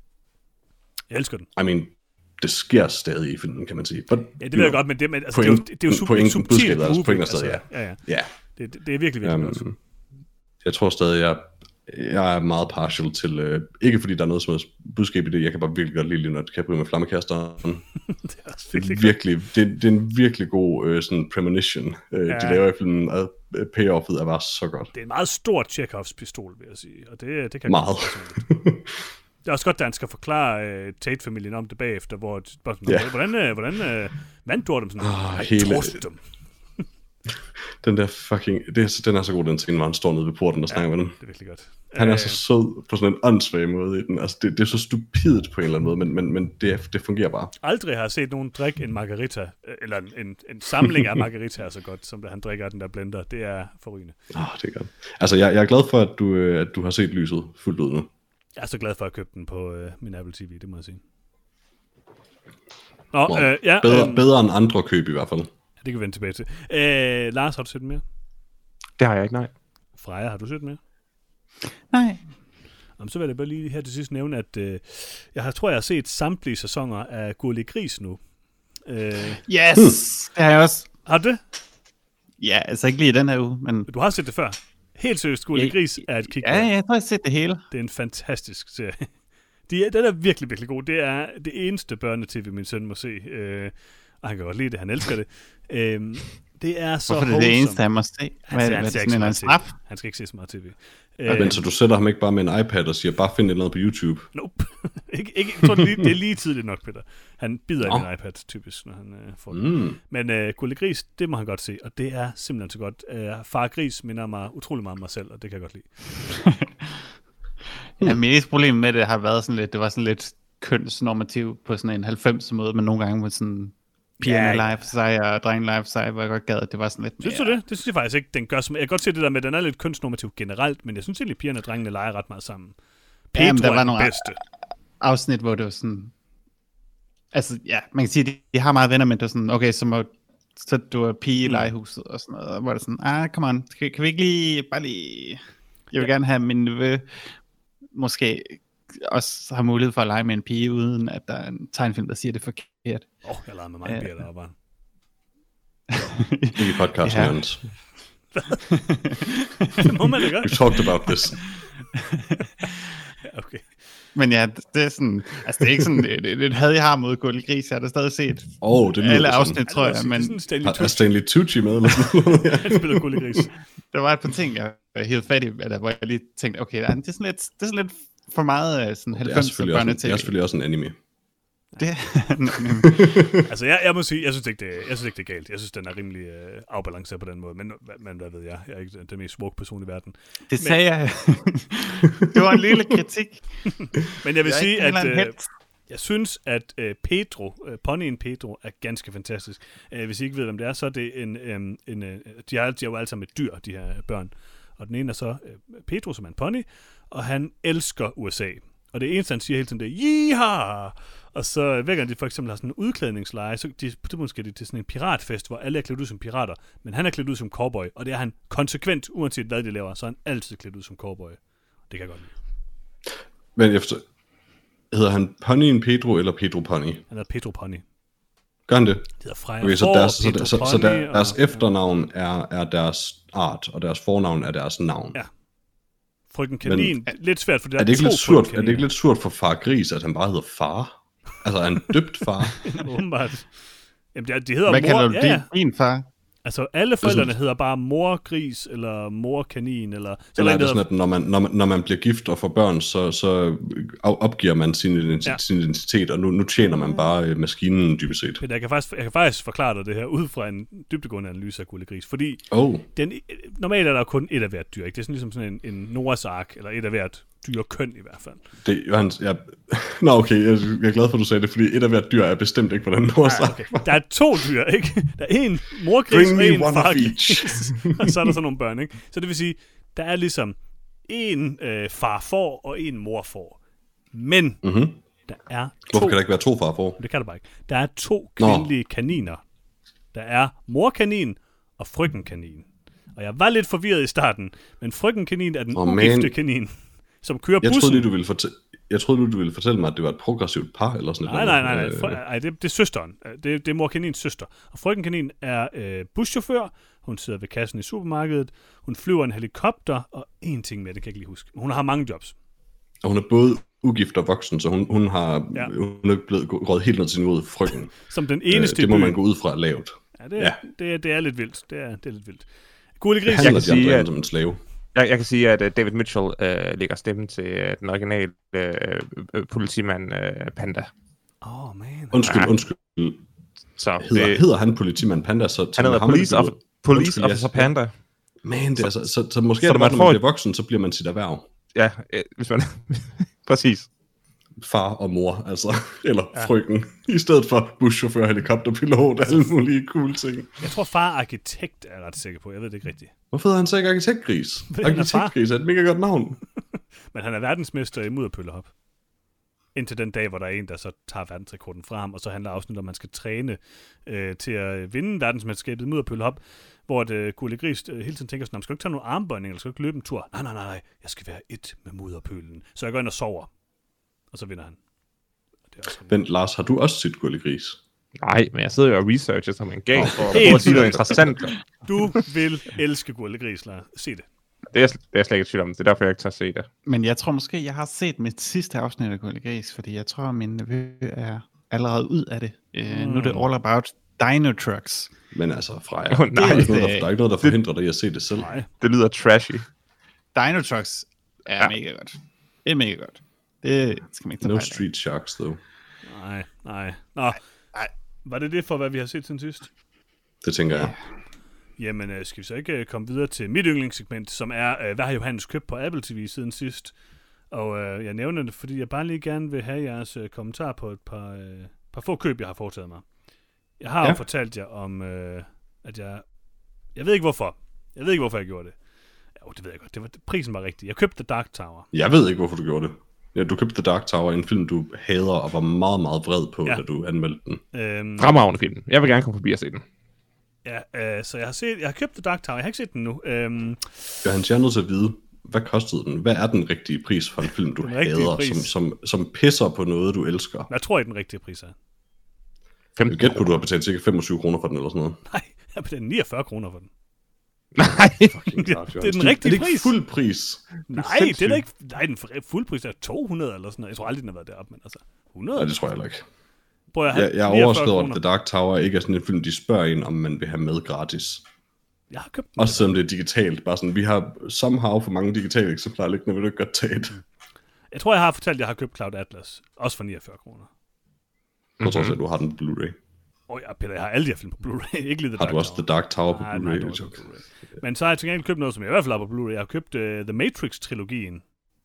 Jeg elsker den. I mean, det sker stadig i filmen, kan man sige. Ja, det ved jeg godt, men det er jo subtilt movie. Altså, ja. Det er virkelig, virkelig godt. Jeg tror stadig, jeg er meget partial til, ikke fordi der er noget som helst budskab i det, jeg kan bare virkelig godt lide Leonardo DiCaprio med flammekasteren. Det er også virkelig det er en virkelig god sådan premonition, de laver i filmen, og payoffet er bare så godt. Det er en meget stor Chekhovs pistol, vil jeg sige, og det kan meget. Det er også godt, at han skal forklare Tate-familien om det bagefter, hvor hvordan vandt du dem sådan? Jeg dem. Den der fucking... Den er så god, den scene, hvor han står nede ved porten og snakker med dem. Det er virkelig godt. Han er så sød på sådan en åndssvag måde i den. Altså, det er så stupidt på en eller anden måde, men det fungerer bare. Aldrig har jeg set nogen drikke en margarita, eller en samling af margarita så godt, som da han drikker den der blender. Det er forrygende. Det er godt. Altså, jeg er glad for, at du har set lyset fuldt ud nu. Jeg er så glad for at købe den på min Apple TV, det må jeg sige. Bedre end andre køb i hvert fald. Ja, det kan vi vende tilbage til. Lars, har du set den mere? Det har jeg ikke, nej. Freja, har du set den mere? Nej. Så vil jeg bare lige her til sidst nævne, at jeg tror, jeg har set samtlige sæsoner af Gurli Gris nu. Yes! Det har jeg også. Har du det? Ja, altså ikke lige den her uge, men... Du har set det før? Helt seriøst, Gurli Gris er et kig. Ja, jeg tror, jeg har set det hele. Det er en fantastisk serie. Den er virkelig, virkelig god. Det er det eneste børnetv, min søn må se. Og han kan godt lide det, han elsker det. Det er så hvorfor er det eneste, han må se? Han skal ikke se så meget tv. Men så du sætter ham ikke bare med en iPad og siger, bare find et eller andet på YouTube? Nope. Jeg tror, det er lige tidligt nok, Peter. Han bider i min iPad, typisk, når han får det. Men Gurli Gris, det må han godt se, og det er simpelthen så godt. Far Gris minder mig utrolig meget om mig selv, og det kan jeg godt lide. Ja, mit eneste problem med det har været sådan lidt, det var sådan lidt kønsnormativ på sådan en 90'er måde, men nogle gange med sådan pigerne live for sig og drengene live for sig, hvor jeg godt gad, at det var sådan lidt mere... Synes du det? Det synes jeg faktisk ikke, den gør som... Jeg kan godt se det der med, at den er lidt kønsnormativ generelt, men jeg synes egentlig, at pigerne og drengene leger ret meget sammen. Pedro der var nogle afsnit, hvor det var sådan... Altså, ja, man kan sige, at de har meget venner, men det var sådan, okay, så du er pige i legehuset og sådan noget, hvor det sådan, come on, kan vi ikke lige, bare lige... Jeg vil gerne have min nevø, måske også har mulighed for at lege med en pige, uden at der er en tegnefilm, der siger det forkert. Jeg leger med mange piger deroppe. Ikke i podcasten, Jens. Det må man da gøre. We talked about this. Okay. Men ja, det er sådan, altså det er ikke sådan et had, jeg har mod Gurli Gris. Jeg har da stadig set det alle afsnit, tror jeg. Men har Stanley Tucci med? Eller sådan noget? Han spiller Gurli Gris. Der var et par ting, jeg helt fat i, hvor jeg lige tænkte, okay, det er sådan lidt for meget sådan 90'er børnetv. Det er selvfølgelig også en anime. Det altså, jeg må sige, jeg synes ikke, det er galt. Jeg synes, den er rimelig afbalanceret på den måde. Men hvad ved jeg? Jeg er ikke den mest smukke person i verden. Det sagde jeg. Det var en lille kritik. Men jeg vil sige, at jeg synes, at ponyen Pedro er ganske fantastisk. Hvis I ikke ved, hvem det er, så er det de har jo alle sammen et dyr, de her børn. Og den ene er så Pedro, som er en pony, og han elsker USA. Og det eneste, han siger hele tiden, det er, Yeehaw! Og så hver gang de for eksempel har sådan en udklædningsleje, så det måske det til sådan en piratfest, hvor alle er klædt ud som pirater, men han er klædt ud som cowboy, og det er han konsekvent, uanset hvad de laver, så er han altid klædt ud som cowboy. Det kan jeg godt lide. Men efter hedder han ponyen Pedro eller Pedro Pony? Han hedder Pedro Pony. Gør han det? Det hedder Freja okay, så deres og efternavn er deres art, og deres fornavn er deres navn. Ja. Frøken Kanin, lidt svært, for det er det ikke lidt surt for far Gris, at han bare hedder far? Altså, er han døbt far? Åbenbart. Jamen, de hedder hvad mor... kalder du din far? Altså, alle forældrene hedder bare mor Gris, eller mor Kanin, eller... Eller er det sådan, at når man bliver gift og får børn, så opgiver man sin identitet, og nu tjener man bare maskinen dybest set. Men jeg kan faktisk forklare dig det her, ud fra en dybdegående analyse af Gurli Gris, fordi normalt er der kun et af hvert dyr, ikke? Det er sådan ligesom sådan en Noahs ark, eller et af hvert dyrekøn i hvert fald. Det er Johans, Nå okay, jeg er glad for, at du sagde det, fordi et af hvert dyr er bestemt ikke, hvordan Noahs ark. Okay. Der er 2 dyr, ikke? Der er en morgris og en fargris, og så er der sådan nogle børn, ikke? Så det vil sige, der er ligesom en farfor og en morfor. Men der er 2... Hvorfor kan der ikke være 2 farfor? Det kan der bare ikke. Der er 2 kvindelige kaniner. Der er morkanin og frøkenkanin. Og jeg var lidt forvirret i starten, men frøkenkanin er den ugifte kanin, som kører bussen. Jeg troede, du ville fortælle mig, at det var et progressivt par, eller sådan noget. Nej, det er søsteren. Det er morkanins søster. Og frøkenkanin er buschauffør. Hun sidder ved kassen i supermarkedet. Hun flyver en helikopter, og en ting med, det kan jeg ikke lige huske. Hun har mange jobs. Og hun er både ugift og voksen, så hun er blevet gået helt ned til niveauet frøken. Som den eneste det må man gå ud fra lavt. Ja, det er lidt vildt. Det er lidt vildt. Gurli Gris. Jeg kan sige, som en slave. Jeg kan sige, at David Mitchell lægger stemmen til den originale politimand Panda. Man. Undskyld. Så hedder han politimand Panda? Så han hedder police officer Panda. Man, det er så måske når man bliver voksen, så bliver man sit erhverv. Ja, hvis man... Præcis. Far og mor, altså. Eller frøken. I stedet for buschauffør, helikopterpilot, alle mulige cool ting. Jeg tror far arkitekt er ret sikker på. Jeg ved det ikke rigtigt. Hvorfor hedder han så ikke arkitektgris? Arkitektgris er et mega godt navn. Men han er verdensmester i mudderpøllehop. Indtil den dag, hvor der er en, der så tager verdensrekorden fra ham, og så handler afsnit om, man skal træne til at vinde verdensmesterskabet i mudderpøllehop, hvor Gurli Gris hele tiden tænker sådan, skal du ikke tage nogle armbøjninger, eller skal du ikke løbe en tur? Nej, jeg skal være et med mudderpøllen. Så jeg går ind og sover. Og så vinder han. Vent, Lars, har du også set Gurli Gris? Nej, men jeg sidder jo og researcher som en gal for at sige noget interessant. Du vil elske Gurli Gris, Lars. Se det. Det er jeg slet ikke tvivl om. Det er derfor, jeg ikke tager at se det. Men jeg tror måske, jeg har set mit sidste afsnit af Gurli Gris, fordi jeg tror, min nevø er allerede ud af det. Nu er det all about Dino Trucks. Men altså, Freja, der er ikke noget, der forhindrer dig i at se det selv. Nej. Det lyder trashy. Dino Trucks er mega godt. Det er mega godt. Det skal man ikke tage No Street Sharks, though. Nej. Nå, var det for, hvad vi har set siden sidst? Det tænker jeg. Jamen, skal vi så ikke komme videre til mit yndlingssegment, som er, hvad har Johannes købt på Apple TV siden sidst? Og jeg nævner det, fordi jeg bare lige gerne vil have jeres kommentar på et par få køb, jeg har foretaget mig. Jeg har jo fortalt jer om, at jeg ved ikke hvorfor. Jeg ved ikke, hvorfor jeg gjorde det. Jo, det ved jeg godt. Prisen var rigtig. Jeg købte The Dark Tower. Jeg ved ikke, hvorfor du gjorde det. Ja, du købte The Dark Tower, en film, du hader og var meget, meget vred på, da du anmeldte den. Fremragende film. Jeg vil gerne komme forbi og se den. Ja, så jeg har købt The Dark Tower. Jeg har ikke set den nu. Johannes, jeg er nødt til at vide, hvad kostede den? Hvad er den rigtige pris for en film, du hader, som pisser på noget, du elsker? Jeg tror ikke, den rigtige pris er. Jeg gæt på, du har betalt cirka 25 kroner for den, eller sådan noget. Nej, jeg har betalt 49 kroner for den. Nej. Fucking klart, det er den rigtige pris. Det er ikke fuld pris. Nej, det er da ikke... Nej, den fuld pris er 200 eller sådan noget. Jeg tror aldrig, den har været deroppe, men altså... 100? Nej, det tror jeg heller ikke. Jeg er overrasket over, at The Dark Tower ikke er sådan en film, de spørger en, om man vil have med gratis. Jeg har købt den. Også selvom det er digitalt. Bare sådan, vi har somehow for mange digitale eksemplarer liggende, vil du ikke godt tage et. Jeg tror, jeg har fortalt, at jeg har købt Cloud Atlas. Også for 49 kroner. Jeg tror også, at du har den på Blu-ray. Ja, Peter, jeg har alle de her film på Blu-ray. Ikke lige The Dark Tower. Har du også The Dark Tower på Nej, Blu-ray? Men så har jeg til gengæld købt noget, som jeg i hvert fald har på Blu-ray. Jeg har købt The Matrix-trilogien.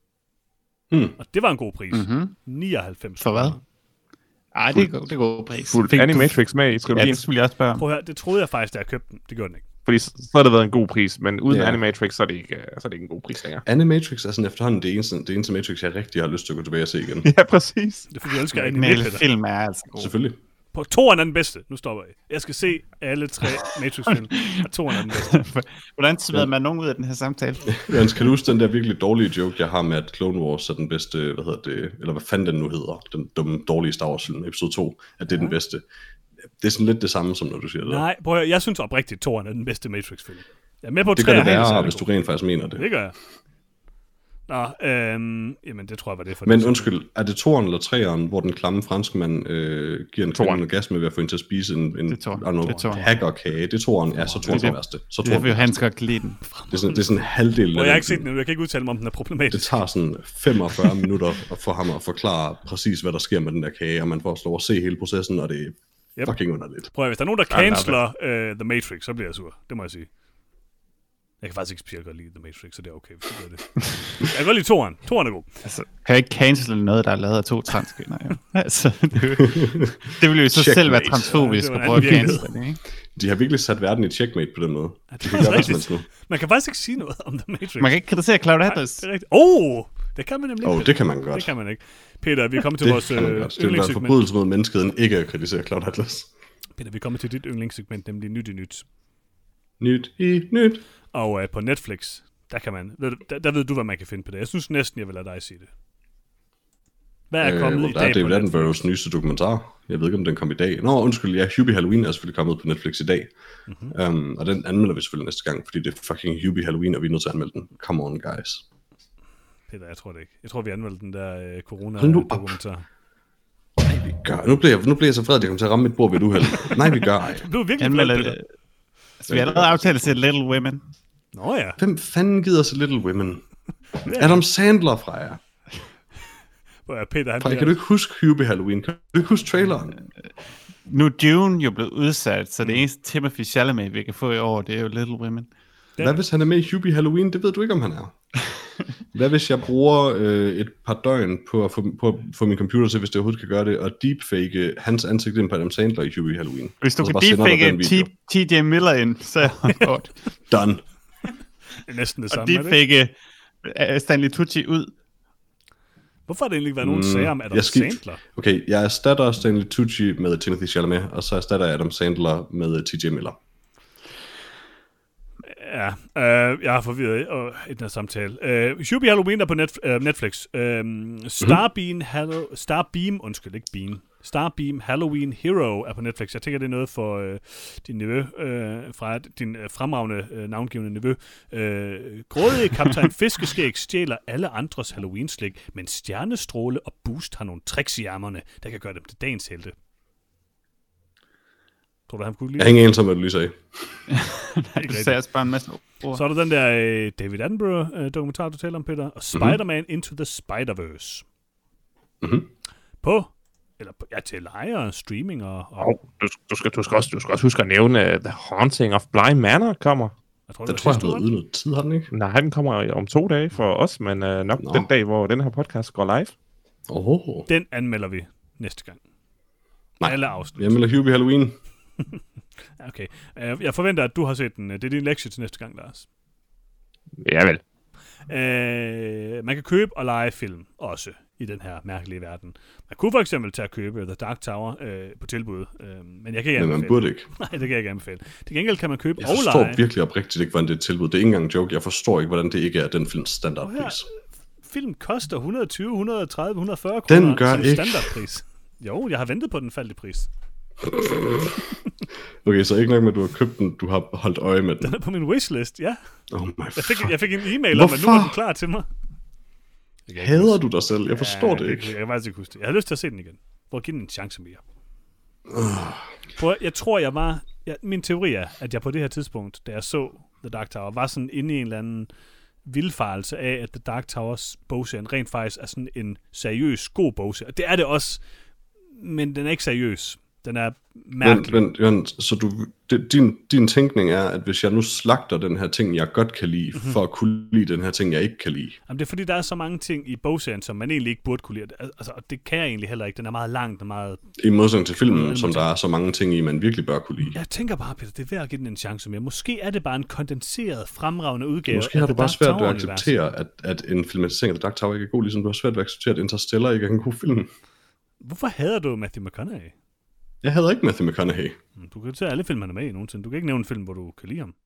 Og det var en god pris. 99. For hvad? Ej, det er god pris. Fuldt Animatrix med i trilogien. Ja, det skulle jeg også spørge. Prøv at høre, det troede jeg faktisk, da jeg købte den. Det gjorde den ikke. Fordi så har det været en god pris, men uden Animatrix, så er det ikke en god pris længere. Animatrix er sådan efterhånden det eneste Matrix, jeg rigtig har lyst til at gå tilbage og se igen. Ja, præcis. Det er fordi, jeg elsker Animatrix. Film er altså god. Selvfølgelig. På toeren er den bedste. Nu stopper jeg. Jeg skal se alle 3 Matrix-film, og toeren er den bedste. Hvordan smider man nogen ud af den her samtale? Jens, kan du huske den der virkelig dårlige joke, jeg har med, at Clone Wars er den bedste, eller hvad fanden den nu hedder, den dumme, dårlige Star Wars-film, episode 2, at det er den bedste. Det er sådan lidt det samme, som når du siger det. Nej, prøv at høre, jeg synes oprigtigt, at toeren er den bedste Matrix-film. Jeg er med på det kan det være, hvis du rent faktisk mener det. Det gør jeg. Nå, jamen det tror jeg var det for men det. Undskyld, er det toeren eller treeren, hvor den klamme franskmand giver en kvinde orgasme ved at få hende til at spise en hackerkage? Det er toeren, ja, så toeren er det værste. Så det er jo han skal lide den. Det er sådan en halvdel. Jeg har ikke set den, jeg kan ikke udtale mig, om den er problematisk. Det tager sådan 45 minutter for ham at forklare præcis, hvad der sker med den der kage, og man får lov at se hele processen, og det er fucking underligt. Prøv at, hvis der er nogen, der canceler The Matrix, så bliver jeg sur. Det må jeg sige. Jeg kan faktisk ikke specielt godt lide The Matrix, så det er okay, hvis du gør det. Jeg kan godt lide toeren. Toeren er god. Altså, kan jeg ikke cancele noget, der er lavet af 2 transkvinder? Ja. Altså, det vil jo så selv være transfobisk at prøve at cancele det, ikke? De har virkelig sat verden i checkmate på den måde. Ja, det er rigtigt. Man kan faktisk ikke sige noget om The Matrix. Man kan ikke kritisere Cloud Atlas. Det er rigtigt. Det kan man nemlig ikke. Det kan man godt. Det kan man ikke. Peter, vi er kommet til vores yndlingssegment. Det vil være en forbrydelse mod menneskeheden ikke at kritisere Cloud Atlas. Peter, vi er kommet til dit yndlingssegment, nemlig Nyt i Nyt. Nyt i Nyt. Og på Netflix, der kan man, der ved du, hvad man kan finde på det. Jeg synes næsten, jeg vil lade dig sige det. Hvad er kommet i dag? Der er David Attenboroughs nyeste dokumentar. Jeg ved ikke, om den kom i dag. Undskyld, ja, Hubie Halloween er selvfølgelig kommet på Netflix i dag. Og den anmelder vi selvfølgelig næste gang, fordi det er fucking Hubie Halloween, og vi er nødt til at anmelde den. Come on, guys. Peter, jeg tror det ikke. Jeg tror, vi anmelder den der corona-dokumentar. Nej, vi gør. Nu bliver jeg så fred, at jeg kommer til at ramme mit bord ved et uheld. Nej, vi gør ej. Du er virkelig fred, Peter. Vi har allerede aftalt til Little Women. Nå ja. Hvem fanden gider til Little Women? Adam Sandler fra jer. Peter, kan du ikke huske Hubie Halloween? Kan du ikke huske traileren? Nu er Dune jo blevet udsat, så det eneste Timothée Chalamet, vi kan få i år, det er jo Little Women. Hvad hvis han er med i Hubie Halloween? Det ved du ikke, om han er. Hvad hvis jeg bruger et par døgn på at få min computer til, hvis det overhovedet kan gøre det, og deepfake hans ansigt ind på Adam Sandler i Hubie Halloween? Hvis du kan deepfake T.J. Miller ind, så er det godt. Done. Det er næsten det samme, og deepfake Stanley Tucci ud. Hvorfor har det egentlig ikke været nogen sager om Adam Sandler? Okay, jeg erstatter Stanley Tucci med Timothée Chalamet, og så erstatter jeg Adam Sandler med T.J. Miller. Ja, jeg har forvirret i den her samtale. Hubie Halloween er på Netflix. Starbeam Halloween Hero er på Netflix. Jeg tænker, det er noget for din nevø, fra din fremragende navngivende nevø. Grådige kaptajn Fiskeskæg stjæler alle andres Halloween-slik, men Stjernestråle og Boost har nogle tricks i ærmerne, der kan gøre dem til dagens helte. Tror du, han kunne lide? Jeg hænger en som, hvad du lige sagde. Nej, du sagde bare en masse ord. Så er der den der David Attenborough-dokumentar, du taler om, Peter, og Spider-Man Into the Spider-Verse. Til leje og streaming og... Du skal også huske at nævne The Haunting of Bly Manor kommer. Jeg tror, jeg har været ude noget tid, har den ikke? Nej, den kommer om 2 dage for os, men nok den dag, hvor den her podcast går live. Den anmelder vi næste gang. Nej, alle afsnit. Jeg anmelder Hubie Halloween. Okay. Jeg forventer, at du har set den. Det er din lektie til næste gang, Lars. Ja vel. Man kan købe og lege film også i den her mærkelige verden. Man kunne for eksempel tage at købe The Dark Tower på tilbud, men jeg kan ikke anbefale. Men man burde ikke. Nej, det kan jeg ikke anbefale. Til gengæld kan man købe og lege. Jeg forstår virkelig oprigtigt ikke, hvordan det er et tilbud. Det er ikke engang en joke. Jeg forstår ikke, hvordan det ikke er den films standardpris. Film koster 120, 130, 140 kroner den gør som ikke. Standardpris. Jo, jeg har ventet på den faldt i pris. Okay, så ikke nok med, at du har købt den, du har holdt øje med den. Den er på min wishlist, ja. Oh my jeg fik en e-mail om, at nu var den klar til mig. Hader du dig selv? Jeg forstår det ikke. Jeg kan faktisk ikke huske det. Jeg har lyst til at se den igen. Prøv at give den en chance mere. Jeg tror, min teori er, at jeg på det her tidspunkt, da jeg så The Dark Tower, var sådan inde i en eller anden vildfarelse af, at The Dark Towers bogserien rent faktisk er sådan en seriøs, god bogserie. Det er det også, men den er ikke seriøs. Den er mærkelig. Men Jørgen, så din tænkning er, at hvis jeg nu slagter den her ting, jeg godt kan lide, for at kunne lide den her ting, jeg ikke kan lide. Jamen, det er fordi, der er så mange ting i bogserien, som man egentlig ikke burde kunne lide. Altså, det kan jeg egentlig heller ikke. Den er meget lang. Den er meget... I modsætning til filmen, som der er så mange ting i, man virkelig bør kunne lide. Jeg tænker bare, Peter, det er værd at give den en chance mere. Måske er det bare en kondenseret, fremragende udgave. Måske har du bare svært ved at acceptere, at en filmatisering af The Dark Tower ikke er god, ligesom du har svært ved at acceptere, at Interstellar ikke er en god film. Hvorfor hader du Matthew McConaughey? Jeg hader ikke Matthew McConaughey. Du kan tage alle film, han er med i nogensinde. Du kan ikke nævne en film, hvor du kan lide ham.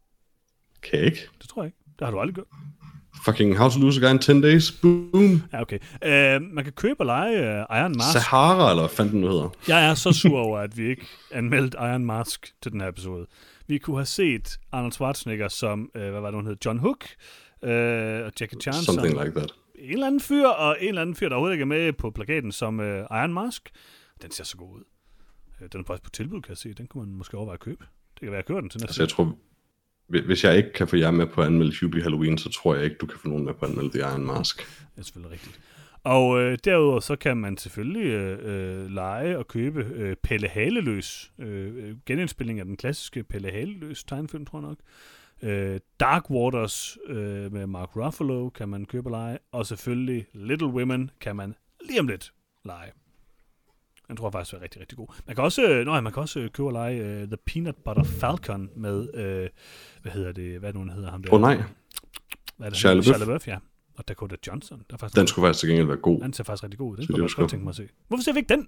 Kan jeg ikke? Det tror jeg ikke. Det har du aldrig gjort. Fucking How to Lose a Guy in 10 Days. Boom. Ja, okay. Man kan købe og lege Iron Mask. Sahara, eller hvad fanden det hedder. Jeg er så sur over, at vi ikke anmeldte Iron Mask til den her episode. Vi kunne have set Arnold Schwarzenegger som, hvad var det, hun hed? John Hook og Jackie Chan. Something like that. En eller anden fyr, og en eller anden fyr, der overhovedet ikke er med på plakaten som Iron Mask. Den ser så god ud. Den er faktisk på tilbud, kan jeg se. Den kunne man måske overveje at købe. Det kan være, at jeg køber den til næste. Altså, jeg tror, hvis jeg ikke kan få jer med på at anmelde Hubie Halloween, så tror jeg ikke, du kan få nogen med på at anmelde The Iron Mask. Det er selvfølgelig rigtigt. Og derudover så kan man selvfølgelig lege og købe Pelle Haleløs. Genindspilling af den klassiske Pelle Haleløs tegnefilm, tror jeg nok. Dark Waters med Mark Ruffalo kan man købe og lege. Og selvfølgelig Little Women kan man lige om lidt lege. Den tror jeg faktisk er rigtig, rigtig god. Man kan også købe og lege The Peanut Butter Falcon med, hvad er det nu, hedder ham der? Nej. Hvad er det? Shia LaBeouf, ja. Og Dakota Johnson. Den skulle faktisk til gengæld være god. Den ser faktisk rigtig god ud. Den kunne jeg godt tænke mig at se. Hvorfor ser vi ikke den?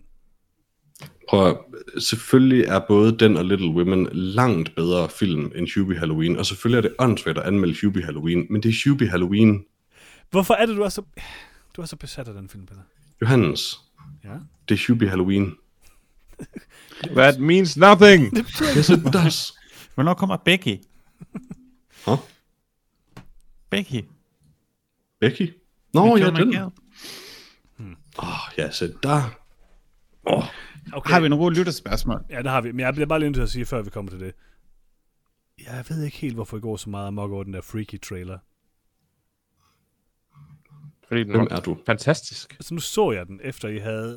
Prøv, selvfølgelig er både den og Little Women langt bedre film end Hubie Halloween, og selvfølgelig er det åndssvagt at anmelde Hubie Halloween, men det er Hubie Halloween. Hvorfor er det, du er så besat af den film, Peter? Johannes. Ja? Det er Hubie Halloween. That means nothing! Yes, it does. Hvornår kommer Becky? Huh? Becky? Nå, ja, den. Ja, så der. Okay. Har vi nogle gode lytterspørgsmål? Ja, det har vi. Men jeg bliver bare lige nødt til at sige, før vi kommer til det. Jeg ved ikke helt, hvorfor I går så meget amok over den der freaky trailer. Fordi den er du? Fantastisk. Altså, nu så jeg den, efter I havde...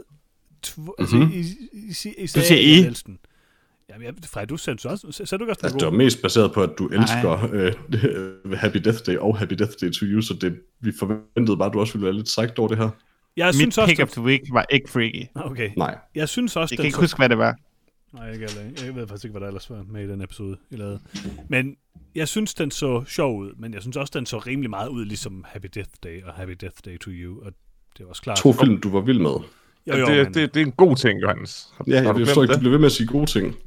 I sagde, at I den. Jamen, Frej, du sagde også... Sagde du også, altså, det var mest baseret på, at du elsker Happy Death Day og Happy Death Day to You, så det, vi forventede bare, at du også ville være lidt psyched over det her. Mit pick of the week var ikke freaky. Okay. Nej. Jeg synes også... Jeg kan ikke huske, hvad det var. Nej, jeg ved faktisk ikke, hvad der ellers var med i den episode, I lavede. Men jeg synes, den så sjov ud, men jeg synes også, den så rimelig meget ud, ligesom Happy Death Day og Happy Death Day to You, og det var også klart. 2 film, du var vild med. Jo, det er en god ting, Johannes. Ja, jeg forstår ikke, du bliver ved med at sige gode ting.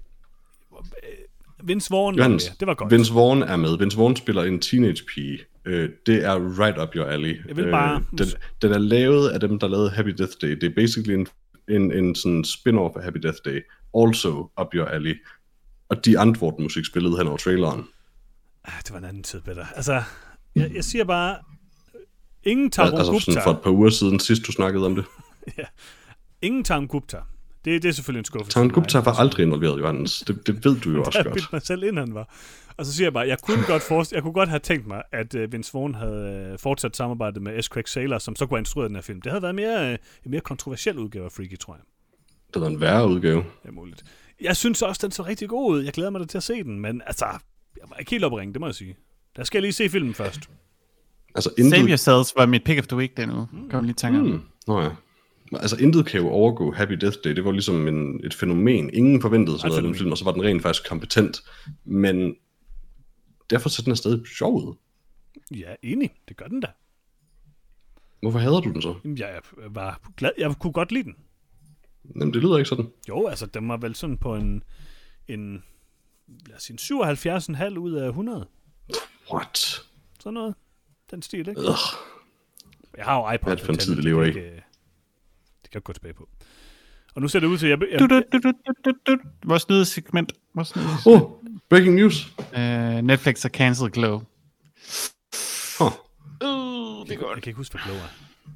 Vince Vaughn, det var godt. Vince Vaughn er med. Vince Vaughn spiller en teenage-pige. Det er right up your alley. Jeg vil bare... Den er lavet af dem, der lavede Happy Death Day. Det er basically en sådan spin-off af Happy Death Day. Also up your alley. Og de antwortmusik spillede han over traileren. Det var en anden tid, Peter. Altså, jeg siger bare... Ingen Tarum Gupta. Altså sådan for et par uger siden, sidst du snakkede om det. Ja. Ingen Tarum Gupta. Det er selvfølgelig en skuffelse. Tarum Gupta var aldrig involveret, Johannes. Det ved du jo også godt. Jeg bildte mig selv ind, han var. Og så siger jeg bare, jeg kunne godt have tænkt mig, at Vince Vaughn havde fortsat samarbejdet med S. Craig Saylor, som så kunne have instrueret den her film. Det havde været en mere kontroversiel udgave af Freaky, tror jeg. Det var en værre udgave. Det er muligt. Jeg synes også, den så rigtig god ud. Jeg glæder mig til at se den, men altså, jeg var ikke helt opringet, det må jeg sige. Der skal jeg lige se filmen først. Altså, Save Yourselves var mit pick of the week den uge. Kom lige tænke om. Nå ja. Altså, intet kan jo overgå Happy Death Day. Det var ligesom et fænomen. Ingen forventede sig noget af den film, og så var den rent faktisk kompetent. Men derfor så den er stadig sjov ud. Ja, enig. Det gør den da. Hvorfor hader du den så? Jeg var glad. Jeg kunne godt lide den. Jamen, det lyder ikke sådan. Jo, altså, den var vel sådan på en lad os sige, 77,5 ud af 100. What? Sådan noget. Den stil, ikke? Ugh. Jeg har jo iPod. Hvad er det for en tid, vi lever i? Det kan jeg gå tilbage på. Og nu ser det ud til, Vores nyhedssegment. Breaking news. Netflix har cancelled Glow. Det er godt. Jeg kan ikke huske, hvad Glow er.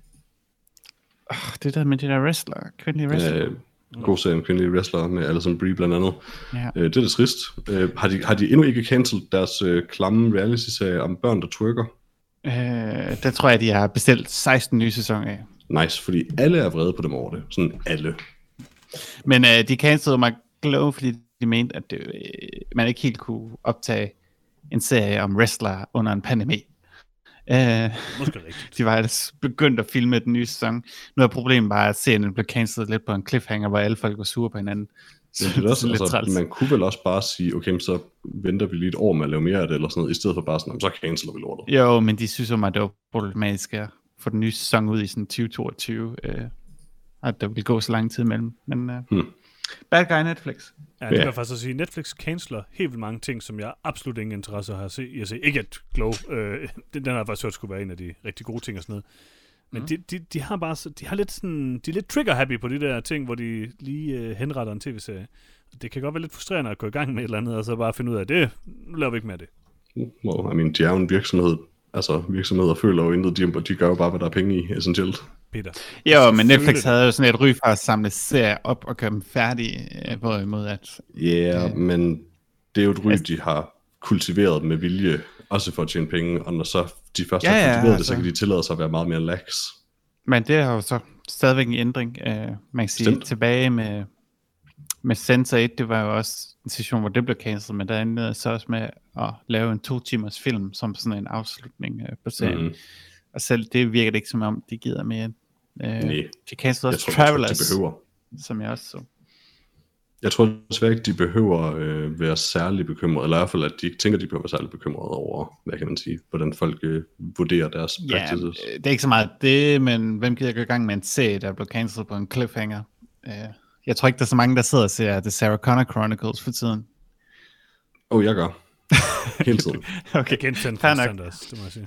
Det der med de der kvindelige wrestler. God serie om kvindelige wrestlere med Alison Brie blandt andet. Ja. Det er da trist. Har de endnu ikke cancelled deres klamme reality-serie om børn, der twerker? Der tror jeg, de har bestilt 16 nye sæsoner af. Nice, fordi alle er vrede på dem over det. Sådan alle. Men de cancellede mig Glow, fordi de mente, at man ikke helt kunne optage en serie om wrestlere under en pandemi. Måske rigtigt. De var ellers begyndt at filme den nye sæson. Nu er problemet bare, at serien blev cancelled lidt på en cliffhanger, hvor alle folk var sure på hinanden. Så det er også, altså, man kunne vel også bare sige, okay, så venter vi lige et år med at lave mere af det, eller sådan noget, i stedet for bare sådan, så canceler vi lortet. Jo, men de synes om, at det var problematisk at få den nye sæson ud i sådan 2022, at der vil gå så lang tid imellem. Men bad guy Netflix. Ja, det kan jeg faktisk sige. Netflix canceler helt vildt mange ting, som jeg absolut ingen interesse har i at se. Ikke at Glow, den har jeg faktisk hørt skulle være en af de rigtig gode ting og sådan noget. Men de har bare de har lidt sådan, de er lidt trigger happy på de der ting, hvor de lige henretter en tv-serie. Det kan godt være lidt frustrerende at gå i gang med et eller andet, og så bare finde ud af det. Nu laver vi ikke mere af det. De er jo en virksomhed. Altså virksomheder føler jo intet, de gør jo bare, hvad der er penge i, essentielt. Peter. Jo, men Netflix havde jo sådan et ry for at samle serier op og gøre dem færdige, hvorimod at... Ja, men det er jo et ry, de har kultiveret med vilje, også for at tjene penge, og når så de først har kultiveret det, så kan de tillade sig at være meget mere lax. Men det har jo så stadigvæk en ændring, man kan sige, tilbage med Sense8, det var jo også en situation, hvor det blev cancelled, men der endte så også med at lave en 2 timers film, som sådan en afslutning på serien. Og selv det virker det ikke som om, de gider mere. De cancelled også Travelers, som jeg også så. Jeg tror desværre ikke, de behøver være særlig bekymrede, eller i hvert fald, at de ikke tænker, de behøver være særlig bekymrede over, hvad kan man sige, hvordan folk vurderer deres practices. Det er ikke så meget det, men hvem gider gå i gang med en serie, der blev cancelled på en cliffhanger? Jeg tror ikke, der er så mange, der sidder og ser The Sarah Connor Chronicles for tiden. Jeg gør. Hele tiden. Okay, genkendt også, det må jeg sige.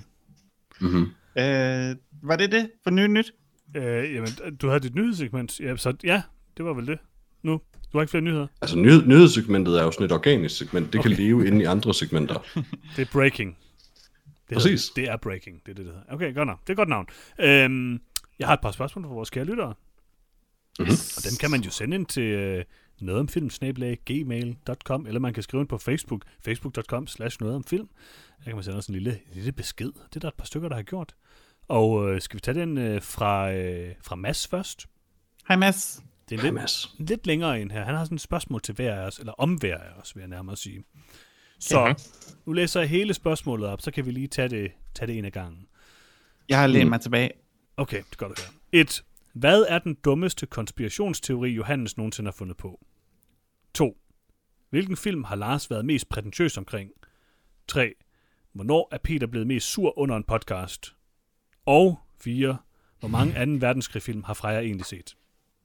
Var det for nyt? Jamen, du havde dit nyhedssegment. Ja, så ja, det var vel det. Nu, du har ikke flere nyheder. Altså, nyhedssegmentet er jo sådan et organisk segment. Det kan leve inde i andre segmenter. Det er breaking. Præcis. Det er breaking, det er det hedder. Okay, godt navn. Det er godt navn. Jeg har et par spørgsmål for vores kære lyttere. Og dem kan man jo sende ind til nogetomfilm@gmail.com, eller man kan skrive ind på Facebook, facebook.com/nogetomfilm. Der kan man sende os en lille besked. Det er der et par stykker, der har gjort. Og skal vi tage den fra Mads først? Hej Mads. Det er lidt længere end her. Han har sådan et spørgsmål til hver af os, eller om hver af os, vil jeg nærmere sige. Så nu læser jeg hele spørgsmålet op, så kan vi lige tage det en af gangen. Jeg har lænet mig tilbage. Okay, det gør du her. 1. Hvad er den dummeste konspirationsteori, Johannes nogensinde har fundet på? 2. Hvilken film har Lars været mest prætentiøs omkring? 3. Hvornår er Peter blevet mest sur under en podcast? Og 4. Hvor mange 2. verdenskrigsfilm har Freja egentlig set?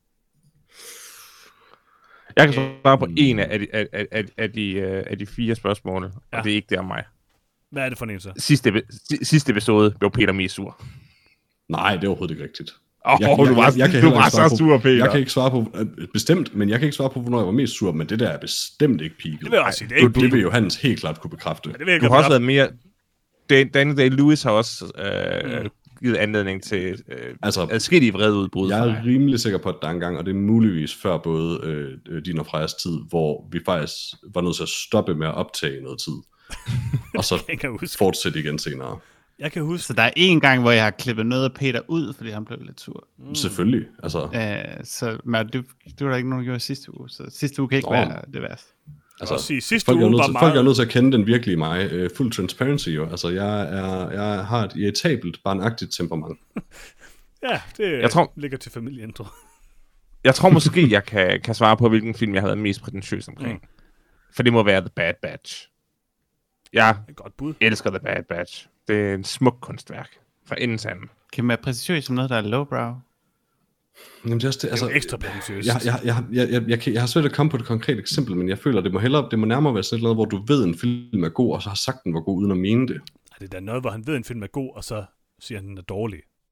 Jeg kan svare på en af de 4 spørgsmål, og det er ikke det om mig. Hvad er det for en så? Sidste episode blev Peter mest sur. Nej, det er overhovedet ikke rigtigt. Du var så sur, Peter. Jeg kan ikke svare på, bestemt, men jeg kan ikke svare på, hvornår jeg var mest sur, men det der er bestemt ikke peaket. Det vil jeg også sige, det er ikke det vil Johannes helt klart kunne bekræfte. Du har også været mere... Daniel Day-Lewis har også givet anledning til adskillige vrede udbrud. Jeg er rimelig sikker på, at der er en gang, og det er muligvis før både din og Frejas tid, hvor vi faktisk var nødt til at stoppe med at optage noget tid. Og så fortsætte igen senere. Jeg kan huske. Så der er en gang, hvor jeg har klippet noget af Peter ud, fordi han blev lidt sur. Selvfølgelig. Altså. Men det var der ikke nogen, der gjorde sidste uge. Så sidste uge kan ikke være det værste. Altså, sidste folk, uge var folk er nødt til at kende den virkelige mig. Full transparency jo. Altså, jeg har et irritabelt, barnagtigt temperament. Ja, det ligger til familien, tror jeg. Jeg tror måske, jeg kan svare på, hvilken film jeg havde mest prætentiøs omkring. For det må være The Bad Batch. Jeg elsker The Bad Batch. Det er en smuk kunstværk fra enden til anden. Kan man være prætentiøs som noget, der er lowbrow? Jamen, det er ekstra prætentiøst. Jeg har svært at komme på et konkret eksempel, men jeg føler, det må nærmere være sådan noget, hvor du ved, en film er god, og så har sagt, den var god, uden at mene det. Det er da noget, hvor han ved, en film er god, og så siger han, den er dårlig.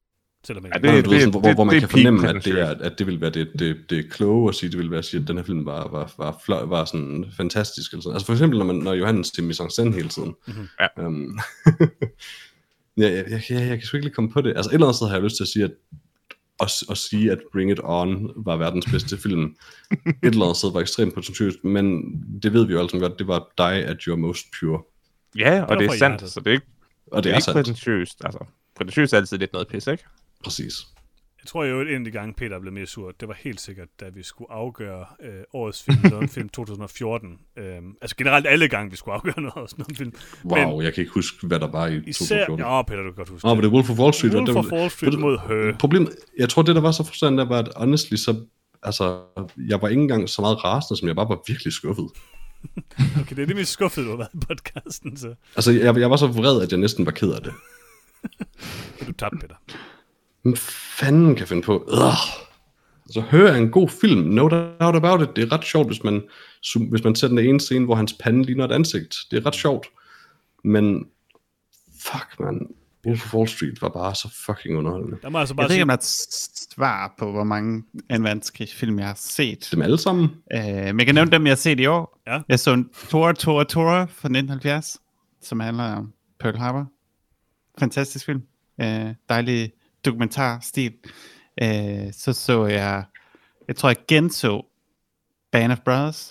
Selvom hvor man kan fornemme, at det vil være det kloge at sige, det vil være at sige, at den her film var sådan fantastisk. Eller sådan. Altså for eksempel, når Johannes til mise en scène hele tiden. Mm-hmm. Jeg kan sgu ikke lige komme på det. Altså et eller andet sted har jeg lyst til at sige, at sige, at Bring It On var verdens bedste film. Et eller andet sted var ekstremt potentiøst, men det ved vi jo altså godt, det var Die at Your Most Pure. Ja, og det er sandt, så det er ikke, og det er ikke prætentiøst. Altså, prætentiøst er altid lidt noget pis, ikke? Præcis. Jeg tror jo, at en af de gange Peter blev mere sur, det var helt sikkert, da vi skulle afgøre årets film, film 2014. Altså generelt alle gange, vi skulle afgøre noget film. Wow, men jeg kan ikke huske, hvad der var i 2014. Ja, Peter, du kan godt huske det. Men det er Wolf of Wall Street. Wolf of Wall Street mod Her. Problemet, jeg tror, det der var så frustrerende, der var, at honestly, så, altså, jeg var ikke engang så meget rasende, som jeg bare var virkelig skuffet. Okay, det er det mest skuffet, du har været i podcasten, så. Altså, jeg var så vred, at jeg næsten var ked af det. Du tabte, Peter. Hvem fanden kan finde på? Altså, Her er en god film, no doubt about it. Det er ret sjovt, hvis man ser den ene scene, hvor hans pande ligner et ansigt. Det er ret sjovt. Men, fuck man, Wolf of Wall Street var bare så fucking underholdende. Jeg ved ikke, om der er et svar på, hvor mange andenverdenskrigsfilm jeg har set. Dem alle sammen? Men jeg kan nævne dem, jeg har set i år. Ja. Jeg så en Tora fra 1970, som handler om Pearl Harbor. Fantastisk film. Dejlig dokumentarstil. Så jeg tror jeg genså Band of Brothers.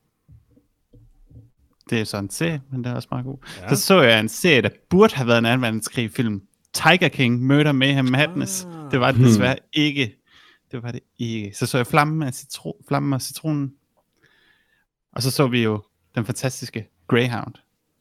Det er sådan en serie, men det er også meget god. Ja. Så jeg en serie, der burde have været en anden verdenskrig film. Tiger King, Murder Mayhem Madness. Det var det desværre ikke. Det var det ikke. Så jeg Flammen og Citronen. Og så vi jo den fantastiske Greyhound.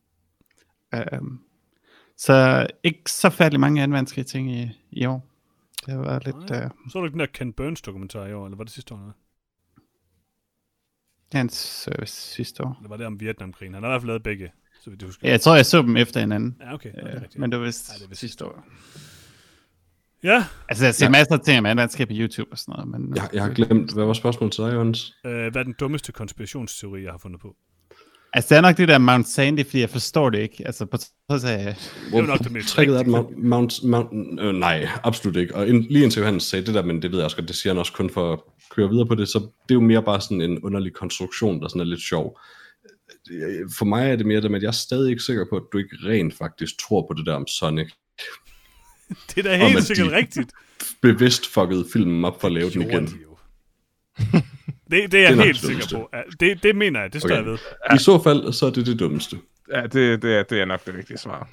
Så ikke så færdig mange anden verdenskrig ting i år. Det var lidt... Så du ikke den der Ken Burns dokumentar i år, eller var det sidste år? Noget? Det er hans sidste år. Det var det om Vietnamkrigen. Han har i hvert fald lavet begge, så vidt du husker. Jeg tror, jeg så dem efter hinanden. Ja, okay. Men det var vist sidste år. Ja. Altså, jeg ser masser af ting om anden verdenskrig på YouTube og sådan noget. Men, jeg har glemt, hvad var spørgsmålet til dig, Johannes? Hvad er den dummeste konspirationsteori, jeg har fundet på? Altså, det er nok det der Mount Sandy, fordi jeg forstår det ikke. Altså, på trods af... Det er nok det mest rigtige. Mount nej, absolut ikke. Og lige indtil Johannes sagde det der, men det ved jeg også godt, det siger han også kun for at køre videre på det, så det er jo mere bare sådan en underlig konstruktion, der sådan er lidt sjov. For mig er det mere det, at jeg er stadig ikke sikker på, at du ikke rent faktisk tror på det der om Sonic. Det er da helt sikkert rigtigt. Bevidst fuckede filmen op for at lave den igen. Det er jeg helt sikker på. Det mener jeg, det står jeg ved. I så fald, så er det dummeste. Ja, det er nok det rigtige svar.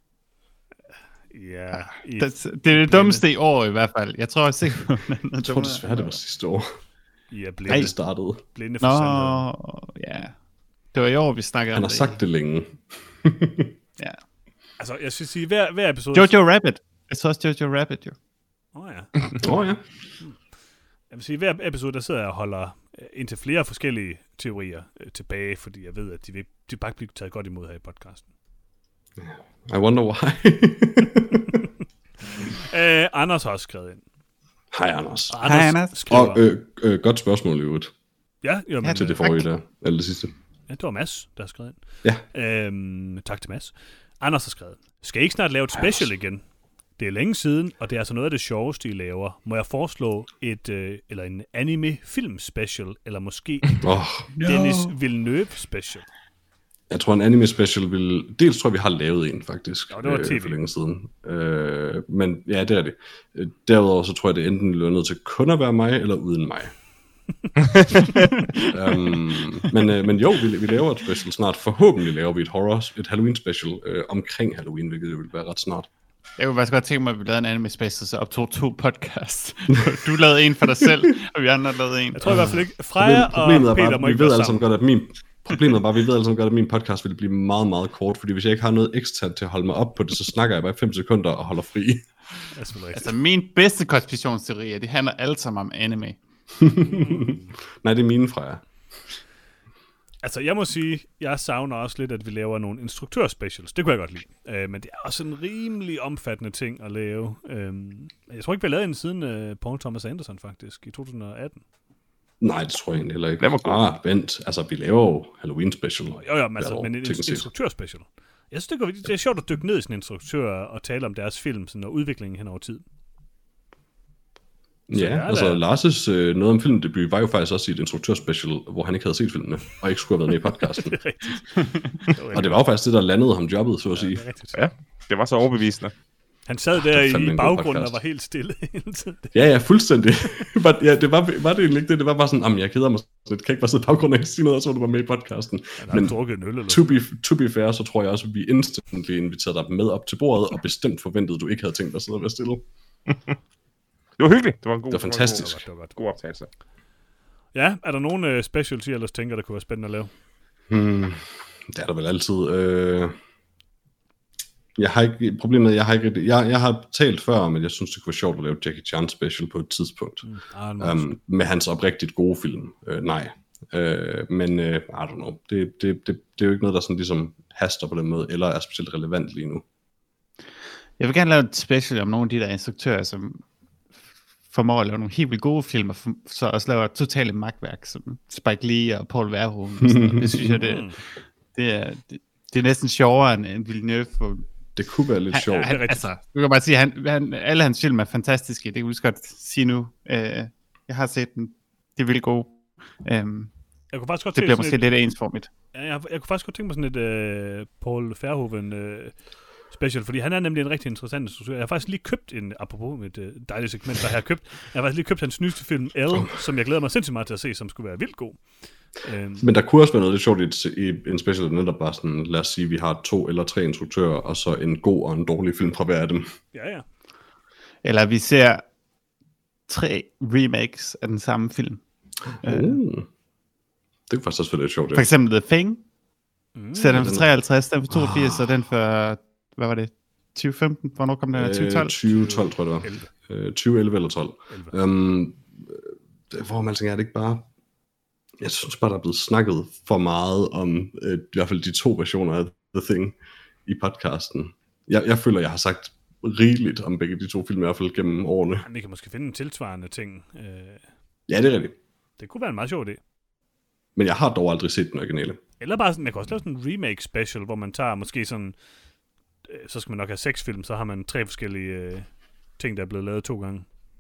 Ja. Det er det dummeste i år i hvert fald. Jeg tror sikkert på, jeg tror desværre, det var sidste år. Ja, blinde. Det startede. Blinde for ja. Det var i år, vi snakkede om det. Han har sagt det længe. Ja. Altså, jeg skal sige, hver episode... Jojo Rabbit. Jeg tror også Jojo Rabbit, jo. Ja. Jeg vil sige, hver episode, der sidder jeg og holder indtil flere forskellige teorier tilbage, fordi jeg ved, at de bare ikke bliver taget godt imod her i podcasten. I wonder why. Anders har også skrevet ind. Hej, Anders. Hej, Anders. Og godt spørgsmål i øvrigt. Ja, men, til det forrige der, eller det sidste. Ja, det var Mads, der har skrevet ind. Ja. Tak til Mads. Anders har skrevet. Skal I ikke snart lave et special igen? Det er længe siden, og det er altså noget af det sjoveste, I laver. Må jeg foreslå eller en anime-film special, eller måske Dennis Villeneuve special? Jeg tror, en anime special vil... Dels tror jeg, vi har lavet en, faktisk. Ja, det var TV. For længe siden. Men ja, det er det. Derudover så tror jeg, det enten bliver nødt til kun at være mig, eller uden mig. Men jo, vi laver et special snart. Forhåbentlig laver vi et Halloween special omkring Halloween, hvilket jo vil være ret snart. Jeg kunne faktisk godt tænke mig, at vi lavede en anime special, så optog 2 podcasts. Du lavede en for dig selv, og vi andre lavede en. Jeg tror i hvert fald ikke, Freja og Peter må ikke være sammen. Problemet er bare, at vi ved altså godt, at min podcast vil blive meget, meget kort, fordi hvis jeg ikke har noget eksternt til at holde mig op på det, så snakker jeg bare 5 sekunder og holder fri. Altså min bedste konspirationsteorier, de handler alle sammen om anime. Nej, det er mine, Freja. Altså, jeg må sige, jeg savner også lidt, at vi laver nogle instruktørspecials. Det kunne jeg godt lide. Men det er også en rimelig omfattende ting at lave. Jeg tror ikke, vi har lavet en siden Paul Thomas Anderson, faktisk, i 2018. Nej, det tror jeg egentlig heller ikke. Vent. Altså, vi laver jo Halloween special. Jo, men en instruktørspecial. Jeg synes, det er sjovt at dykke ned i sådan en instruktør og tale om deres film sådan, og udviklingen hen over tid. Ja, altså Lars' noget om filmdebut var jo faktisk også i et instruktørspecial, hvor han ikke havde set filmene, og ikke skulle have været med i podcasten. Det er rigtigt. Og det var jo faktisk det, der landede ham jobbet, så at sige. Ja, det var så overbevisende. Han sad der i baggrunden og var helt stille hele tiden. Ja, fuldstændig. Ja, det var det egentlig ikke det. Det var bare sådan, jeg keder mig sådan, kan ikke bare sidde i baggrunden og sige noget, og så var du bare med i podcasten. Men drukket en øl, eller to be fair, så tror jeg også, at vi instantly inviterede dig med op til bordet, og bestemt forventede, at du ikke havde tænkt dig at sidde og være stille. Det var hyggeligt. Det var en god, det var fantastisk. Det var god optagelse. Ja, er der nogen specialty, ellers tænker, der kunne være spændende at lave? Det er der vel altid. Jeg har talt før om, at jeg synes, det kunne være sjovt at lave Jackie Chan special på et tidspunkt. Med hans oprigtigt gode film. Nej. Men I don't know. Det er jo ikke noget, der sådan ligesom haster på den måde, eller er specielt relevant lige nu. Jeg vil gerne lave et special om nogle af de der instruktører, som formår at lave nogle helt vildt gode filmer, så også laver totale magtværk, som Spike Lee og Paul Verhoeven. Det synes jeg, det er næsten sjovere end Villeneuve. Det kunne være lidt sjovt. Altså, du kan bare sige, alle hans film er fantastiske. Det kan vi godt sige nu. Jeg har set den. Det er vildt gode. Jeg kunne faktisk godt det bliver måske lidt ensformigt. Jeg kunne faktisk godt tænke mig sådan et Paul Verhoeven special, fordi han er nemlig en rigtig interessant instruktør. Jeg har faktisk lige købt apropos et dejligt segment, jeg har faktisk lige købt hans nyeste film, L, som jeg glæder mig sindssygt meget til at se, som skulle være vildt god. Men der kunne også være noget lidt sjovt i en special, netop bare sådan, lad os sige, vi har 2 eller 3 instruktører, og så en god og en dårlig film fra hver af dem. Ja. Eller vi ser 3 remakes af den samme film. Det kunne faktisk også være lidt sjovt. For eksempel The Thing. Så den for 53, den for 82, og den for, hvad var det, 2015? Hvornår kom den? 2012? 2012, tror jeg det var. 2011 eller 12. Hvor man tænker, er det ikke bare... Jeg synes bare, der er blevet snakket for meget om i hvert fald de 2 versioner af The Thing i podcasten. Jeg føler, jeg har sagt rigeligt om begge de 2 film, i hvert fald gennem årene. Vi kan måske finde en tilsvarende ting. Ja, det er rigtigt. Det kunne være en meget sjov idé. Men jeg har dog aldrig set den originale. Eller bare sådan, man kan også lave sådan en remake special, hvor man tager måske sådan, så skal man nok have 6 film, så har man 3 forskellige ting, der er blevet lavet 2 gange.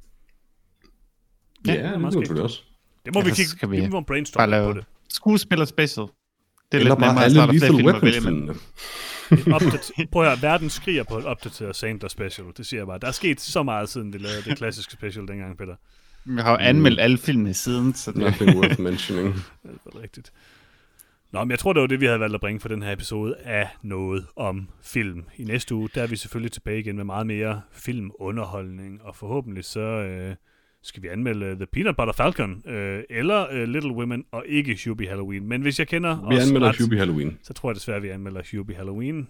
Ja, det må selvfølgelig også. Det må vi kigge, vi må brainstorme på det. Skuespiller special. Det er eller lidt bare alle Lethal Weapon-filmene. Prøv at høre, verden skriger på et opdateret Sandler special. Det siger jeg bare. Der er sket så meget, siden vi lavede det klassiske special dengang, Peter. Vi har jo anmeldt alle filmene siden, så det nothing worth mentioning. Det er rigtigt. Nå, men jeg tror, det var det, vi havde valgt at bringe for den her episode af Noget om Film. I næste uge, der er vi selvfølgelig tilbage igen med meget mere filmunderholdning, og forhåbentlig så skal vi anmelde The Peanut Butter Falcon, eller Little Women, og ikke Hubie Halloween. Men hvis jeg kender vi anmelder Hubie Halloween. Så tror jeg desværre, vi anmelder Hubie Halloween.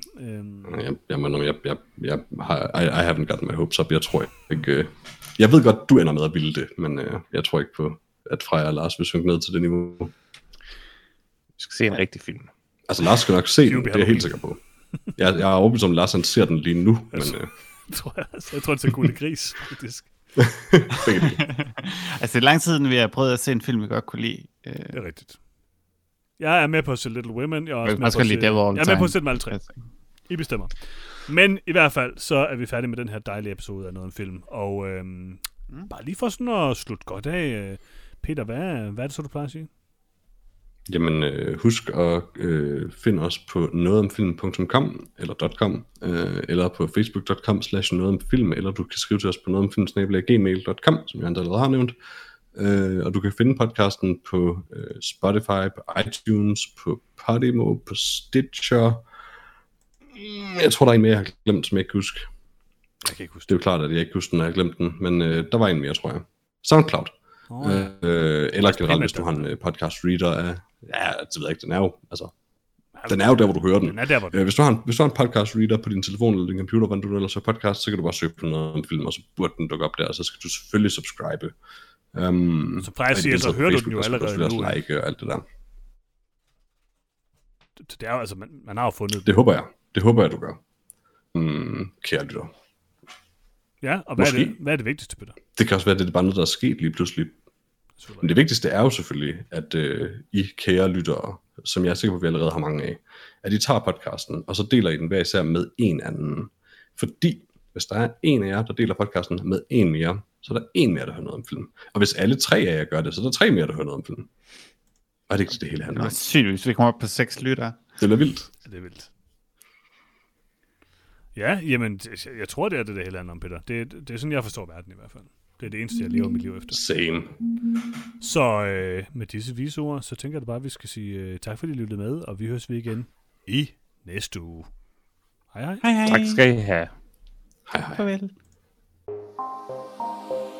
I haven't gotten my hopes up. Jeg tror ikke... Jeg ved godt, du ender med at ville det, men jeg tror ikke på, at Freja og Lars vil synke ned til det niveau. Vi skal se en rigtig film. Altså, Lars skal nok se den, det er jeg helt sikker på. Jeg er overbevist om, at Lars han ser den lige nu. Men, jeg tror, det ser Gule Gris, faktisk. Altså, det er lang tid siden, vi har prøvet at se en film, vi godt kunne lide. Det er rigtigt. Jeg er med på at se Little Women. Jeg er også med på at se dem alle 3. I bestemmer. Men i hvert fald, så er vi færdige med den her dejlige episode af Noget om Film. Og bare lige for sådan at slutte godt af, Peter, hvad er det så, du plejer at sige? Jamen, husk at finde os på nogetomfilm.com eller .com, eller på facebook.com/nogetomfilm, eller du kan skrive til os på nogetomfilm@gmail.com, som jeg allerede har nævnt. Og du kan finde podcasten på Spotify, på iTunes, på Podimo, på Stitcher. Jeg tror, der er en mere, jeg har glemt, som jeg ikke kan huske. Jeg kan ikke huske. Det er jo klart, at jeg ikke husker den, når jeg har glemt den, men der var en mere, tror jeg. SoundCloud. Eller generelt, hvis du har en podcast reader af... Ja, det ved jeg ikke, den er jo... Altså, den er jo der, hvor du hører den. Hvis du har en podcast reader på din telefon eller din computer, hvordan du ellers hører podcast, så kan du bare søge på Noget om Film, og så burde den dukke op der, og så skal du selvfølgelig subscribe. Så præcis siger, så hører du den jo allerede nu. Like og alt det der. Det er jo, altså, man har jo fundet... Det håber jeg, du gør. Kære lytter. Ja, og hvad er det vigtigste, Peter? Det kan også være, at det er bare noget, der er sket lige pludselig. Men det vigtigste er jo selvfølgelig, at I kære lyttere, som jeg er sikker på, at vi allerede har mange af, at I tager podcasten, og så deler I den hver især med en anden. Fordi hvis der er en af jer, der deler podcasten med en mere, så er der en mere, der hører noget om film. Og hvis alle 3 af jer gør det, så er der 3 mere, der hører noget om film. Og det er ikke det hele handler om. Det er sygt, hvis vi kommer op på 6 lytter. Det er vildt. Ja, det er vildt. Ja, jamen, jeg tror, det er det hele handler om, Peter. Det er sådan, jeg forstår verden i hvert fald. Det er det eneste, jeg lever mit liv efter. Same. Så med disse vise ord, så tænker jeg bare, at vi skal sige tak, fordi I lyttede med, og vi høres igen i næste uge. Hej hej. Hej hej. Tak skal I have. Hej hej. Farvel.